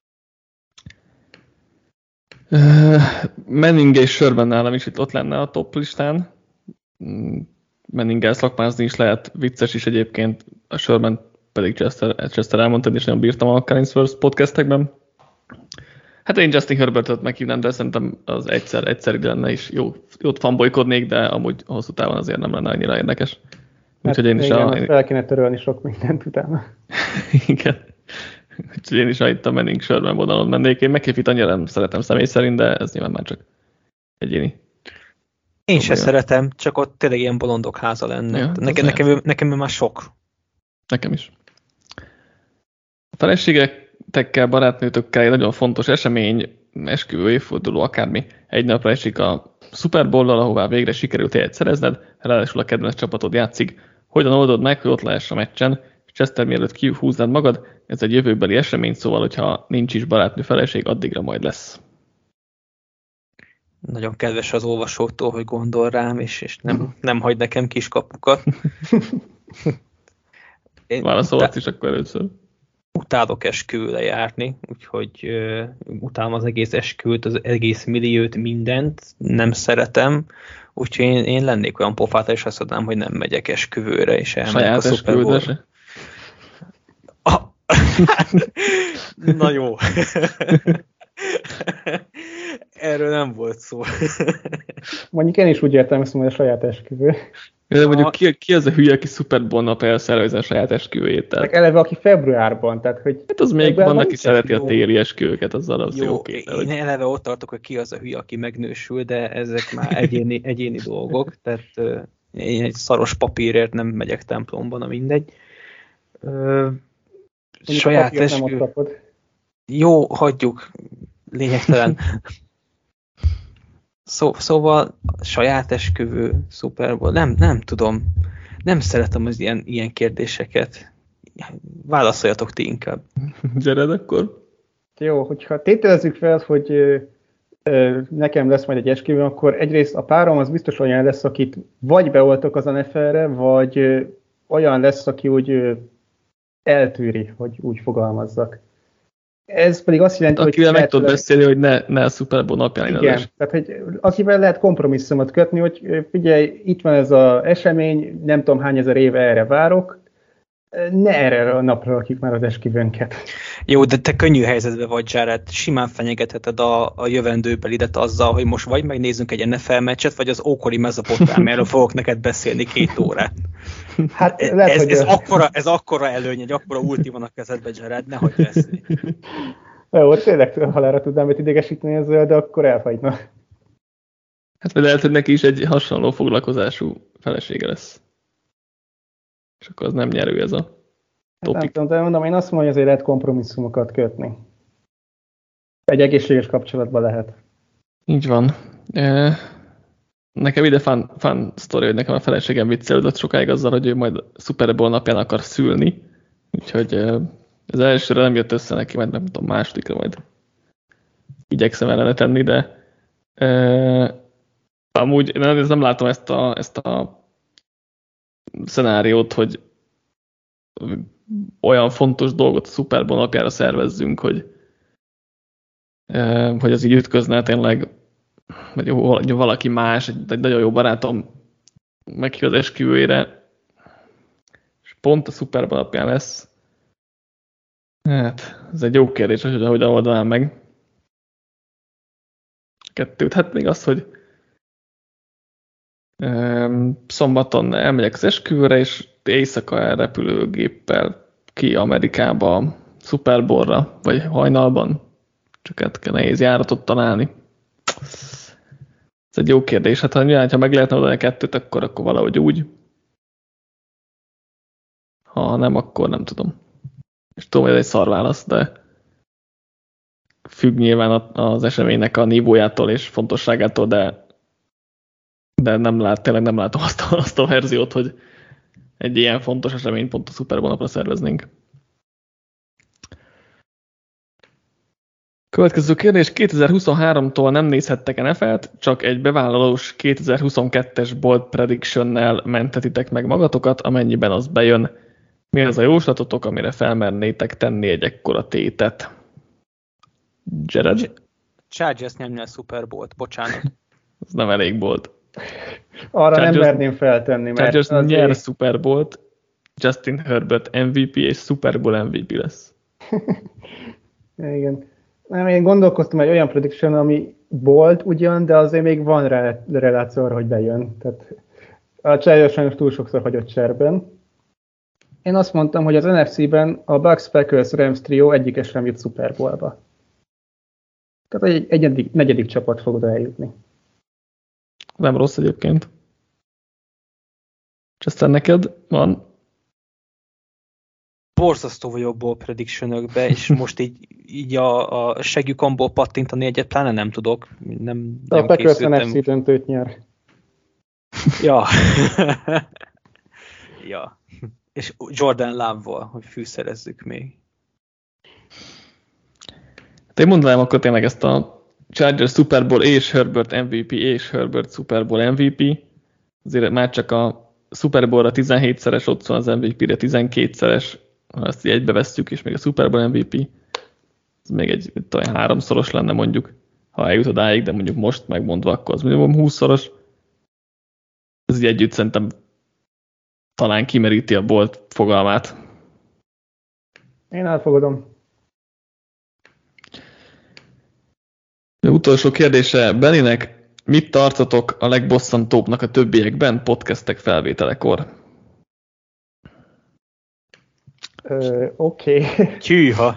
Uh, Manning és Sherman nálam is itt ott lenne a top listán. Manninggel szakmázni is lehet, vicces is egyébként, a Sherman pedig Chester, Chester elmondtad, és nagyon bírtam a Canis versus podcastekben. Hát én Justin Herbertet meghívnám, de szerintem az egyszer, egyszer ide lenne is jó, jót fanbolykodnék, de amúgy hosszú távon azért nem lenne annyira érdekes. Úgyhogy hát én is igen, a... fel kéne törölni sok mindent utána. Igen. Úgyhogy én is itt a Manning Sherman vonalon mennék. Én McAfee-t annyira nem szeretem személy szerint, de ez nyilván már csak egyéni. Én sem szeretem, csak ott tényleg ilyen bolondok háza lenne. Ja, nekem, nekem, nekem ő már sok. Nekem is. A feleségetekkel, barátnőtökkel egy nagyon fontos esemény, esküvő, évforduló, akármi. Egy napra esik a Super Bowl-lal, ahová végre sikerült helyet szerezned, ráadásul a kedvenc csapatod játszik. Hogyan oldod meg, hogy ott lehess a meccsen? Chester, mielőtt kihúznád magad, ez egy jövőbeli esemény, szóval, hogyha nincs is barátnő feleség, addigra majd lesz. Nagyon kedves az olvasótól, hogy gondol rám, és, és nem, nem hagy nekem kiskapukat. Válaszolhatsz is akkor először. Utálok esküvőre járni, úgyhogy uh, utálom az egész esküvőt, az egész milliót, mindent, nem szeretem, úgyhogy én, én lennék olyan pofáta, és azt mondanám, hogy nem megyek esküvőre, és elmegyek a Super Bowl-ra. Ah. Na jó. Erről nem volt szó. Mondjuk én is úgy értelmeztem, hogy a saját esküvő. De mondjuk ki, ki az a hülye, aki Super Bowl nap elszervezi a saját esküvőjét? Tehát... Eleve, aki februárban, tehát hogy... Hát az még van, aki szereti a téli esküvőket, azzal az jó. Oké, én eleve ott tartok, hogy ki az a hülye, aki megnősül, de ezek már egyéni, egyéni dolgok, tehát uh, én egy szaros papírért nem megyek templomban, na mindegy. Uh, saját esküvő... Jó, hagyjuk. Lényegtelen. Szó, szóval saját esküvő, Super Bowl, nem, nem tudom. Nem szeretem az ilyen, ilyen kérdéseket. Válaszoljatok ti inkább. Jared akkor? Jó, hogyha tételezzük fel, hogy ö, ö, nekem lesz majd egy esküvő, akkor egyrészt a párom az biztos olyan lesz, akit vagy beoltok az en ef el-re, vagy ö, olyan lesz, aki úgy ö, eltűri, hogy úgy fogalmazzak. Ez pedig azt jelenti, akivel hogy... Akivel meg tudod beszélni, hogy ne, ne a Super Bowl napján. Igen, tehát hogy akivel lehet kompromisszumot kötni, hogy figyelj, itt van ez az esemény, nem tudom hány ezer éve erre várok, ne erre a napra rakjuk már az esküvőnket. Jó, de te könnyű helyzetben vagy, Jared. Simán fenyegetheted a, a jövendőbelidet azzal, hogy most vagy megnézzünk egy en ef el meccset, vagy az ókori Mezopotámiáról fogok neked beszélni két órát. Hát, lehet, ez, ez, akkora, ez akkora előny, egy akkora ulti van a kezedben, Jared, ne hagyd veszni. Jó, tényleg halára tudnám őt idegesíteni ezzel, de akkor elfagyna. Hát vagy lehet, hogy neki is egy hasonló foglalkozású felesége lesz. És akkor az nem nyerő ez a Hát nem topik. tudom, de mondom, én azt mondom, hogy azért lehet kompromisszumokat kötni. Egy egészséges kapcsolatban lehet. Így van. E, nekem ide fun, fun sztori, hogy nekem a feleségem viccelődött sokáig azzal, hogy ő majd Super Bowl napján akar szülni. Úgyhogy e, az elsőre nem jött össze neki, majd nem tudom, másodikra majd igyekszem ellene tenni, de e, amúgy én nem látom ezt a, ezt a szenáriót, hogy olyan fontos dolgot a Super Bowl napjára szervezzünk, hogy, hogy az így ütközne tényleg, vagy valaki más, egy, egy nagyon jó barátom meghív az esküvőjére, és pont a Super Bowl napján lesz. Hát, ez egy jó kérdés, hogy hogyan oldanám meg. Kettőt, hát még az, hogy szombaton elmegyek az esküvőre, és éjszaka repülőgéppel ki Amerikába, Super Bowlra, vagy hajnalban. Csak hát kell nehéz járatot találni. Ez egy jó kérdés. Hát ha, ha meg lehetne oldani a kettőt, akkor, akkor valahogy úgy. Ha nem, akkor nem tudom. És tudom, hogy ez egy szarválasz, de függ nyilván az eseménynek a nívójától és fontosságától, de de nem lát, tényleg nem látom azt a, azt a verziót, hogy egy ilyen fontos eseményt pont a Super Bowl napra szerveznénk. Következő kérdés, kétezer-huszonháromtól nem nézhettek en ef el-t, csak egy bevállalós kétezer-huszonkettes bold prediction-nel mentetitek meg magatokat, amennyiben az bejön. Mi az a jóslatotok, amire felmernétek tenni egy ekkora tétet? Jared? Chargers nyomja a Super Bowl-t, bocsánat. Ez nem elég bold. Arra Chargers, nem merném feltenni, mert Chargers azért... nyer Super Bowl-t, Justin Herbert em vé pé és Super Bowl em vé pé lesz. Igen. Nem, én gondolkoztam egy olyan prediction, ami bold ugyan, de azért még van rá reláció arra, hogy bejön. Tehát a Chargers sajnos túl sokszor hagyott cserben. Én azt mondtam, hogy az en ef cé-ben a Bucks, Packers, Rams trió egyike sem jut Super Bowl-ba. Tehát egy egyedik, negyedik csapat fog oda eljutni. Nem rossz egyébként. És aztán neked van? Borzasztó vagyok ball prediction-ökbe, és most így, így a, a segjukamból pattintani egyet pláne nem tudok. Nem, De nem a Packers en ef cé döntőt nyer. Ja. Ja. És Jordan Love-val, hogy fűszerezzük még. Hát én mondanám akkor tényleg ezt a Chargers Super Bowl és Herbert em vé pé és Herbert Super Bowl em vé pé. Azért már csak a Super Bowl-ra tizenhétszeres, ott van az em vé pé-re tizenkétszeres, ha ezt így egybevesszük, és még a Super Bowl em vé pé, ez még egy talán háromszoros lenne mondjuk, ha eljut odáig, de mondjuk most megmondva, akkor az minimum húszszoros. Ez így együtt szerintem talán kimeríti a bolt fogalmát. Én elfogadom. A utolsó kérdése Benninek, mit tartotok a legbosszantóbbnak a többiekben podcastek felvételekor? Oké. Okay. Tyűha.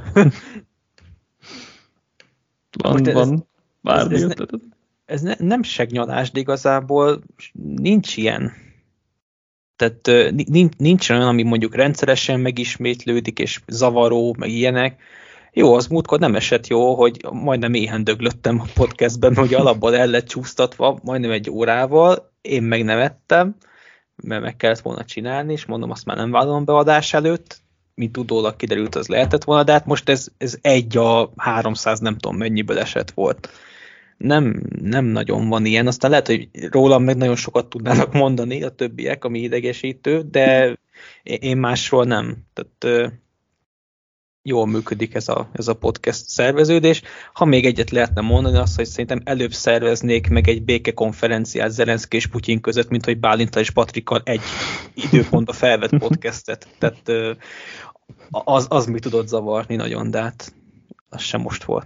Van, ez, van. Bármi ez, ez, ne, ez ne, nem segnyalás, de igazából nincs ilyen. Tehát nincs, nincs olyan, ami mondjuk rendszeresen megismétlődik, és zavaró, meg ilyenek. Jó, az múltkor nem esett jó, hogy majdnem éhen döglöttem a podcastben, hogy alapból el lett csúsztatva, majdnem egy órával, én meg nevettem, mert meg kellett volna csinálni, és mondom, azt már nem vállalom be adás előtt, mint utólag kiderült, az lehetett volna, de hát most ez, ez egy a háromszáz nem tudom mennyiből esett volt. Nem, nem nagyon van ilyen, aztán lehet, hogy rólam meg nagyon sokat tudnának mondani a többiek, ami idegesítő, de én másról nem. Tehát jól működik ez a, ez a podcast szerveződés. Ha még egyet lehetne mondani, azt, hogy szerintem előbb szerveznék meg egy békekonferenciát Zelenszky és Putyin között, mint hogy Bálintal és Patrikkal egy időpontba felvett podcastet. Tehát az, az mi tudott zavarni nagyon, de hát az sem most volt.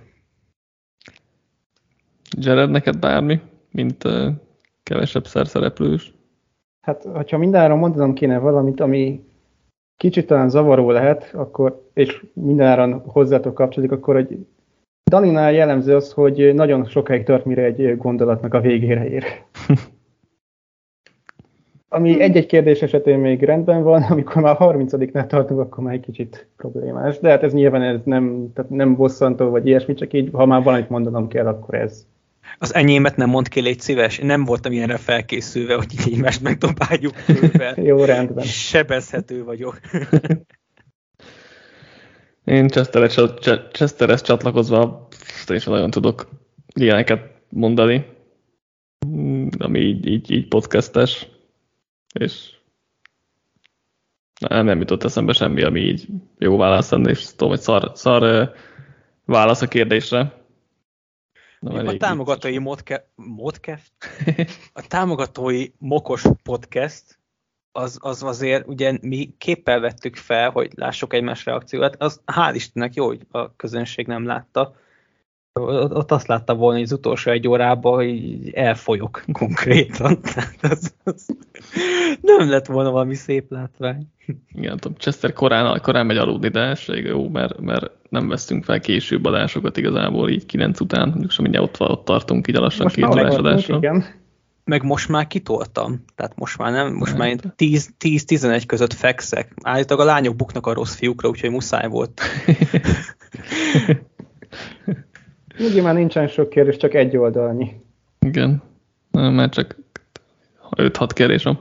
Jared, neked bármi, mint uh, kevesebb szerszereplős? Hát, hogyha mindenáron mondanom kéne valamit, ami kicsit talán zavaró lehet, akkor, és mindenáron hozzátok kapcsolódik, akkor hogy Daninál jellemző az, hogy nagyon sokáig tart, mire egy gondolatnak a végére ér. Ami egy-egy kérdés esetén még rendben van, amikor már harmincadiknál tartunk, akkor már egy kicsit problémás. De hát ez nyilván ez nem, tehát nem bosszantó, vagy ilyesmi, csak így, ha már valamit mondanom kell, akkor ez. Az enyémet nem mondd ki, légy szíves. Én nem voltam ilyenre felkészülve, hogy így egymást megdobáljuk körbe. Jó, rendben. Sebezhető vagyok. Én Chesterhez csatlakozva én is nagyon tudok ilyeneket mondani, ami így, így, így podcastes, és nem, nem jutott eszembe semmi, ami így jó válasz lenne, és tudom, hogy szar, szar válasz a kérdésre. Na, a támogatói modke, modcast, a támogatói Mokos podcast, az, az azért ugye mi képpel vettük fel, hogy lássuk egymás reakciót, az hál' Istennek jó, hogy a közönség nem látta. Ott azt látta volna, hogy az utolsó egy órában, hogy elfolyok konkrétan. az, az nem lett volna valami szép látvány. Igen, tudom, Chester korán, korán megy aludni, de ez jó, mert, mert nem vesztünk fel később adásokat igazából, így kilenc után, mondjuk sem mindjárt ott, ott tartunk így lassan két adásra. Meg most már kitoltam, tehát most már nem, most nem. Már tíz-tizenegy között fekszek. Állítólag a lányok buknak a rossz fiúkra, úgyhogy muszáj volt. Ugye már nincsen sok kérdés, csak egy oldalnyi. Igen, már csak öt-hat kérdés van.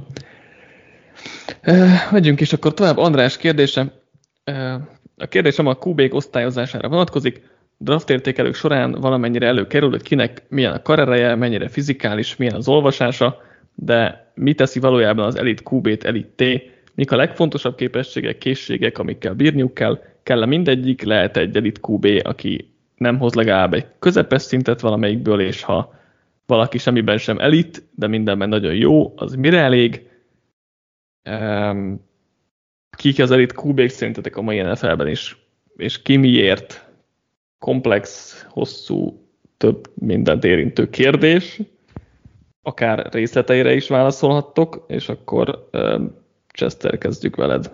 Megyünk is akkor tovább. András kérdése. A kérdésem a kú bék osztályozására vonatkozik. Draftértékelők során valamennyire előkerül, hogy kinek milyen a karereje, mennyire fizikális, milyen az olvasása, de mi teszi valójában az elit kú bét elitté? Mik a legfontosabb képességek, készségek, amikkel bírniuk kell? Kell-e mindegyik? Lehet egy elit kú bé, aki nem hoz legalább egy közepes szintet valamelyikből, és ha valaki semmiben sem elit, de mindenben nagyon jó, az mire elég? Um, kik az elit kú bék szerintetek a mai en ef el-ben is, és ki miért? Komplex, hosszú, több mindent érintő kérdés, akár részleteire is válaszolhattok, és akkor um, Chester, kezdjük veled.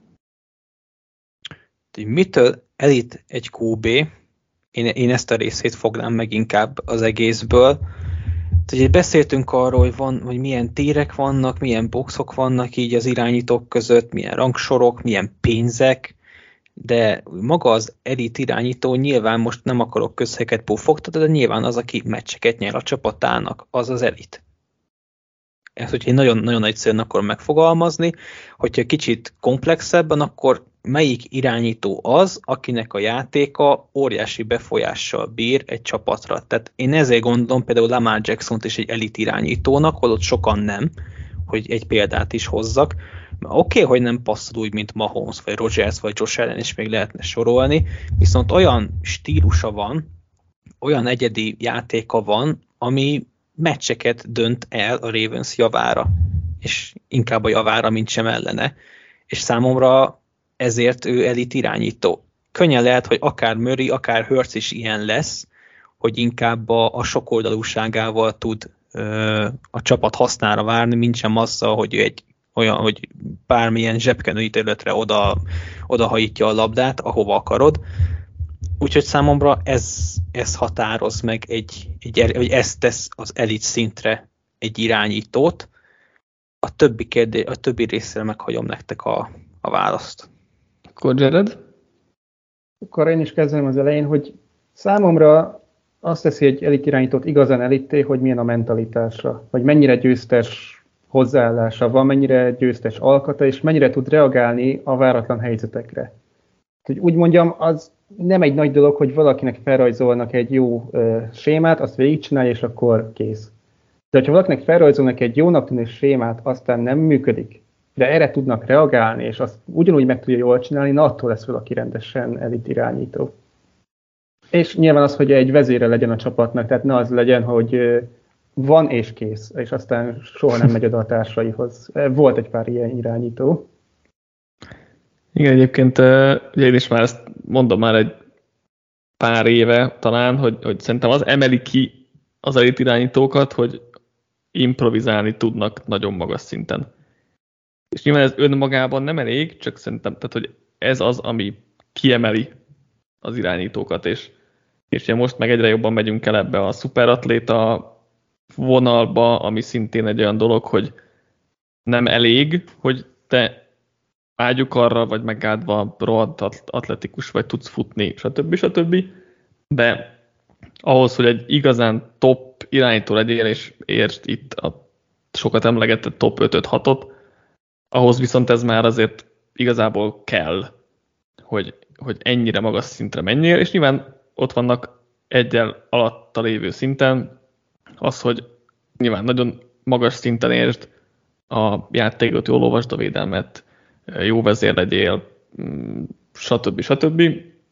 Mitől elit egy kú bé? Én, én ezt a részét fognám meg inkább az egészből. Tehát, beszéltünk arról, hogy, van, hogy milyen térek vannak, milyen boxok vannak így az irányítók között, milyen rangsorok, milyen pénzek, de maga az elit irányító nyilván most nem akarok közhelyeket pufogtatni, de nyilván az, aki meccseket nyer a csapatának, az az elit. Ezt, hogyha én nagyon-nagyon egyszerűen akarom megfogalmazni, hogyha kicsit komplexebben, akkor melyik irányító az, akinek a játéka óriási befolyással bír egy csapatra. Tehát én ezért gondolom például Lamar Jacksont is egy elit irányítónak, holott sokan nem, hogy egy példát is hozzak. Oké, okay, hogy nem passzol úgy, mint Mahomes, vagy Rodgers, vagy Josh Allen is még lehetne sorolni, viszont olyan stílusa van, olyan egyedi játéka van, ami meccseket dönt el a Ravens javára, és inkább a javára, mint sem ellene. És számomra ezért ő elit irányító. Könnyen lehet, hogy akár Murray, akár Hurts is ilyen lesz, hogy inkább a, a sokoldalúságával tud ö, a csapat hasznára várni, mint sem azzal, hogy ő egy olyan, hogy bármilyen zsebkenői területre oda, oda hajítja a labdát, ahova akarod. Úgyhogy számomra ez, ez határoz meg, egy, egy, vagy ez tesz az elit szintre egy irányítót. A többi, kérdés, a többi részre meghagyom nektek a, a választ. Akkor Jared? Akkor én is kezdem az elején, hogy számomra azt teszi egy elit irányítót igazán elitté, hogy milyen a mentalitása, vagy mennyire győztes hozzáállása van, mennyire győztes alkata, és mennyire tud reagálni a váratlan helyzetekre. Hogy úgy mondjam, az nem egy nagy dolog, hogy valakinek felrajzolnak egy jó uh, sémát, azt végigcsinálja, és akkor kész. De ha valakinek felrajzolnak egy jónak tűnő sémát, aztán nem működik, de erre tudnak reagálni, és azt ugyanúgy meg tudja jól csinálni, na attól lesz valaki rendesen elit irányító. És nyilván az, hogy egy vezére legyen a csapatnak, tehát ne az legyen, hogy uh, van és kész, és aztán soha nem megy oda a társaihoz. Volt egy pár ilyen irányító. Igen, egyébként ugye én is már ezt mondom már egy pár éve talán, hogy, hogy szerintem az emeli ki az elit irányítókat, hogy improvizálni tudnak nagyon magas szinten. És nyilván ez önmagában nem elég, csak szerintem, tehát, hogy ez az, ami kiemeli az irányítókat, és és ugye most meg egyre jobban megyünk el ebbe a szuperatléta vonalba, ami szintén egy olyan dolog, hogy nem elég, hogy te ágyukarra vagy megáldva rohadt atletikus vagy, tudsz futni, stb. stb. De ahhoz, hogy egy igazán top irányító legyél, és értsd itt a sokat emlegetett top ötöt hatot, ahhoz viszont ez már azért igazából kell, hogy, hogy ennyire magas szintre menjél, és nyilván ott vannak egyel alatta lévő szinten az, hogy nyilván nagyon magas szinten értsd a játékot, jól olvasd a védelmet, jó vezér legyél, stb. stb.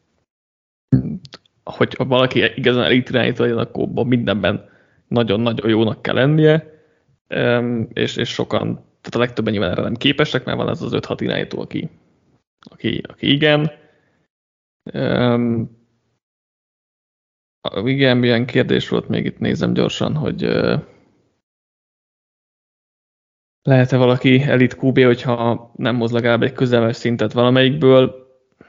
Hogy valaki igazán elitirányító legyen, akkor mindenben nagyon-nagyon jónak kell lennie, és, és sokan, tehát a legtöbben nyilván erre nem képesek, mert van az az öt-hat irányító, aki, aki, aki igen. Um, igen, milyen kérdés volt, még itt nézem gyorsan, hogy uh, lehet-e valaki elit kú bé, hogyha nem hoz legalább egy közelmes szintet valamelyikből?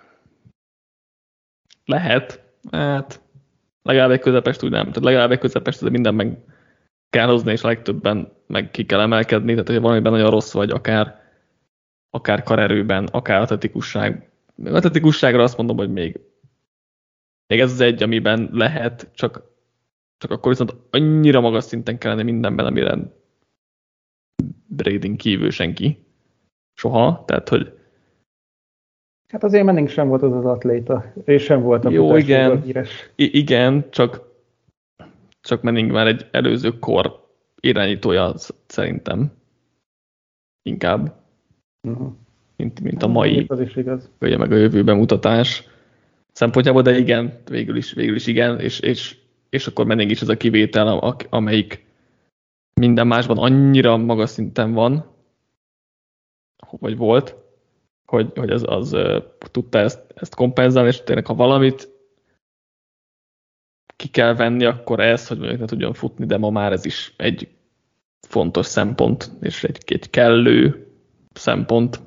Lehet, hát legalább egy közepest úgy nem, tehát legalább egy közepest, de minden meg kell hozni, és a legtöbben meg ki kell emelkedni, tehát hogyha valamiben nagyon rossz vagy, akár, akár karerőben, akár atletikusság. Atletikusságra azt mondom, hogy még, még ez az egy, amiben lehet, csak, csak akkor viszont annyira magas szinten kell lenni mindenben, amire Bradyn kívül senki. Soha, tehát hogy hát azért Manning sem volt az az atléta, és sem volt a jó, igen, híres. I- igen, csak, csak Manning már egy előző kor irányítója szerintem. Inkább. Uh-huh. Mint, mint a mai, az is igaz. Ugye meg a jövőben mutatás szempontjából, de igen, végül is, végül is igen, és, és, és akkor Manning is ez a kivétel, amelyik minden másban annyira magas szinten van, vagy volt, hogy, hogy az, az uh, tudta ezt, ezt kompenzálni, és tényleg, ha valamit ki kell venni, akkor ez, hogy mondjuk ne tudjon futni, de ma már ez is egy fontos szempont, és egy, egy kellő szempont.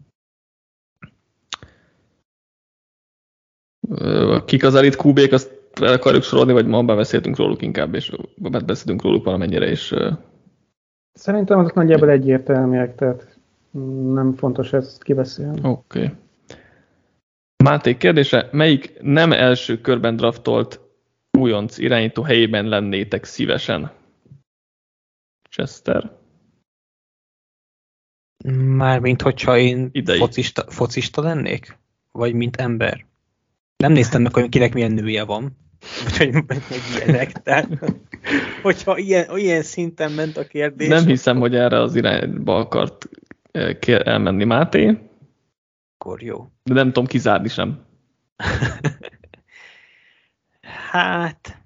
Uh, kik az elit kú bék, azt el akarjuk sorolni, vagy ma beszéltünk róluk inkább, és beszéltünk róluk valamennyire, és... Uh... Szerintem azok nagyjából egyértelműek, tehát nem fontos ezt kibeszélni. Oké. Okay. Máté kérdése, melyik nem első körben draftolt újonc irányító helyében lennétek szívesen? Chester? Mármint, hogyha én focista, focista lennék? Vagy mint ember? Nem néztem meg, hogy kinek milyen nője van. Úgyhogy meg ilyenek. Tehát, hogyha ilyen, ilyen szinten ment a kérdés... Nem hiszem, hogy erre az irányba akart elmenni Máté. Akkor jó. De nem tudom kizárni sem. Hát...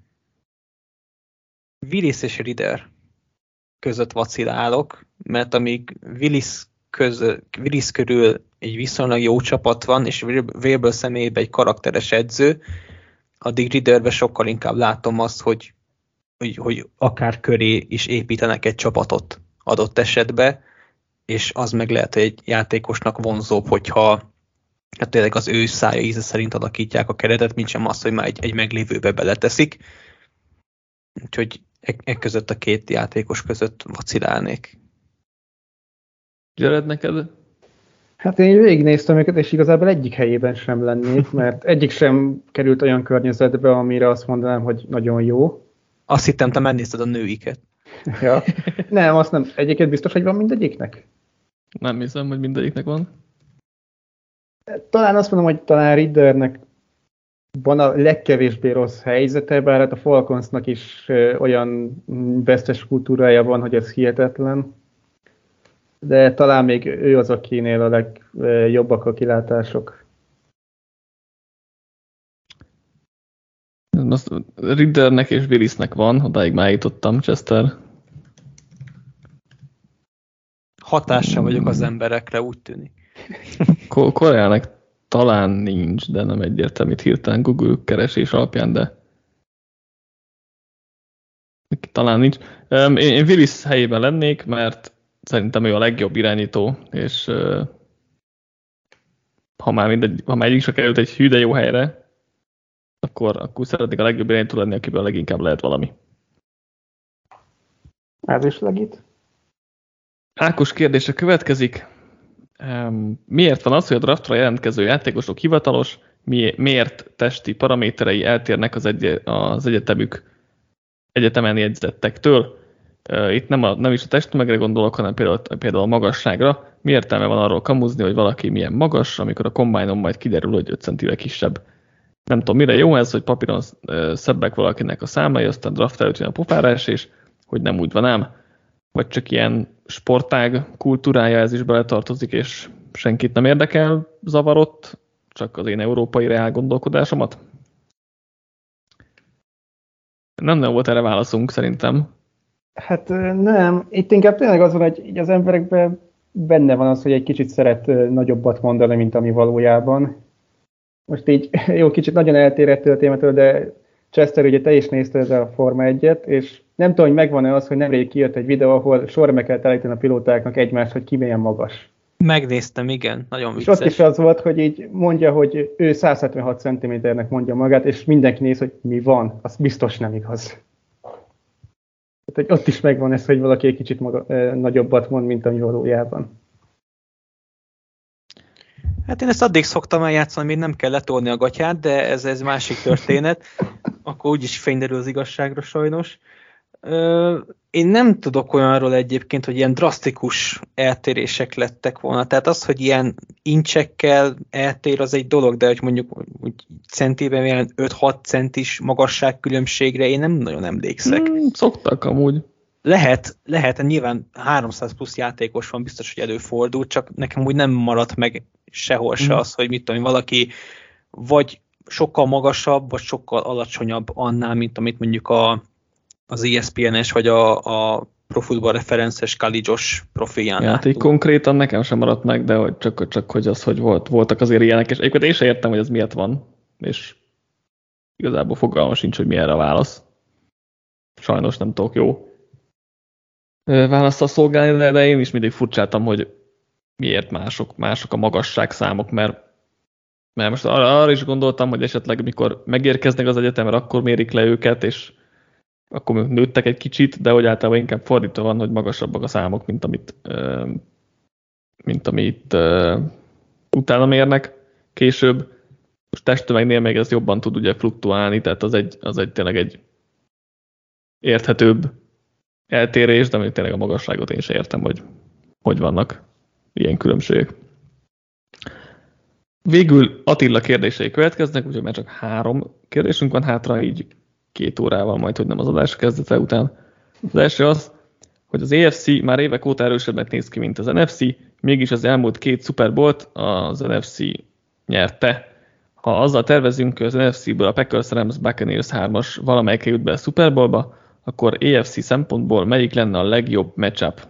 Willis és Ridder között vacilálok, mert amíg Willis, köz, Willis körül egy viszonylag jó csapat van, és Vrabel személyében egy karakteres edző, addig Ridderbe sokkal inkább látom azt, hogy, hogy, hogy akár köré is építenek egy csapatot adott esetben, és az meg lehet, hogy egy játékosnak vonzóbb, hogyha hát tényleg az ő szája íze szerint alakítják a keretet, mint sem azt, hogy már egy, egy meglévőbe beleteszik. Úgyhogy e, e között a két játékos között vacilálnék. Jared, neked? Hát én végignéztem őket, és igazából egyik helyében sem lennék, mert egyik sem került olyan környezetbe, amire azt mondanám, hogy nagyon jó. Azt hittem, te megnézted a nőiket. Ja. Nem, azt nem. Egyiket biztos, hogy van mindegyiknek? Nem hiszem, hogy mindegyiknek van. Talán azt mondom, hogy talán Riddernek van a legkevésbé rossz helyzete, bár hát a Falconsnak is olyan vesztes kultúrája van, hogy ez hihetetlen. De talán még ő az, akinél a legjobbak a kilátások. Azt Riddernek és Willisnek van, odáig már jutottam, Chester. Hatással vagyok az emberekre, úgy tűnik. Koreának talán nincs, de nem egyértelmű, itt hirtelen Google keresés alapján, de talán nincs. Én Willis helyében lennék, mert szerintem ő a legjobb irányító, és ha már, mindegy, ha már egyik csak került egy hű, de jó helyre, akkor, akkor szeretnék a legjobb irányító lenni, akiből leginkább lehet valami. Ez is legit. Ákos kérdése következik. Miért van az, hogy a draftra jelentkező játékosok hivatalos, miért testi paraméterei eltérnek az, egy, az egyetemük egyetemen jegyzettektől? Itt nem, a, nem is a testtömegre gondolok, hanem például, például a magasságra. Mi értelme van arról kamuzni, hogy valaki milyen magas, amikor a combine-on majd kiderül, hogy öt centivel kisebb? Nem tudom, mire jó ez, hogy papíron szebbek valakinek a számai, aztán draft előtt jön a pofára esés, hogy nem úgy van ám, vagy csak ilyen sportág kultúrája ez is beletartozik, és senkit nem érdekel, zavarott, csak az én európai reál gondolkodásomat? Nem, nem volt erre válaszunk, szerintem. Hát nem, itt inkább tényleg az van, hogy így az emberekben benne van az, hogy egy kicsit szeret nagyobbat mondani, mint ami valójában. Most így, jó, kicsit nagyon eltér ettől a témától, de Chester, ugye te is nézted a Forma egyet, és nem tudom, hogy megvan-e az, hogy nemrég kijött egy videó, ahol sorra meg kell állítani a pilótáknak egymást, hogy ki milyen magas. Megnéztem, igen, nagyon vicces. És ott is az volt, hogy így mondja, hogy ő száz hetvenhat centiméternek mondja magát, és mindenki néz, hogy mi van, az biztos nem igaz. Tehát, hogy ott is megvan ez, hogy valaki egy kicsit maga, eh, nagyobbat mond, mint ami valójában. Hát én ezt addig szoktam eljátszani, még nem kell letolni a gatyát, de ez, ez másik történet. Akkor úgyis fényderül az igazságra sajnos. Ö, én nem tudok olyanról egyébként, hogy ilyen drasztikus eltérések lettek volna. Tehát az, hogy ilyen incsekkel eltér, az egy dolog, de hogy mondjuk úgy centében ilyen öt-hat centis magasságkülönbségre én nem nagyon emlékszek. Hmm, szoktak amúgy. Lehet, lehet, nyilván háromszáz plusz játékos van, biztos, hogy előfordul, csak nekem úgy nem maradt meg sehol se az, hogy mit tudom, valaki vagy sokkal magasabb, vagy sokkal alacsonyabb annál, mint amit mondjuk a, az E S P N-es, vagy a, a Pro Football References College-os profilján. Ja, hát így konkrétan nekem sem maradt meg, de hogy csak, csak hogy az, hogy volt, voltak azért ilyenek, és egyébként én sem értem, hogy ez miért van, és igazából fogalmam sincs, hogy mi erre a válasz. Sajnos nem tudok jó választal szolgálni, de, de én is mindig furcsáltam, hogy miért mások, mások a magasságszámok, mert, mert most arra, arra is gondoltam, hogy esetleg mikor megérkeznek az egyetemre, akkor mérik le őket, és akkor nőttek egy kicsit, de hogy általában inkább fordítva van, hogy magasabbak a számok, mint amit, mint amit utána mérnek később. Most testtömegnél még ez jobban tud ugye fluktuálni, tehát az egy, az egy tényleg egy érthetőbb eltérés, de még tényleg a magasságot én sem értem, hogy hogy vannak ilyen különbségek. Végül Attila kérdései következnek, úgyhogy már csak három kérdésünk van hátra, így két órával majd, hogy nem az adás kezdete után. Az első az, hogy az A F C már évek óta erősebbnek néz ki, mint az N F C, mégis az elmúlt két Super Bowl-t az N F C nyerte. Ha azzal tervezünk, hogy az N F C-ből a Packers Rams Buccaneers hármas valamelyik jut be a Super Bowl-ba, akkor A F C szempontból melyik lenne a legjobb matchup?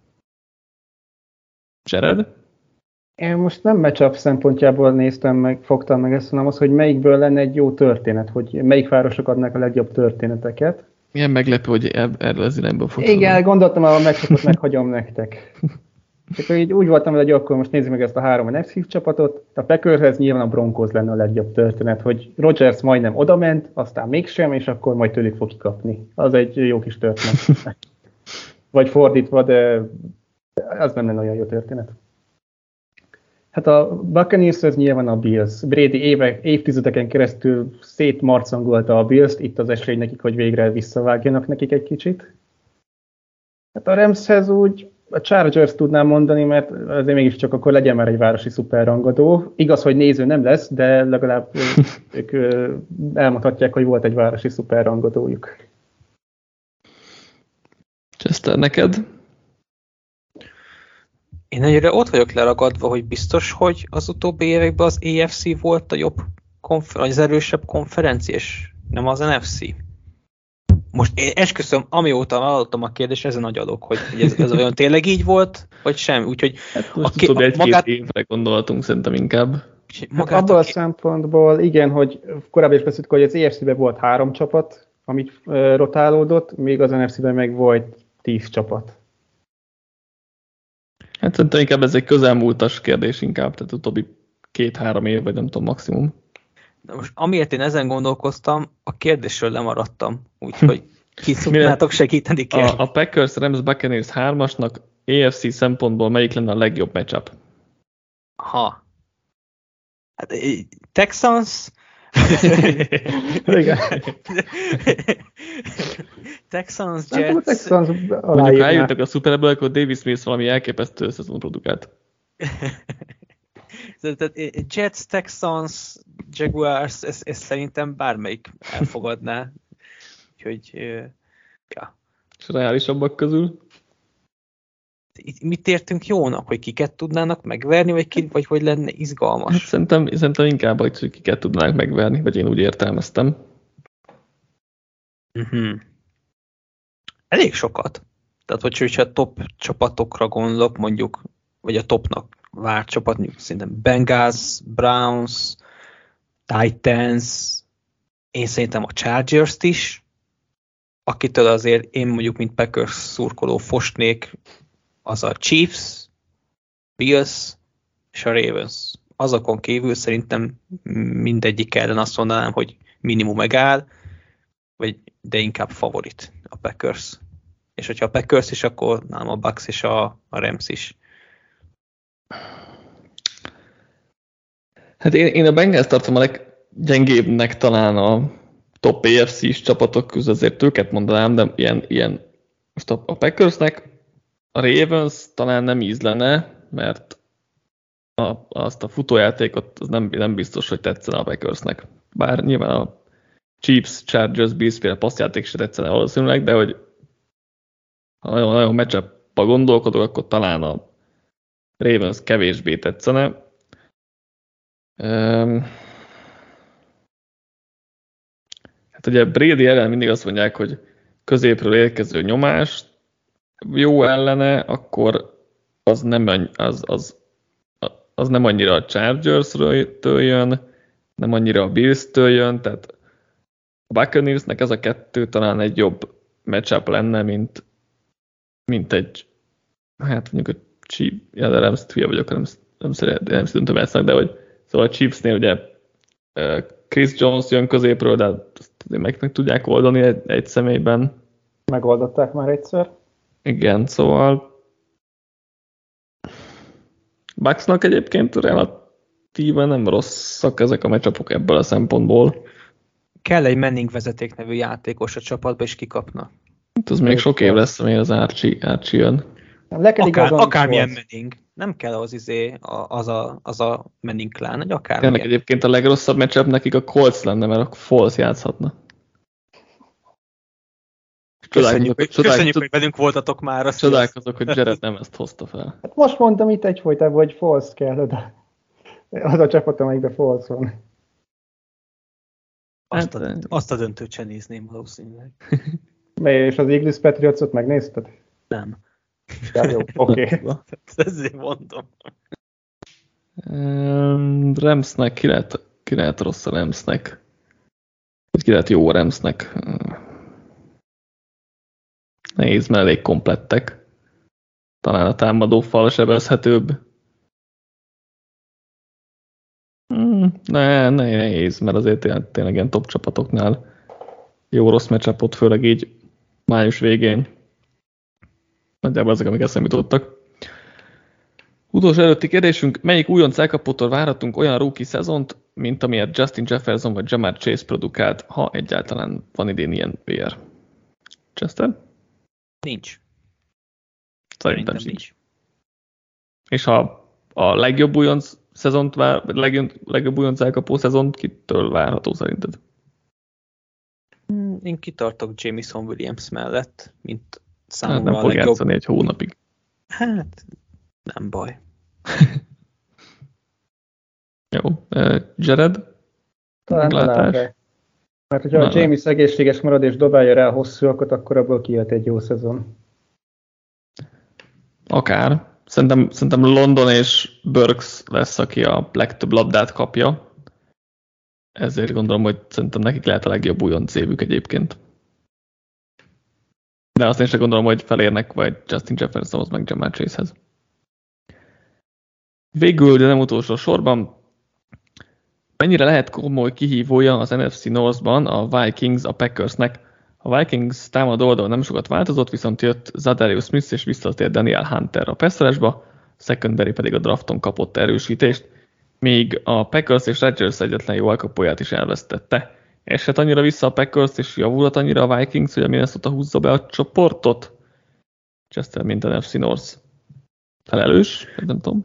Jared? Én most nem matchup szempontjából néztem meg, fogtam meg ezt, hanem az, hogy melyikből lenne egy jó történet, hogy melyik városok adnak a legjobb történeteket. Milyen meglepő, hogy erről az irányból fogsz. Igen, gondoltam, hogy a matchupot meghagyom nektek. És akkor így úgy voltam, hogy akkor most nézzük meg ezt a három N F C csapatot. A Packershez nyilván a Broncos lenne a legjobb történet, hogy Rodgers majdnem odament, aztán mégsem, és akkor majd tőlük fog kikapni. Az egy jó kis történet. Vagy fordítva, de az nem lenne olyan jó történet. Hát a Buccaneers az nyilván a Bills. Brady évek, évtizedeken keresztül szétmarcangolta a Bills-t, itt az esély nekik, hogy végre visszavágjanak nekik egy kicsit. Hát a Ramshez úgy a Chargers tudnám mondani, mert azért mégiscsak akkor legyen már egy városi szuperrangadó. Igaz, hogy néző nem lesz, de legalább ők elmondhatják, hogy volt egy városi szuperrangadójuk. Chester, neked? Én egyre ott vagyok leragadva, hogy biztos, hogy az utóbbi években az A F C volt a jobb, konfer- az erősebb konferencia, és nem az N F C. Most én esküszöm, amióta hallottam a kérdést, ez a nagy adok, hogy ez, ez olyan tényleg így volt, vagy sem. Úgyhogy hát most a, utóbbi egy-két magát... évre gondoltunk szerintem inkább. Hát abban a szempontból igen, hogy korábban is beszéltük, hogy az A F C-ben volt három csapat, amit uh, rotálódott, még az N F C-ben meg volt tíz csapat. Hát szerintem inkább ez egy közelmúltas kérdés inkább, tehát utóbbi két-három év, vagy nem tudom, maximum. Na most amiért én ezen gondolkoztam, a kérdésről lemaradtam, úgyhogy ki szoknátok segíteni kell. A, a Packers Rams Buccaneers hármasnak á ef cé szempontból melyik lenne a legjobb matchup? Ha. Hát, Texans... Igen. Texans, Nem, a Jets... Texans Mondjuk, ha aláírná. eljöttek a Super Bowl, akkor Davis Smith valami elképesztő szezon produkált. Tehát Jets, Texans, Jaguars, ezt, ezt szerintem bármelyik elfogadná. Úgyhogy, ja. És reálisabbak közül? Itt mit értünk jónak, hogy kiket tudnának megverni, vagy, ki, vagy hogy lenne izgalmas? Hát szerintem, szerintem inkább, hogy kiket tudnánk megverni, vagy én úgy értelmeztem. Uh-huh. Elég sokat. Tehát, hogy hogyha a top csapatokra gondolok, mondjuk, vagy a topnak várt csapat, mondjuk szerintem Bengals, Browns, Titans, én szerintem a Chargers-t is, akitől azért én mondjuk, mint Packers szurkoló fosnék, az a Chiefs, Bills és a Ravens. Azokon kívül szerintem mindegyik ellen azt mondanám, hogy minimum megáll, vagy, de inkább favorit a Packers. És hogyha a Packers is, akkor nálam a Bucks és a, a Rams is. Hát én, én a Bengals tartom a leggyengébbnek talán a top á ef cé-s csapatok közül, azért őket mondanám, de ilyen, ilyen most a, a Packersnek a Ravens talán nem ízlene, mert a, azt a futójátékot az nem, nem biztos, hogy tetszene a Packersnek. Bár nyilván a Chiefs, Chargers, Bills féle passzjáték se tetszene valószínűleg, de hogy ha nagyon-nagyon matchup-ba gondolkodok, akkor talán a Ravens kevésbé tetszene. Um, hát ugye Brady ellen mindig azt mondják, hogy középről érkező nyomás jó ellene, akkor az nem, az, az, az nem annyira a Chargers-től jön, nem annyira a Bills-től jön, tehát a Buccaneersnek ez a kettő talán egy jobb matchup lenne, mint, mint egy, hát mondjuk a Chiefs, ja, de nem hülye vagyok, nem, nem szeretem, nem szerintem ezt, de hogy szóval a Chiefsnél ugye Chris Jones jön középről, de azt meg, meg tudják oldani egy, egy személyben. Megoldották már egyszer. Igen, szóval Bucksnak egyébként relatíven nem rosszak ezek a matchupok ebből a szempontból. Kell egy Manning vezeték nevű játékos a csapatba, és kikapna. Hát az még sok év lesz, amíg az Archie, Archie jön. Akár, akármilyen Manning. Nem kell az, izé, az, a, az a Manning klán, egy akármilyen. Ennek egyébként a legrosszabb matchup nekik a Colts lenne, mert a Foles játszhatna. Köszönjük, hogy, köszönjük hogy velünk voltatok már. Csodálkozok, hogy Jared nem ezt hozta fel. Hát most mondtam itt egyfolytában, hogy Foles kell oda. Az a csapat, amelyikben Foles van. Azt a, azt a döntőt sem nézném valószínűleg. És az Eagles Patriotsot megnézted? Nem. Ja, jó, oké. Okay. Ezért mondom. Um, Ramsnek, ki lehet, ki lehet rossz a Ramsnek? Vagy ki lehet jó a Ramsnek? Nehéz, mert elég komplettek. Talán a támadó fal sebezhetőbb. Hmm, ne, ne, nehéz, mert azért tényleg, tényleg ilyen top csapatoknál jó-rossz matchupot, főleg így május végén. Nagyjából ezek, amik eszembe jutottak. Utolsó előtti kérdésünk, melyik újonc elkapótól várhatunk olyan rookie szezont, mint amilyet Justin Jefferson vagy Jamar Chase produkált, ha egyáltalán van idén ilyen pé er? Chester? Nincs. Szerintem nincs. És ha a legjobb újonc szezont vár, vagy legjobb, legjobb újonc elkapó szezont kitől várható szerinted? Én kitartok Jameson Williams mellett, mint számomra hát nem fog játszani egy hónapig. Hát, nem baj. Jó. Uh, Jared? Talán talán mert hogyha a James egészséges marad és dobálja rá a hosszúakat, akkor abból kijött egy jó szezon. Akár. Szerintem, szerintem London és Burks lesz, aki a legtöbb labdát kapja. Ezért gondolom, hogy szerintem nekik lehet a legjobb újonc évük egyébként. De azt én sem gondolom, hogy felérnek vagy Justin Jeffersonhoz, meg Jamar Chase-hez. Végül, de nem utolsó sorban, mennyire lehet komoly kihívója az en ef cé Northban a Vikings a Packersnek? A Vikings támadó oldalon nem sokat változott, viszont jött Zadarius Smith és visszatért Daniel Hunter a passzolásba, secondary pedig a drafton kapott erősítést, míg a Packers és Rodgers egyetlen jó elkapóját is elvesztette. Esett annyira vissza a Packers és javult annyira a Vikings, hogy a Minnesota húzza be a csoportot? Chester, mint a en ef cé North. Felelős? Nem tudom.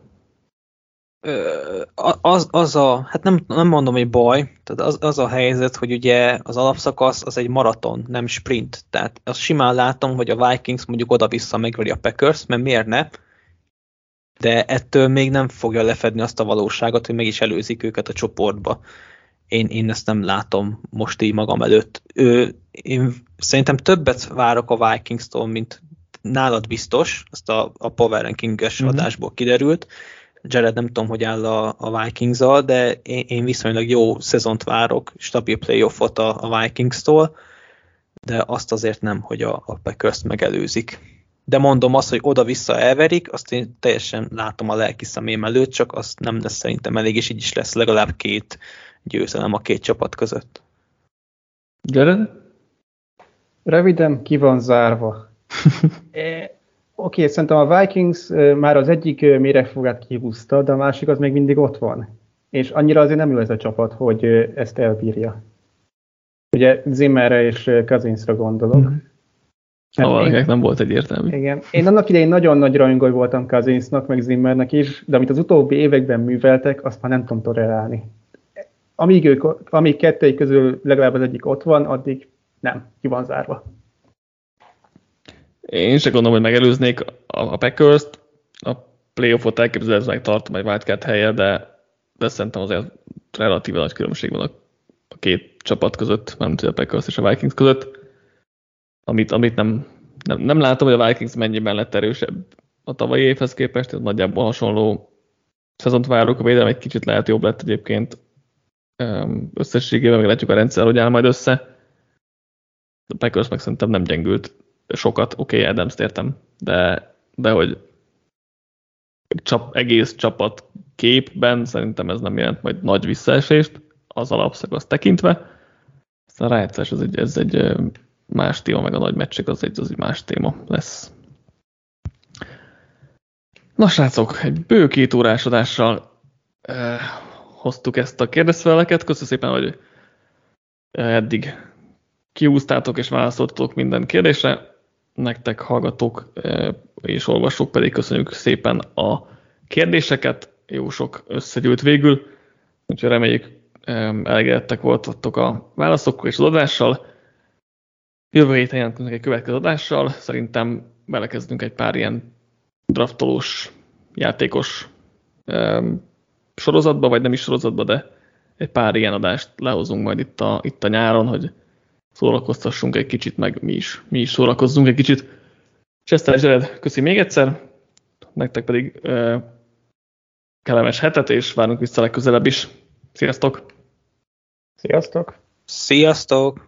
Az, az a, hát nem, nem mondom, hogy baj, tehát az, az a helyzet, hogy ugye az alapszakasz az egy maraton, nem sprint. Tehát azt simán látom, hogy a Vikings mondjuk oda-vissza megveri a Packers, mert miért ne? De ettől még nem fogja lefedni azt a valóságot, hogy meg is előzik őket a csoportba. Én, én ezt nem látom most így magam előtt. Ő, én szerintem többet várok a Vikingstól, mint nálad biztos, azt a, a Power Ranking-es mm-hmm. adásból kiderült. Jared nem tudom, hogy áll a, a Vikings-al, de én, én viszonylag jó szezont várok, stabil playoffot a, a Vikings-tól, de azt azért nem, hogy a, a Packers megelőzik. De mondom azt, hogy oda-vissza elverik, azt én teljesen látom a lelki szemém előtt, csak azt nem lesz szerintem elég, és így is lesz legalább két győzelem a két csapat között. Jared? Röviden ki van zárva. e, Oké, okay, szerintem a Vikings már az egyik méregfogát kihúzta, de a másik az még mindig ott van. És annyira azért nem jó ez a csapat, hogy ezt elbírja. Ugye Zimmerre és Cousinsra gondolok. Mm-hmm. A valakik nem volt egyértelmű. Igen. Én annak idején nagyon nagy rajongói voltam Cousinsnak, meg Zimmernek is, de amit az utóbbi években műveltek, azt már nem tudom tolerálni. Amíg, ők, amíg kettői közül legalább az egyik ott van, addig nem, ki van zárva. Én sem gondolom, hogy megelőznék a Packers-t, a playoffot elképzelhetőleg tartom egy wildcard helye, de, de szerintem azért relatíve nagy különbség van a, a két csapat között, mármint a Packers és a Vikings között, amit, amit nem, nem, nem látom, hogy a Vikings mennyiben lett erősebb a tavalyi évhez képest, tehát nagyjából hasonló szezont várok, a védelem egy kicsit lehet jobb lett egyébként összességében, meg látjuk a rendszer, hogy áll majd össze. A Packers meg szerintem nem gyengült sokat, oké, okay, Adams-t értem, de, de hogy csap, egész csapat képben szerintem ez nem jelent majd nagy visszaesést az alapszakasz tekintve. Aztán a rájátszás ez egy, ez egy más téma, meg a nagy meccsek az egy, az egy más téma lesz. Na srácok, egy bő két órás adással eh, hoztuk ezt a kérdezfeleket. Köszönöm szépen, hogy eddig kiúztátok és válaszoltatok minden kérdésre. Nektek hallgatók és olvasók pedig köszönjük szépen a kérdéseket. Jó sok összegyűlt végül, úgyhogy reméljük elégedettek voltatok a válaszokkal és az adással. Jövő héten jelentkezünk egy következő adással. Szerintem belekezdünk egy pár ilyen draftolós, játékos sorozatba, vagy nem is sorozatba, de egy pár ilyen adást lehozunk majd itt a, itt a nyáron, hogy szórakoztassunk egy kicsit, meg mi is, mi is szórakozzunk egy kicsit. Chester és Jared, köszi még egyszer, nektek pedig uh, kellemes hetet, és várunk vissza legközelebb is. Sziasztok! Sziasztok! Sziasztok!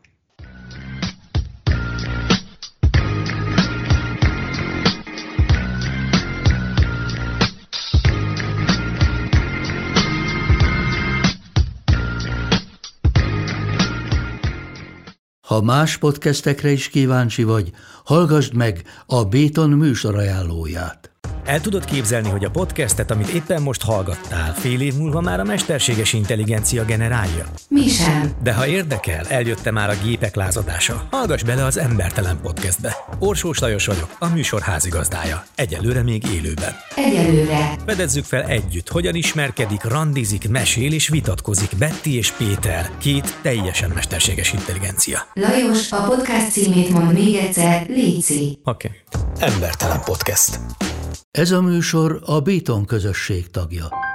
Ha más podcastekre is kíváncsi vagy, hallgassd meg a Béton műsor ajánlóját. El tudod képzelni, hogy a podcastet, amit éppen most hallgattál, fél év múlva már a mesterséges intelligencia generálja? Mi sem. De ha érdekel, eljött már a gépek lázadása. Hallgass bele az Embertelen Podcastbe. Orsós Lajos vagyok, a műsor házigazdája. Egyelőre még élőben. Egyelőre. Fedezzük fel együtt, hogyan ismerkedik, randizik, mesél és vitatkozik Betty és Péter, két teljesen mesterséges intelligencia. Lajos, a podcast címét mond még egyszer, léci. Oké. Okay. Embertelen Podcast. Ez a műsor a Béton közösség tagja.